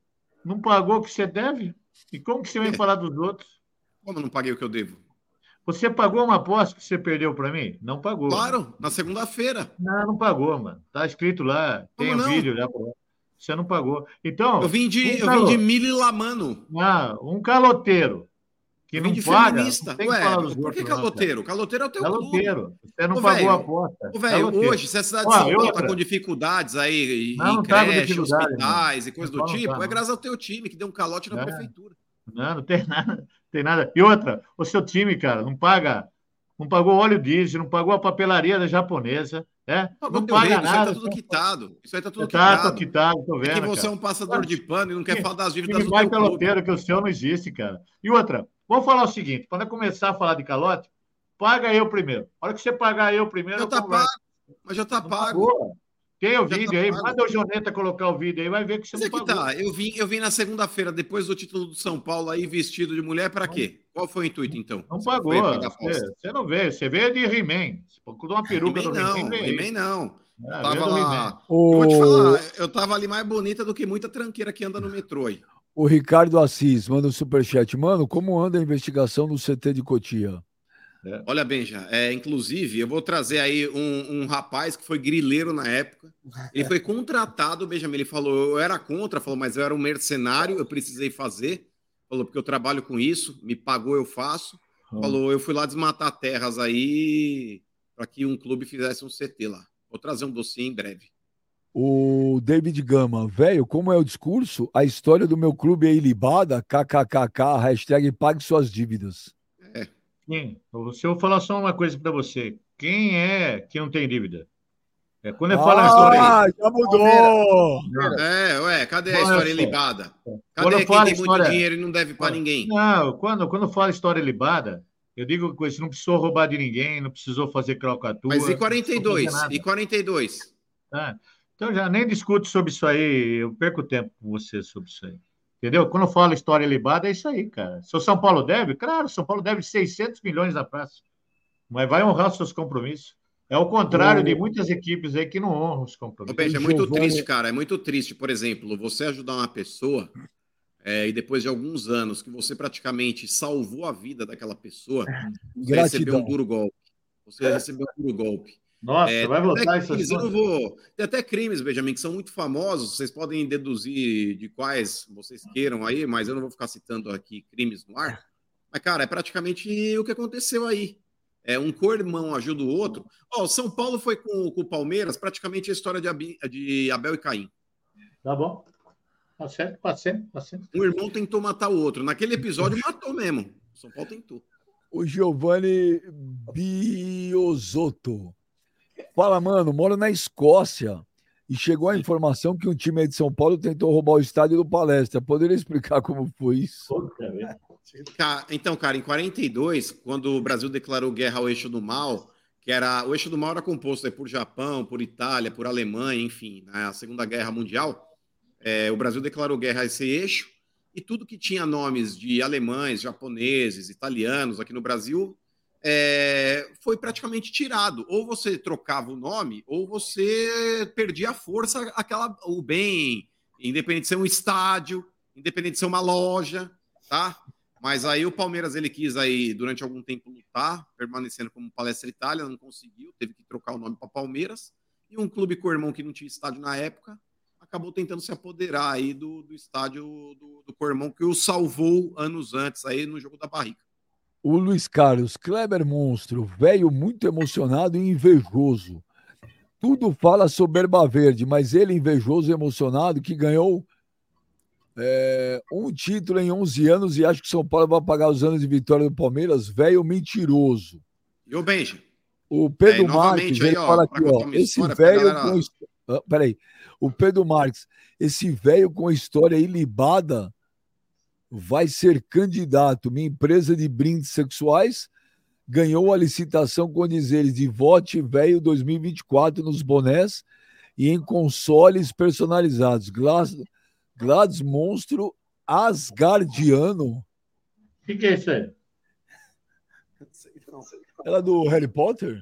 Não pagou o que você deve? E como que você vem falar dos outros? Como eu não paguei o que eu devo? Você pagou uma aposta que você perdeu para mim? Não pagou. Claro, na segunda-feira. Não, não pagou, mano. Tá escrito lá, tem Como o não? vídeo lá. Você não pagou. Então, Eu vim de, um eu calo- vim de Mililamano. Ah, um caloteiro que Eu não vim de paga, feminista. não tem que Ué, falar dos por outros, que não, caloteiro? Caloteiro é o teu cara. clube. Caloteiro. Você não Ô, pagou velho, a aposta. Ô, velho, Caloteiro. hoje, se a cidade Ó, de São e Paulo tá outra? com dificuldades aí Não, em não tá com creche, dificuldade, hospitais mano. e coisa Não do tá, não tipo, tá, é não. graças ao teu time que deu um calote na É. prefeitura. Não, não tem nada, não tem nada. E outra, o seu time, cara, não paga, não pagou óleo diesel, não pagou a papelaria da japonesa, né? Pagou Não teu paga rei, isso aí tá nada. tudo quitado. Isso aí tá tudo Tá, tô quitado. quitado, tô É que vendo, você cara. é um passador de pano e não quer falar das dívidas Time do mais teu clube. caloteiro que o seu não existe, cara. E outra, vamos falar o seguinte: quando eu começar a falar de calote, paga eu primeiro. A hora que você pagar eu primeiro, Já eu tá converso. pago, mas já tá Não pago. pagou. Tem o Já vídeo tá aí, pago. manda o Joneta colocar o vídeo aí, vai ver que você Mas é não que pagou. tá, eu vim, eu vim na segunda-feira, depois do título do São Paulo aí, vestido de mulher, pra quê? Qual foi o intuito, então? Não Você pagou. foi pagar Você, aposta. você não veio. Você veio de He-Man. Você procurou uma peruca He-Man do He-Man, não, veio aí. He-Man não. Eu Ah, tava veio do He-Man. lá. Eu vou te O, falar, eu tava ali mais bonita do que muita tranqueira que anda no metrô aí. o Ricardo Assis manda um superchat. Mano, como anda a investigação no C T de Cotia? Olha, Benja, é, inclusive, eu vou trazer aí um, um rapaz que foi grileiro na época. Ele foi contratado, Benjamin. Ele falou, eu era contra, falou, mas eu era um mercenário, eu precisei fazer. Falou, porque eu trabalho com isso, me pagou, eu faço. Falou, eu fui lá desmatar terras aí para que um clube fizesse um C T lá. Vou trazer um docinho em breve. O David Gama, velho, como é o discurso? A história do meu clube é ilibada, kkkk, hashtag pague suas dívidas. É. Sim. Se eu falar só uma coisa para você, quem é que não tem dívida? É, quando eu falo a história. Ah, já mudou! É, ué, cadê a Olha história só. ilibada? Quando Cadê eu quem falo tem história- muito dinheiro e não deve para ninguém? Não, quando, quando eu falo história libada, eu digo que você não precisou roubar de ninguém, não precisou fazer crocatua. Mas e não quarenta e precisou fazer dois? nada, E quarenta e dois? tá? Então já nem discuto sobre isso aí, eu perco tempo com você sobre isso aí. Entendeu? Quando eu falo história libada, é isso aí, cara. Se o São Paulo deve, claro, São Paulo deve seiscentos milhões na praça, mas vai honrar os seus compromissos. É o contrário O- de muitas equipes aí que não honram os Ô, compromissos. Benja, é O muito Giovani- triste, cara. É muito triste. Por exemplo, você ajudar uma pessoa é, e depois de alguns anos que você praticamente salvou a vida daquela pessoa, você recebeu um Gratidão. duro golpe. Você recebeu um duro golpe. Nossa, É, vai tem voltar até isso crimes, eu assim? não vou. Tem até crimes, Benjamin, que são muito famosos. Vocês podem deduzir de quais vocês queiram aí, mas eu não vou ficar citando aqui crimes no ar. Mas, cara, é praticamente o que aconteceu aí. É, um co-irmão ajuda o outro. Ó, o São Paulo foi com, com o Palmeiras, praticamente a história de, Abi- de Abel e Caim. Tá bom. Tá certo, pode ser, pode ser. Um irmão tentou matar o outro. Naquele episódio matou mesmo. O São Paulo tentou. O Giovanni Biosotto. Fala, mano, moro na Escócia e chegou a informação que um time aí de São Paulo tentou roubar o estádio do Palestra. Poderia explicar como foi isso? Puta vida. Ca- Então, cara, em quarenta e dois, quando o Brasil declarou guerra ao eixo do mal, que era o eixo do mal era composto aí por Japão, por Itália, por Alemanha, enfim, na Segunda Guerra Mundial, é, o Brasil declarou guerra a esse eixo e tudo que tinha nomes de alemães, japoneses, italianos aqui no Brasil é, foi praticamente tirado. Ou você trocava o nome, ou você perdia a força, aquela, o bem, independente de ser um estádio, independente de ser uma loja, tá? Mas aí o Palmeiras, ele quis aí, durante algum tempo, lutar, permanecendo como Palestra Itália, não conseguiu, teve que trocar o nome para Palmeiras, e um clube co-irmão que não tinha estádio na época, acabou tentando se apoderar aí do, do estádio do, do co-irmão, que o salvou anos antes aí no jogo da barriga. O Luiz Carlos, Kleber Monstro, velho muito emocionado e invejoso. Tudo fala soberba verde, mas ele invejoso e emocionado que ganhou é, um título em onze anos e acha que São Paulo vai pagar os anos de vitória do Palmeiras, velho mentiroso. E o Benja? O Pedro É, novamente Marques, ele aí, ó, fala pra aqui, contar ó, uma esse história pra velho galera- com... his- Ah, peraí, o Pedro Marques, esse velho com história ilibada vai ser candidato. Minha empresa de brindes sexuais ganhou a licitação com dizeres de Vote Velho dois mil e vinte e quatro nos bonés e em consoles personalizados. Glads, Glads Monstro Asgardiano. O que, que é isso aí? Ela é do Harry Potter?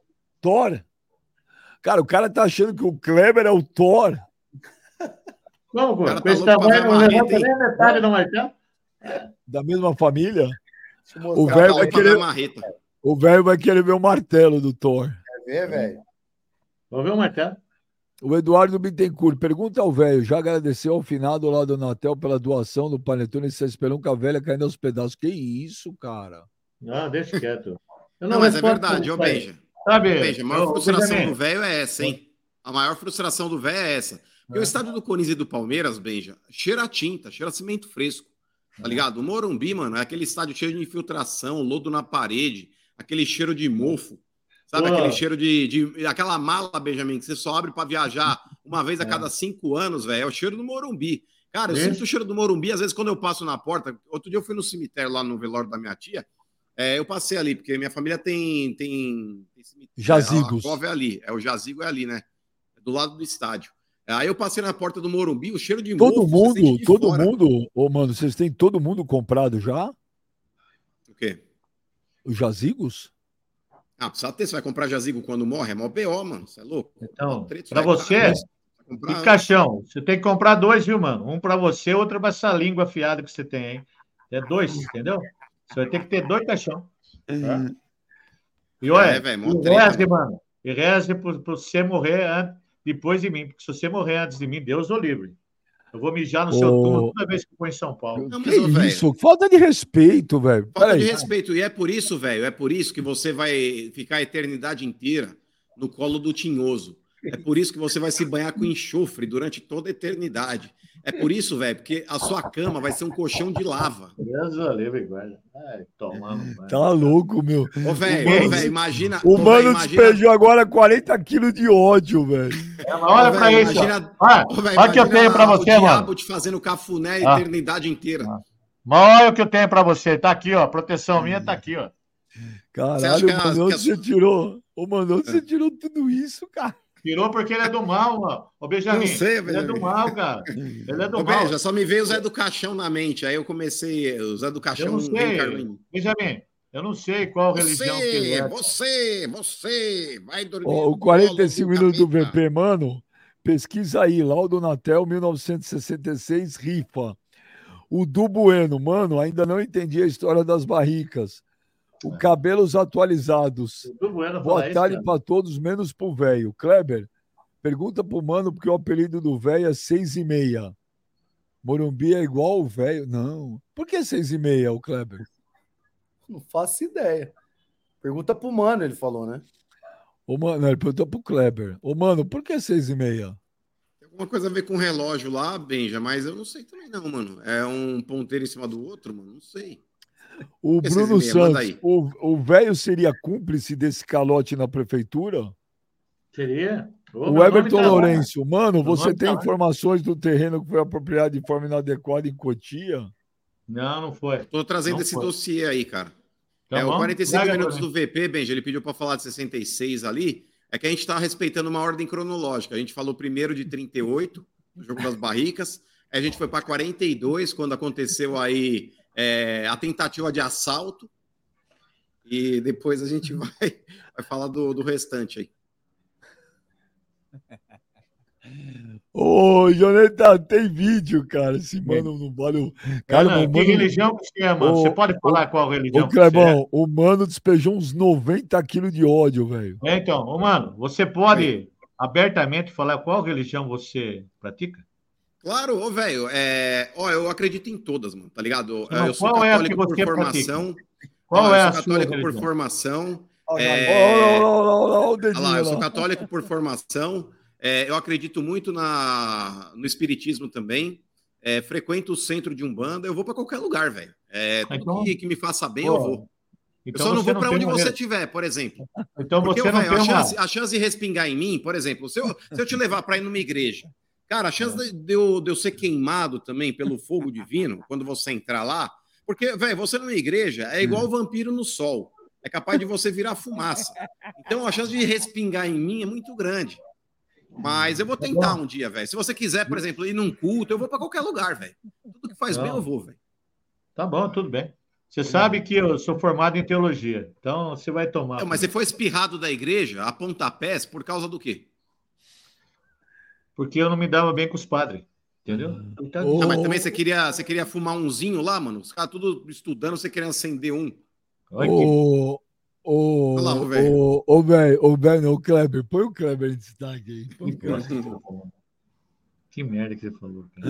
Thor? Cara, o cara tá achando que o Kleber é o Thor. Como, cara com tá esse louco pra ver tamanho, a não marreta, levanta hein? nem a metade do martelo. Da mesma família? Deixa eu O mostrar velho Tá vai louco pra ver querer, a marreta. o velho vai querer ver o martelo do Thor. Quer ver, velho? Vou ver o martelo. O Eduardo Bittencourt pergunta ao velho: já agradeceu ao finado lá do Natel pela doação do Panetone e se esperou com a velha caindo aos pedaços? Que isso, cara? Não, deixa quieto. Eu Não, mas é respondo verdade, ô isso aí. Benja. Sabe, Benja, a maior ô, frustração Benjamin, do velho é essa, hein? A maior frustração do velho é essa. Porque o estádio do Corinthians e do Palmeiras, Benja, cheira a tinta, cheira a cimento fresco. Tá ligado? O Morumbi, mano, é aquele estádio cheio de infiltração, lodo na parede, aquele cheiro de mofo. Sabe, Pô. aquele cheiro de, de. Aquela mala, Benjamin, que você só abre pra viajar uma vez a É. cada cinco anos, velho. É o cheiro do Morumbi. Cara, eu Isso. sinto o cheiro do Morumbi, às vezes, quando eu passo na porta. Outro dia eu fui no cemitério lá no velório da minha tia. É, eu passei ali, porque minha família tem. tem, tem cemitério, Jazigos. A cova é ali. É, o jazigo é ali, né? É do lado do estádio. Aí eu passei na porta do Morumbi, o cheiro de Todo mofo, você sente mundo, de todo fora. mundo, ô mano, vocês têm todo mundo comprado já? O quê? Os jazigos? Ah, precisa ter. Você vai comprar jazigo quando morre? É mó B O, mano. Você é louco? Então, Mó treta, pra isso é você, caro. Mas- Vai comprar- que caixão. Você tem que comprar dois, viu, mano? Um pra você, outro pra essa língua afiada que você tem, hein? É dois, entendeu? Você vai ter que ter dois caixão. Tá? E olha, É, velho, mó e treta, reze, mano. E reze por, por você morrer an- depois de mim. Porque se você morrer antes de mim, Deus o livre. Eu vou mijar no seu Ô. túmulo toda vez que for em São Paulo. Não, Que mas, ô, velho, isso? Falta de respeito, velho. falta de Peraí. respeito. E é por isso, velho, é por isso que você vai ficar a eternidade inteira no colo do tinhoso. É por isso que você vai se banhar com enxofre durante toda a eternidade. É por isso, velho, porque a sua cama vai ser um colchão de lava. Deus o livre, guarda. Ai, tomando. banho. Tá louco, meu. Ô, velho, mano- ô, velho, imagina. O ô, velho, mano imagina- despejou agora quarenta quilos de ódio, velho. É, mas olha ô, pra velho, isso. ó. Imagina, Olha, ô, velho, olha o que eu imagina tenho pra o você, diabo mano. te fazendo cafuné a Ah. eternidade inteira. Mas olha o que eu tenho pra você. Tá aqui, ó. Proteção minha tá aqui, ó. Você acha Caralho, que a- mano, que onde a você sua- tirou? Ô, mano, onde você tirou tudo isso, cara? Tirou porque ele é do mal, mano. Ô, Benjamin. Não sei, ele é do Benjamin. mal, cara. Ele é do Ô, mal. Benja, só me veio o Zé do Caixão na mente. Aí eu comecei. O Zé do Eu Caixão não sei. reencarnou em mim. Benjamin, eu não sei qual religião que ele Você, é. você, você, vai dormir. Ó, o no quarenta e colo cinco do minutos do V capeta. P, mano. Pesquisa aí, Laudo Natel, mil novecentos e sessenta e seis, rifa. O Du Bueno, mano, ainda não entendi a história das barricas. O cabelos atualizados. Tudo bueno Boa falar isso, tarde cara. para todos, menos pro velho. Kleber, pergunta pro mano porque o apelido do velho é seis e meia. Morumbi é igual o velho? Não. Por que seis e meia, o Kleber? Não faço ideia. Pergunta pro mano, ele falou, né? Ô, mano, ele perguntou pro Kleber. Ô, mano, por que seis e meia? Tem alguma coisa a ver com o relógio lá, Benja, mas eu não sei também não, mano. É um ponteiro em cima do outro, mano? Não sei. O Esses Bruno e-mails, manda Santos, aí. o o velho seria cúmplice desse calote na prefeitura? Seria? Ô, O meu Everton nome tá lá. Lourenço, mano, Meu você nome tem tá lá. informações do terreno que foi apropriado de forma inadequada em Cotia? Não, não foi. Tô trazendo Não esse foi. dossiê aí, cara. Tá é, o bom? quarenta e cinco Traga minutos pra mim. do V P, Benja, ele pediu para falar de sessenta e seis ali. É que a gente está respeitando uma ordem cronológica. A gente falou primeiro de trinta e oito, no jogo das barricas. Aí a gente foi para quarenta e dois, quando aconteceu aí é, a tentativa de assalto. E depois a gente vai, vai falar do, do restante aí. Ô, Joneta, tem vídeo, cara. Esse mano não vale o. Cara, Ana, o que mano. religião que você é, mano? Ô, Você pode falar ô, qual religião Ô, que você é? Clebão, o mano despejou uns noventa quilos de ódio, velho. É, então, ô, mano, você pode abertamente falar qual religião você pratica? Claro, ô, velho, é... ó, eu acredito em todas, mano, tá ligado? Não, eu sou qual é a que católico por você formação. Qual Ó, é eu a sou sua católico por religião? formação. Ó, É... Ó, ó, ó, ó, ó, o Olha dedinho lá, eu sou lá. católico por formação. É, eu acredito muito na... no espiritismo também. É, frequento o centro de Umbanda. Eu vou para qualquer lugar, velho. É, tudo Então, que, que me faça bem, pô, eu vou. Então eu só não você vou para tem onde uma você re- estiver, por exemplo. Então Porque, você não velho, tem a, uma... chance, a chance de respingar em mim, por exemplo, se eu, se eu te levar para ir numa igreja, cara, a chance de, de eu, de eu ser queimado também pelo fogo divino, quando você entrar lá, porque, velho, você numa igreja é igual o vampiro no sol. É capaz de você virar fumaça. Então a chance de respingar em mim é muito grande. Mas eu vou tentar um dia, velho. Se você quiser, por exemplo, ir num culto, eu vou para qualquer lugar, velho. Tudo que faz Não. bem, eu vou, velho. Tá bom, tudo bem. Você sabe que eu sou formado em teologia, então você vai tomar. Então, mas você foi espirrado da igreja a pontapés por causa do quê? Porque eu não me dava bem com os padres. Entendeu? Então, Ô, Ah, mas também você queria, você queria fumar umzinho lá, mano? Os caras tudo estudando, você queria acender um. olha que Ô, ô, Olha lá, ô, velho. ô, ô, velho, ô, velho, o Kleber, põe o Kleber em destaque aí. Põe o Kleber. Que merda que você falou, cara.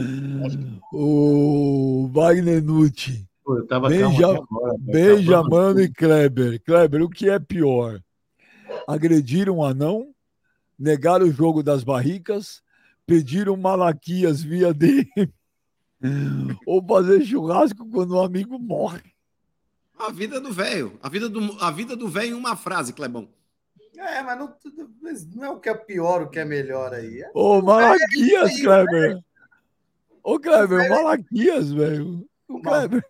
O Wagner Nucci, Pô, eu tava Benja, calmo até agora, velho. Benjamin e Kleber. Kleber, o que é pior? Agredir um anão, negar o jogo das barricas, pedir um Malaquias via D M ou fazer churrasco quando um amigo morre. A vida do velho. A vida do, a vida do velho em uma frase, Clebão. É, mas não, mas não é o que é pior, o que é melhor aí. É, Ô, Malaquias, aí, Kleber. Ô, Kleber, velho- Malaquias, velho. O Kleber.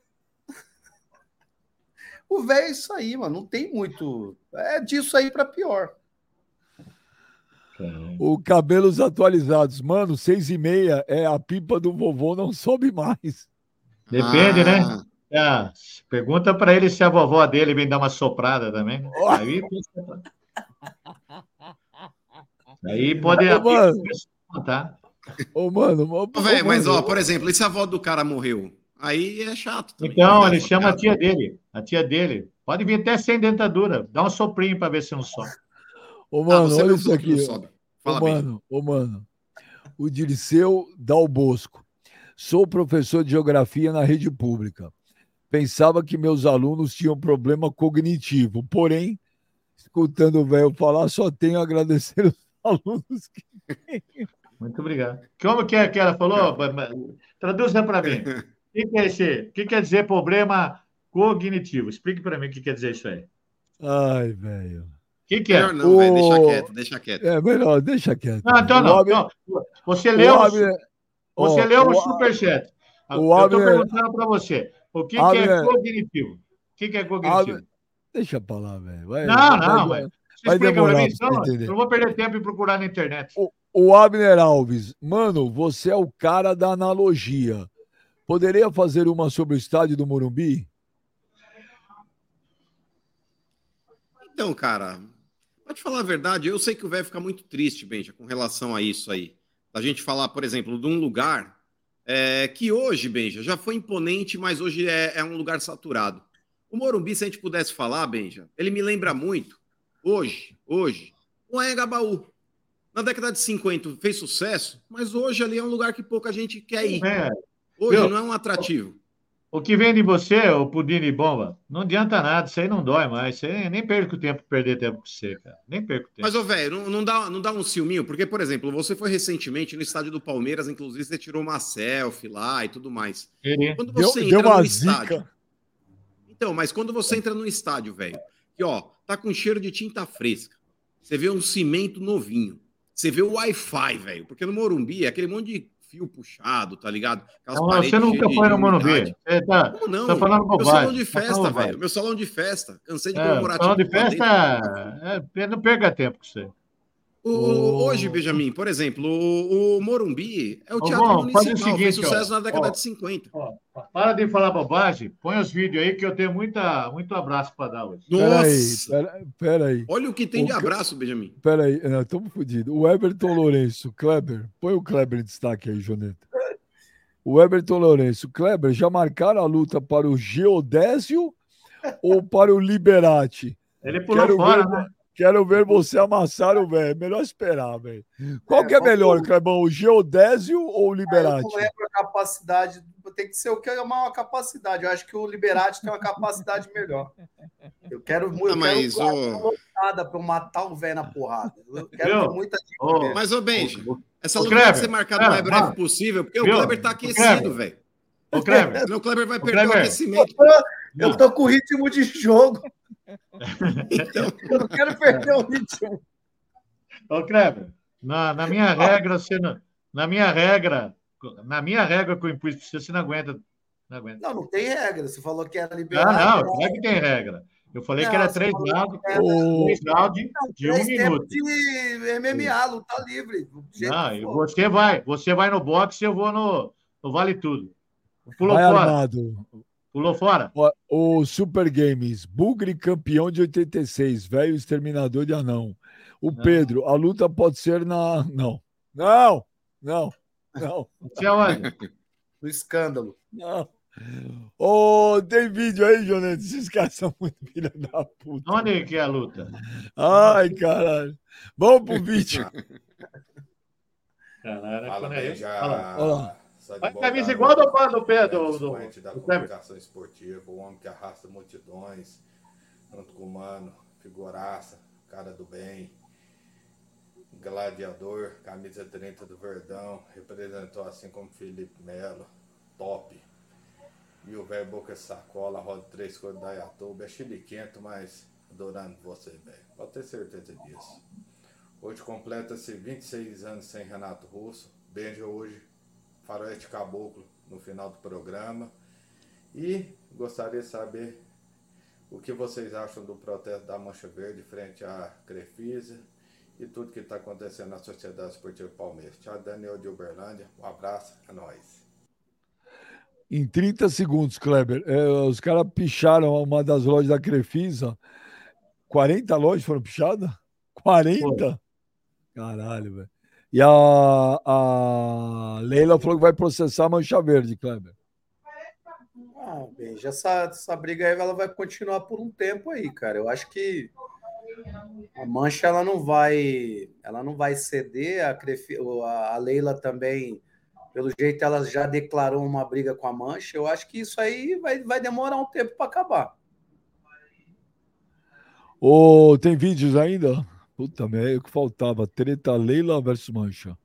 o velho é isso aí, mano. Não tem muito. É disso aí pra pior. Caramba. O cabelos atualizados. Mano, seis e meia é a pipa do vovô não sobe mais. Depende, Ah, né? Ah, pergunta pra ele se a vovó dele vem dar uma soprada também. Aí, aí pode Ô, mano. tá? Ô, mano. Ô, Ô, velho, mas, mano, ó, por exemplo, e se a avó do cara morreu? Aí é chato também. Então, É ele chama a chato. tia dele. A tia dele. Pode vir até sem dentadura. Dá um soprinho pra ver se não sobe. Ô, Ah, mano, você olha mesmo isso falou que não aqui. sobe. Ô, Fala bem. mano, ô, mano. O Dirceu Dal Bosco. Sou professor de geografia na rede pública. Pensava que meus alunos tinham problema cognitivo. Porém, escutando o velho falar, só tenho a agradecer os alunos que... Muito obrigado. Como que é que ela falou? Traduza para mim. O que, que é esse? O que quer dizer problema cognitivo? Explique para mim o que quer dizer isso aí. Ai, velho. O que, que é? Melhor não, velho. Deixa Ô, quieto, deixa quieto. É melhor, deixa quieto. Não, então O não. Abner- Então, você o leu, o Abner- você ó, leu o o- superchat. o Eu estou Abner- perguntando para você. O que, que é Abner- cognitivo? O que, que é cognitivo? Abner- Deixa pra lá, velho. Vai- Não, vai- não, vai- mas você vai explica para demorar mim, pra você então entender. eu não vou perder tempo em procurar na internet. O, o Abner Alves, mano, você é o cara da analogia. Poderia fazer uma sobre o estádio do Morumbi? Então, cara, pra te falar a verdade, eu sei que o velho fica muito triste, Benja, com relação a isso aí. A gente falar, por exemplo, de um lugar é, que hoje, Benja, já foi imponente, mas hoje é, é um lugar saturado. O Morumbi, se a gente pudesse falar, Benja, ele me lembra muito, hoje, hoje, o Anhangabaú. Na década de cinquenta fez sucesso, mas hoje ali é um lugar que pouca gente quer ir. É, Hoje Viu? não é um atrativo. o que vem de você, o pudim de bomba, não adianta nada, isso aí não dói mais. Isso aí, nem perco tempo perder tempo com você, cara. Nem perco tempo. Mas, ô, velho, não, não, dá, não dá um ciúminho? Porque, por exemplo, você foi recentemente no estádio do Palmeiras, inclusive você tirou uma selfie lá e tudo mais. Ele- Quando Deu, você deu entra uma no estádio... zica. Então, mas quando você entra no estádio, velho, que, ó, tá com cheiro de tinta fresca, você vê um cimento novinho, você vê o Wi-Fi, velho, porque no Morumbi é aquele monte de fio puxado, tá ligado? Aquelas Não, paredes você nunca cheias de foi no Morumbi. umidade. Você tá, Como não? tá falando Meu bobagem. salão de Tá falando festa, bobagem. velho. Meu salão de festa. Cansei de É, comemorar salão de título lá dentro. festa, é, não perca tempo com você. O- Ô. Hoje, Benjamin, por exemplo, o, o Morumbi é o Ô, teatro bom, faz o municipal, fez seguinte, sucesso ó, na década ó. de cinquenta. Ó, para de falar bobagem, põe os vídeos aí que eu tenho muita, muito abraço para dar hoje. Peraí, Nossa! peraí, peraí. Olha o que tem O de ca- abraço, Benjamin. Peraí, não, estamos fodidos. O Everton Lourenço, Kleber, põe o Kleber em destaque aí, Joneta. O Everton Lourenço, Kleber, já marcaram a luta para o Geodésio ou para o Liberati? Ele pulou Quero fora, ver, né? quero ver você amassar o velho. Melhor esperar, velho. Qual É, que é vamos- melhor, Clebão? O Geodésio ou o Eu Liberati? não lembro a capacidade. Tem que ser o que é uma capacidade. Eu acho que o Liberati tem uma capacidade melhor. Eu quero muito. Ah, mas, quero ô- lotada para eu matar um velho na porrada. Eu quero Viu? ter muita gente. Ô, ver. Mas, ô, Benja, essa Ô, luta tem que Kleber, ser marcada o é, mais breve mano. possível, porque Viu? o Kleber tá Ô, aquecido, Kleber. velho. Ô, Kleber, Senão o Kleber vai Ô, perder o Kleber. aquecimento. Eu tô com ritmo de jogo. Então, Eu não quero perder o ritmo. ô, Kleber, na, na minha regra, você não, na minha regra, na minha regra que eu impus para você, você não aguenta. Não aguenta. Não, não tem regra. Você falou que era Ah, liberado. não, não é que tem regra. Eu falei que Não, era você três falou rounds, que era- Ô, três rounds de um Três tempos minuto. de M M A, luta livre. do jeito Não, que e for. você vai, você vai no boxe, eu vou no, no Vale Tudo. Pulou vai fora, armado. pulou fora. Ó, O Super Games, Bugre campeão de oitenta e seis, velho exterminador de anão. O Não. Pedro, a luta pode ser na. Não. Não, não. Não. Você aonde? No escândalo. Não. Ô, tem vídeo aí, Jonete? Esses caras são muito filha da puta. Onde que é a luta? Ai, caralho. Vamos pro vídeo. Caralho, Fala, quando é bem, isso? já. Fala. Ó. Só de Vai boa camisa garoto, igual do pé do pé do, do, expoente da do Kleber. comunicação esportiva, o homem que arrasta multidões, junto com o mano, figuraça, cara do bem, gladiador, camisa trinta do Verdão, representou assim como Felipe Melo, top. E o velho Boca Sacola, roda três cores da Iatuba, é chiliquento, mas adorando você, velho. Pode ter certeza disso. Hoje completa-se vinte e seis anos sem Renato Russo. Benja hoje, faroeste caboclo, no final do programa. E gostaria de saber o que vocês acham do protesto da Mancha Verde frente à Crefisa e tudo que está acontecendo na Sociedade Esportiva Palmeiras. Tchau, Daniel de Uberlândia. Um abraço, é nóis. Em trinta segundos, Kleber, é, os caras picharam uma das lojas da Crefisa. quarenta lojas foram pichadas? quarenta? Caralho, velho. E a, a Leila falou que vai processar a Mancha Verde, Kleber. Ah, bem, já essa, essa briga aí ela vai continuar por um tempo aí, cara. Eu acho que a Mancha ela não vai, ela não vai ceder. A, Crefi, a Leila também, pelo jeito, ela já declarou uma briga com a Mancha. Eu acho que isso aí vai, vai demorar um tempo para acabar. Ô, tem vídeos ainda? Puta merda, é o que faltava. Treta Leila versus Mancha.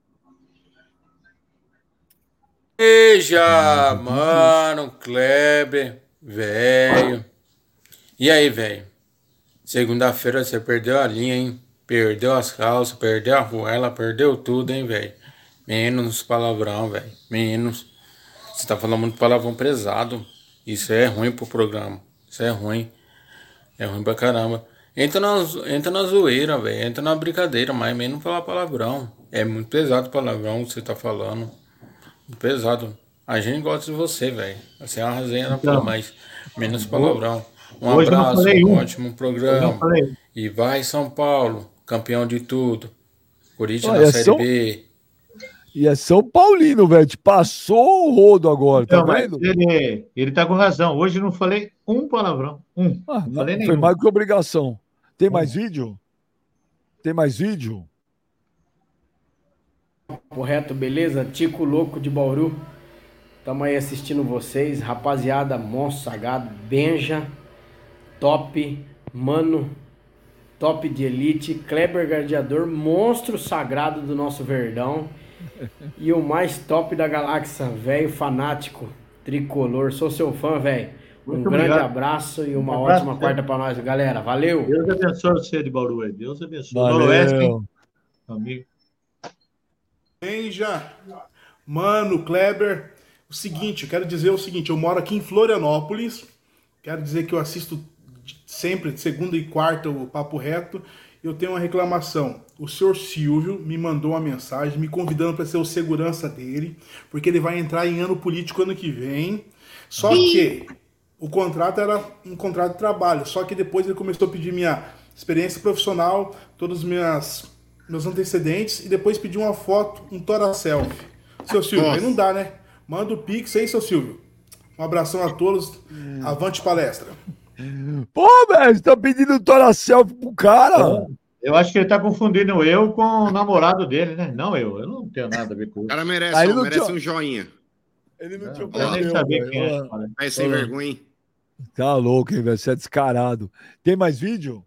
Beija, mano, Kleber, velho. E aí, velho? Segunda-feira você perdeu a linha, hein? Perdeu as calças, perdeu a ruela, perdeu tudo, hein, velho? Menos palavrão, velho. Menos. Você tá falando muito palavrão pesado. Isso é ruim pro programa. Isso é ruim. É ruim pra caramba. Entra na, entra na zoeira, velho. Entra na brincadeira, mas menos falar palavrão. É muito pesado o palavrão que você tá falando. Pesado. A gente gosta de você, velho. Você é uma resenha, então, mas menos palavrão. Um Hoje abraço, um um. ótimo programa. E vai São Paulo, campeão de tudo. Corinthians Olha, na Série São... B. E é São Paulino, velho. Te passou o rodo agora, Então, tá vendo? Ele, ele tá com razão. Hoje não falei um palavrão. Um. Ah, não não, falei foi nenhum. mais que obrigação. Tem mais Um. vídeo? Tem mais vídeo? Correto, beleza? Tico Louco de Bauru. Tamo aí assistindo vocês. Rapaziada, monstro sagrado, Benja, top, mano, top de elite, Kleber Gladiador, monstro sagrado do nosso Verdão. E o mais top da galáxia, velho fanático, tricolor. Sou seu fã, velho. Um Muito grande obrigado. abraço e uma Um abraço, ótima Deus. quarta pra nós, galera. Valeu! Deus abençoe você de Bauru aí. Deus abençoe. Valeu. Noroeste, hein, amigo. Benja, mano, Kleber, o seguinte, eu quero dizer o seguinte, eu moro aqui em Florianópolis, quero dizer que eu assisto sempre, de segunda e quarta, o Papo Reto, e eu tenho uma reclamação. O senhor Silvio me mandou uma mensagem me convidando para ser o segurança dele, porque ele vai entrar em ano político ano que vem, só que o contrato era um contrato de trabalho, só que depois ele começou a pedir minha experiência profissional, todas as minhas... meus antecedentes, e depois pedir uma foto, um tora selfie. Seu Silvio, Nossa. aí não dá, né? Manda o Pix aí, seu Silvio. Um abração a todos. Avante palestra. Pô, velho, você tá pedindo tora selfie pro cara? Eu acho que ele tá confundindo eu com o namorado dele, né? Não eu. Eu não tenho nada a ver com O isso. cara merece, Aí um, não merece tinha- um joinha. Ele não Não, tinha eu nem problema, sabia velho. quem é. Ó, cara. Vai sem Olha. vergonha, hein? Tá louco, hein, velho? Você é descarado. Tem mais vídeo?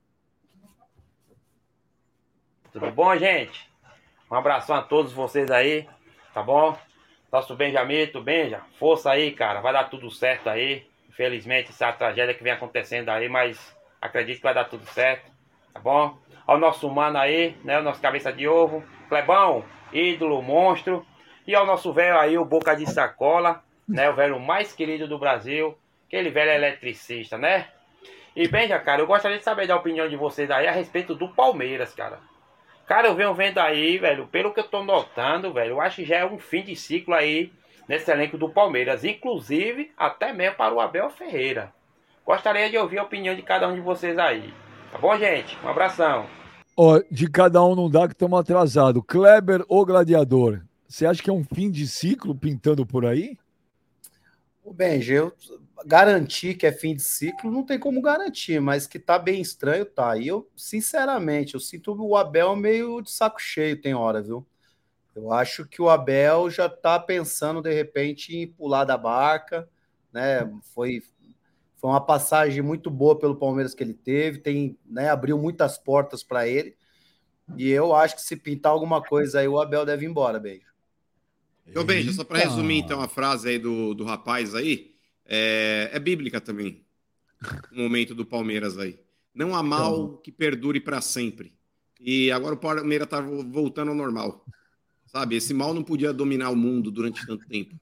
Tudo bom, gente? Um abração a todos vocês aí, tá bom? Nosso Benjamito, Benja, força aí, cara, vai dar tudo certo aí. Infelizmente, essa tragédia que vem acontecendo aí, mas acredito que vai dar tudo certo, tá bom? Ao nosso mano aí, né, o nosso cabeça de ovo, Clebão, ídolo, monstro. E ao nosso velho aí, o Boca de Sacola, né, o velho mais querido do Brasil, aquele velho eletricista, né? E Benja, cara, eu gostaria de saber da opinião de vocês aí a respeito do Palmeiras, cara. Cara, eu venho vendo aí, velho, pelo que eu tô notando, velho, eu acho que já é um fim de ciclo aí nesse elenco do Palmeiras, inclusive até mesmo para o Abel Ferreira. Gostaria de ouvir a opinião de cada um de vocês aí. Tá bom, gente? Um abração. Ó, de cada um não dá que estamos atrasados. Kleber ou Gladiador? Você acha que é um fim de ciclo pintando por aí? O Benji, eu garantir que é fim de ciclo não tem como garantir, mas que tá bem estranho, tá. E eu, sinceramente, eu sinto o Abel meio de saco cheio, tem hora, viu? Eu acho que o Abel já tá pensando, de repente, em pular da barca, né? Foi, foi uma passagem muito boa pelo Palmeiras que ele teve, tem, né, abriu muitas portas para ele. E eu acho que se pintar alguma coisa aí, o Abel deve ir embora, Benji. Então, Benja, só para Eita. resumir então a frase aí do, do rapaz aí, é, é bíblica também, o momento do Palmeiras aí. Não há mal que perdure para sempre. E agora o Palmeiras tá voltando ao normal. Sabe, esse mal não podia dominar o mundo durante tanto tempo.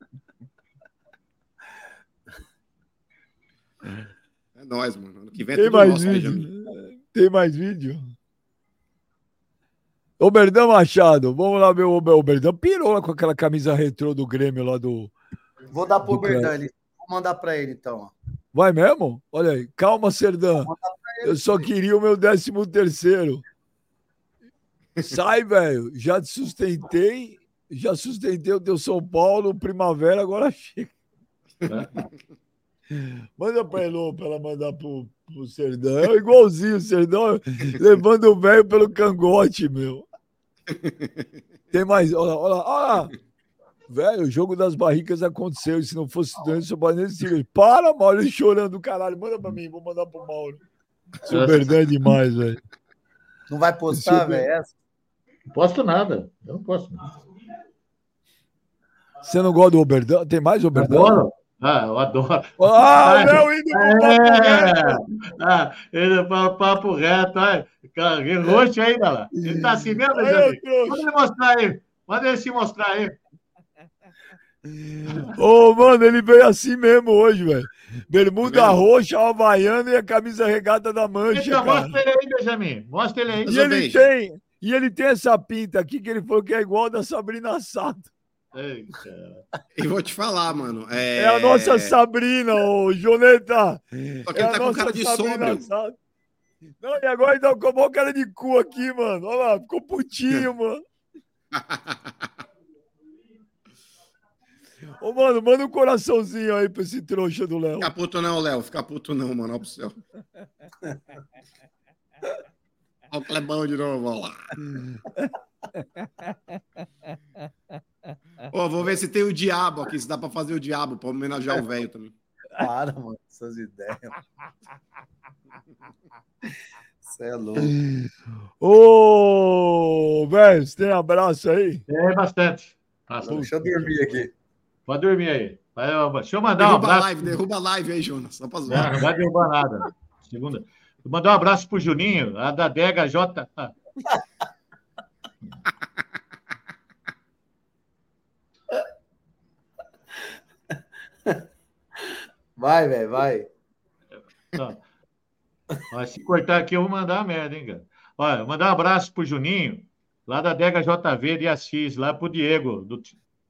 É nóis, mano. Ano que vem é Tem tudo mais nosso, vídeo? Benjamin. Tem mais vídeo? Oberdão Machado, vamos lá ver o Oberdão. Pirou lá com aquela camisa retrô do Grêmio lá do... Vou dar pro do Clé- Berdão, vou mandar para ele então. Ó. Vai mesmo? Olha aí. Calma, Serdã. Vou mandar pra ele. Eu só queria o meu décimo terceiro. Sai, velho. Já te sustentei. Já sustentei o teu São Paulo, Primavera, agora chega. Manda pra Elô pra ela mandar pro, pro Serdão. É igualzinho o Serdão, levando o velho pelo cangote, meu. Tem mais. Olha lá, olha lá. Ah, velho, o jogo das barricas aconteceu. E se não fosse doente, só pode nem seguir. Para, Mauro, ele chorando, caralho. Manda pra mim, vou mandar pro Mauro. Seu Verdão é demais, velho. Não vai postar, Super- velho? Essa? Não posto nada. Eu não posto. Você não gosta do Oberdão? Tem mais Oberdão? Adoro. Ah, eu adoro. Ah, o Léo indo pro papo É, reto. ah, ele para papo reto, olha. Cara, que roxo aí, galera. Ele tá assim mesmo, Aí, Benjamin? ô, trouxa. Manda ele mostrar aí. Manda ele se mostrar aí. Ô, mano, ele veio assim mesmo hoje, velho. Bermuda Tá vendo? roxa, havaiana e a camisa regata da mancha, Então, cara. mostra ele aí, Benjamin. Mostra ele aí. E ele tem, e ele tem essa pinta aqui que ele falou que é igual a da Sabrina Sato. Ei, cara. E vou te falar, mano. É, É a nossa Sabrina, ô Joneta. Só que É ele a tá com nossa cara de Sabrina sóbrio. Sato. Não, e agora ele tá com a maior cara de cu aqui, mano. Olha lá, ficou putinho, mano. Ô, mano, manda um coraçãozinho aí pra esse trouxa do Léo. Fica puto não, Léo. Fica puto não, mano. Olha pro céu. Olha o Clebão de novo, olha lá. Ó, vou ver se tem o diabo aqui, se dá pra fazer o diabo, pra homenagear o velho também. Para, mano, essas ideias. Você é louco. Ô, velho, você tem abraço aí? É bastante. Nossa, deixa eu dormir aqui. Pode dormir aí. Vai, ó, deixa eu mandar um Derruba a abraço. live, derruba a live aí, Jonas. Só pra Não, zoar. não vai derrubar nada. Segunda. Vou mandar um abraço pro Juninho, a da Dega J. Ah, Vai, velho, vai. tá. Mas se cortar aqui, eu vou mandar a merda, hein, cara. Olha, vou mandar um abraço pro Juninho, lá da Dega J V de Assis, lá pro Diego. Do...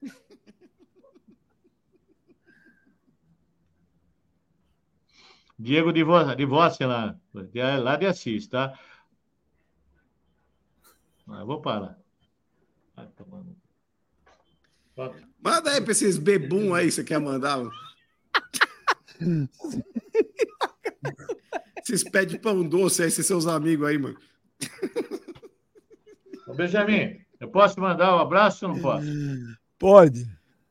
Diego de, Vo... de Vossi, lá, de- lá de Assis, tá? Ah, eu vou parar. Vai tomar no- Pronto. Manda aí pra esses bebum aí que você quer mandar. Mano. Esses pés de pão doce aí, esses seus amigos aí, mano. Ô, Benjamin, eu posso mandar um abraço ou não posso? Pode.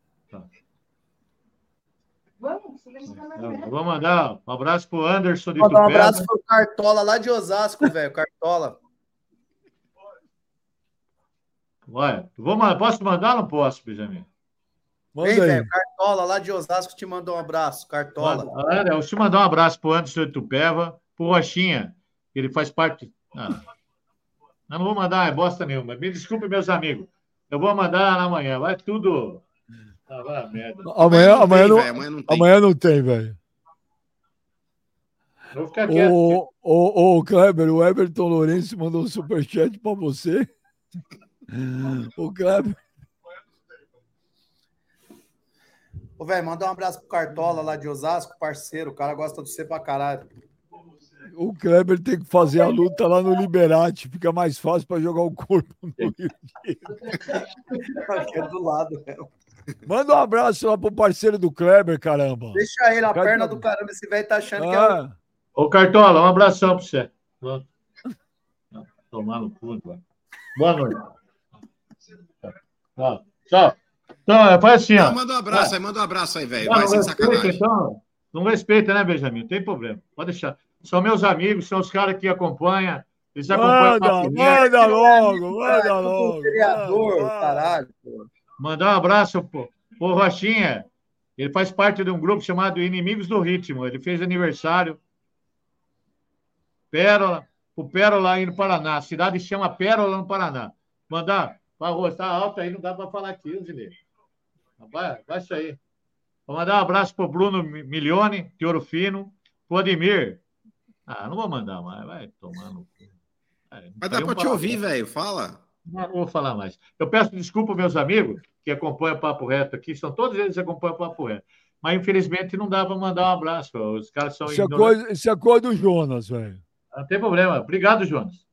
Vamos, você deixa na Eu vou mandar um abraço pro Anderson de Vou dar um Tupéva. abraço pro Cartola lá de Osasco, velho. Cartola. Olha, eu vou, ma- posso mandar ou não posso, Benjamin? Manda Vem, aí. velho. Cartola lá de Osasco te mandou um abraço. Cartola. Olha, deixa eu mandar um abraço pro Anderson de Tupéva, pro Rochinha, que ele faz parte. Ah, eu não vou mandar, é bosta nenhuma. Me desculpe, meus amigos. Eu vou mandar amanhã. Vai tudo. Ah, vai a merda. Amanhã, não amanhã, tem, não, velho, amanhã não tem. amanhã não tem, velho. Eu vou ficar quieto. Ô, ô, ô, Kleber, o Everton Lourenço mandou um superchat pra você. O Kleber. Ô, velho, manda um abraço pro Cartola lá de Osasco, parceiro. O cara gosta de você pra caralho. O Kleber tem que fazer a luta lá no Liberate, fica mais fácil para jogar o corpo no Rio de Janeiro. Aqui é do lado, velho. Manda um abraço lá pro parceiro do Kleber, caramba. Deixa ele, a Cara, perna tá- do caramba. Esse velho tá achando Ah, que é o... Ô, Cartola, um abração pra você. Vou tomar no cu, cara. Boa noite. Tchau. Tchau. Então, faz assim, ó. Não, manda um abraço aí, manda um abraço aí, velho. Não, Vai não sem respeita, sacanagem. então. Não respeita, né, Benjamin? Não tem problema. Pode deixar. São meus amigos, são os caras que acompanham. Eles acompanham o manda, Papo Reto. manda logo, manda Cara, logo. um vereador, manda, manda. caralho, pô. Mandar um abraço pro, pro Rochinha. Ele faz parte de um grupo chamado Inimigos do Ritmo. Ele fez aniversário. Pérola. O Pérola aí no Paraná. A cidade chama Pérola no Paraná. Mandar. Arroz, tá alto aí, não dá para falar aqui, Zilê. Vai, vai isso aí. Vou mandar um abraço pro Bruno Milione, de Ouro Fino. Pro Ademir. Ah, não vou mandar mais. Vai tomar no cu. Mas dá pra te ouvir, velho. Fala. Não, não vou falar mais. Eu peço desculpa aos meus amigos que acompanham o Papo Reto aqui. São todos eles que acompanham o Papo Reto. Mas, infelizmente, não dá para mandar um abraço. Os caras são Isso é, ignorantes. coisa, isso é coisa do Jonas, velho. Não tem problema. Obrigado, Jonas.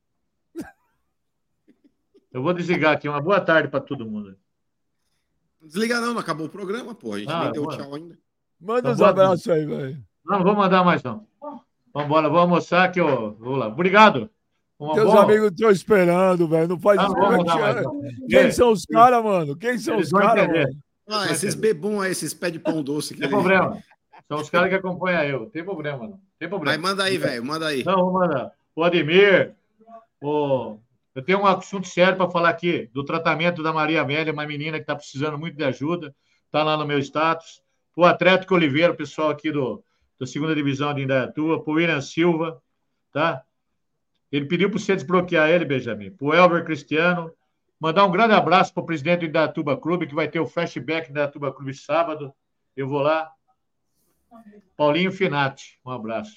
Eu vou desligar aqui. Uma boa tarde para todo mundo. Desliga não, não acabou o programa, pô. A gente Ah, nem deu boa. tchau ainda. Manda Então, uns boa abraços aí, velho. Não, não vou mandar mais, não. Vamos embora. Vou almoçar que eu vou lá. Obrigado. Um Teus bom- amigos estão esperando, velho. Não faz Ah, isso. não vou Como é mandar que mais, é? não. Quem É. são os caras, mano? Quem são Eles os vão caras, entender. mano? Ah, esses bebum aí, esses pé de pão doce. Que Não tem problema. São os caras que acompanham eu. Não tem problema, não. Não tem problema. Vai, manda aí, velho. Manda aí. Não, vou mandar. O Ademir, o... eu tenho um assunto sério para falar aqui do tratamento da Maria Amélia, uma menina que está precisando muito de ajuda, está lá no meu status. O Atlético Oliveira, o pessoal aqui do, da segunda divisão de Indaiatuba, para o William Silva, tá? Ele pediu para você desbloquear ele, Benjamin. Para o Elber Cristiano. Mandar um grande abraço para o presidente do Indaiatuba Clube, que vai ter o flashback do Indaiatuba Clube sábado. Eu vou lá. Paulinho Finati, um abraço.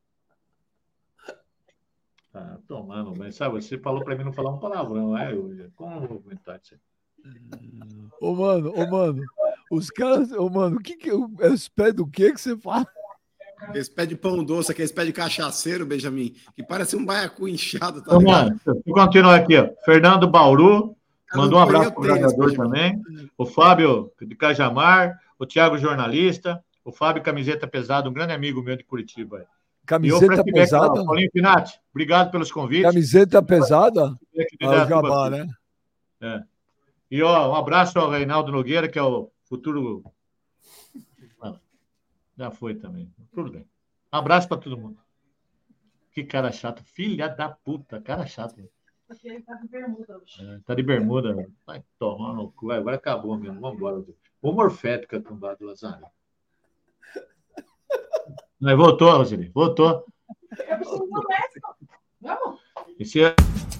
Tá tomando, mas sabe, você falou para mim não falar um palavrão, é? Eu, como eu vou comentar isso aí? Ô, mano, ô, mano. Os caras, ô, mano, o que que é esse pé do que que você fala? Esse pé de pão doce, aquele pé de cachaceiro, Benjamin, que parece um baiacu inchado, tá Então, ligado? mano, eu vou continuar aqui, ó. Fernando Bauru, mandou um não abraço conheço para o tênis, jogador também. O Fábio de Cajamar, o Thiago Jornalista, o Fábio Camiseta Pesada, um grande amigo meu de Curitiba. E Camiseta eu, flashback, pesada? ó, Paulinho Finati, obrigado pelos convites. Camiseta pesada? Flashback de Ah, o Indaiatuba Jabá, Clube. né? É. E ó, um abraço ao Reinaldo Nogueira, que é o futuro. Ah, já foi também. Tudo bem. Um abraço para todo mundo. Que cara chato. Filha da puta, cara chato. Porque ele tá de bermuda hoje. É, tá de bermuda. Vai tomar no cu. Agora acabou mesmo. Vamos embora. O morfética tombado, Lazaro. Mas voltou, Roseli. Voltou. Eu preciso do médico. Vamos. Esse é.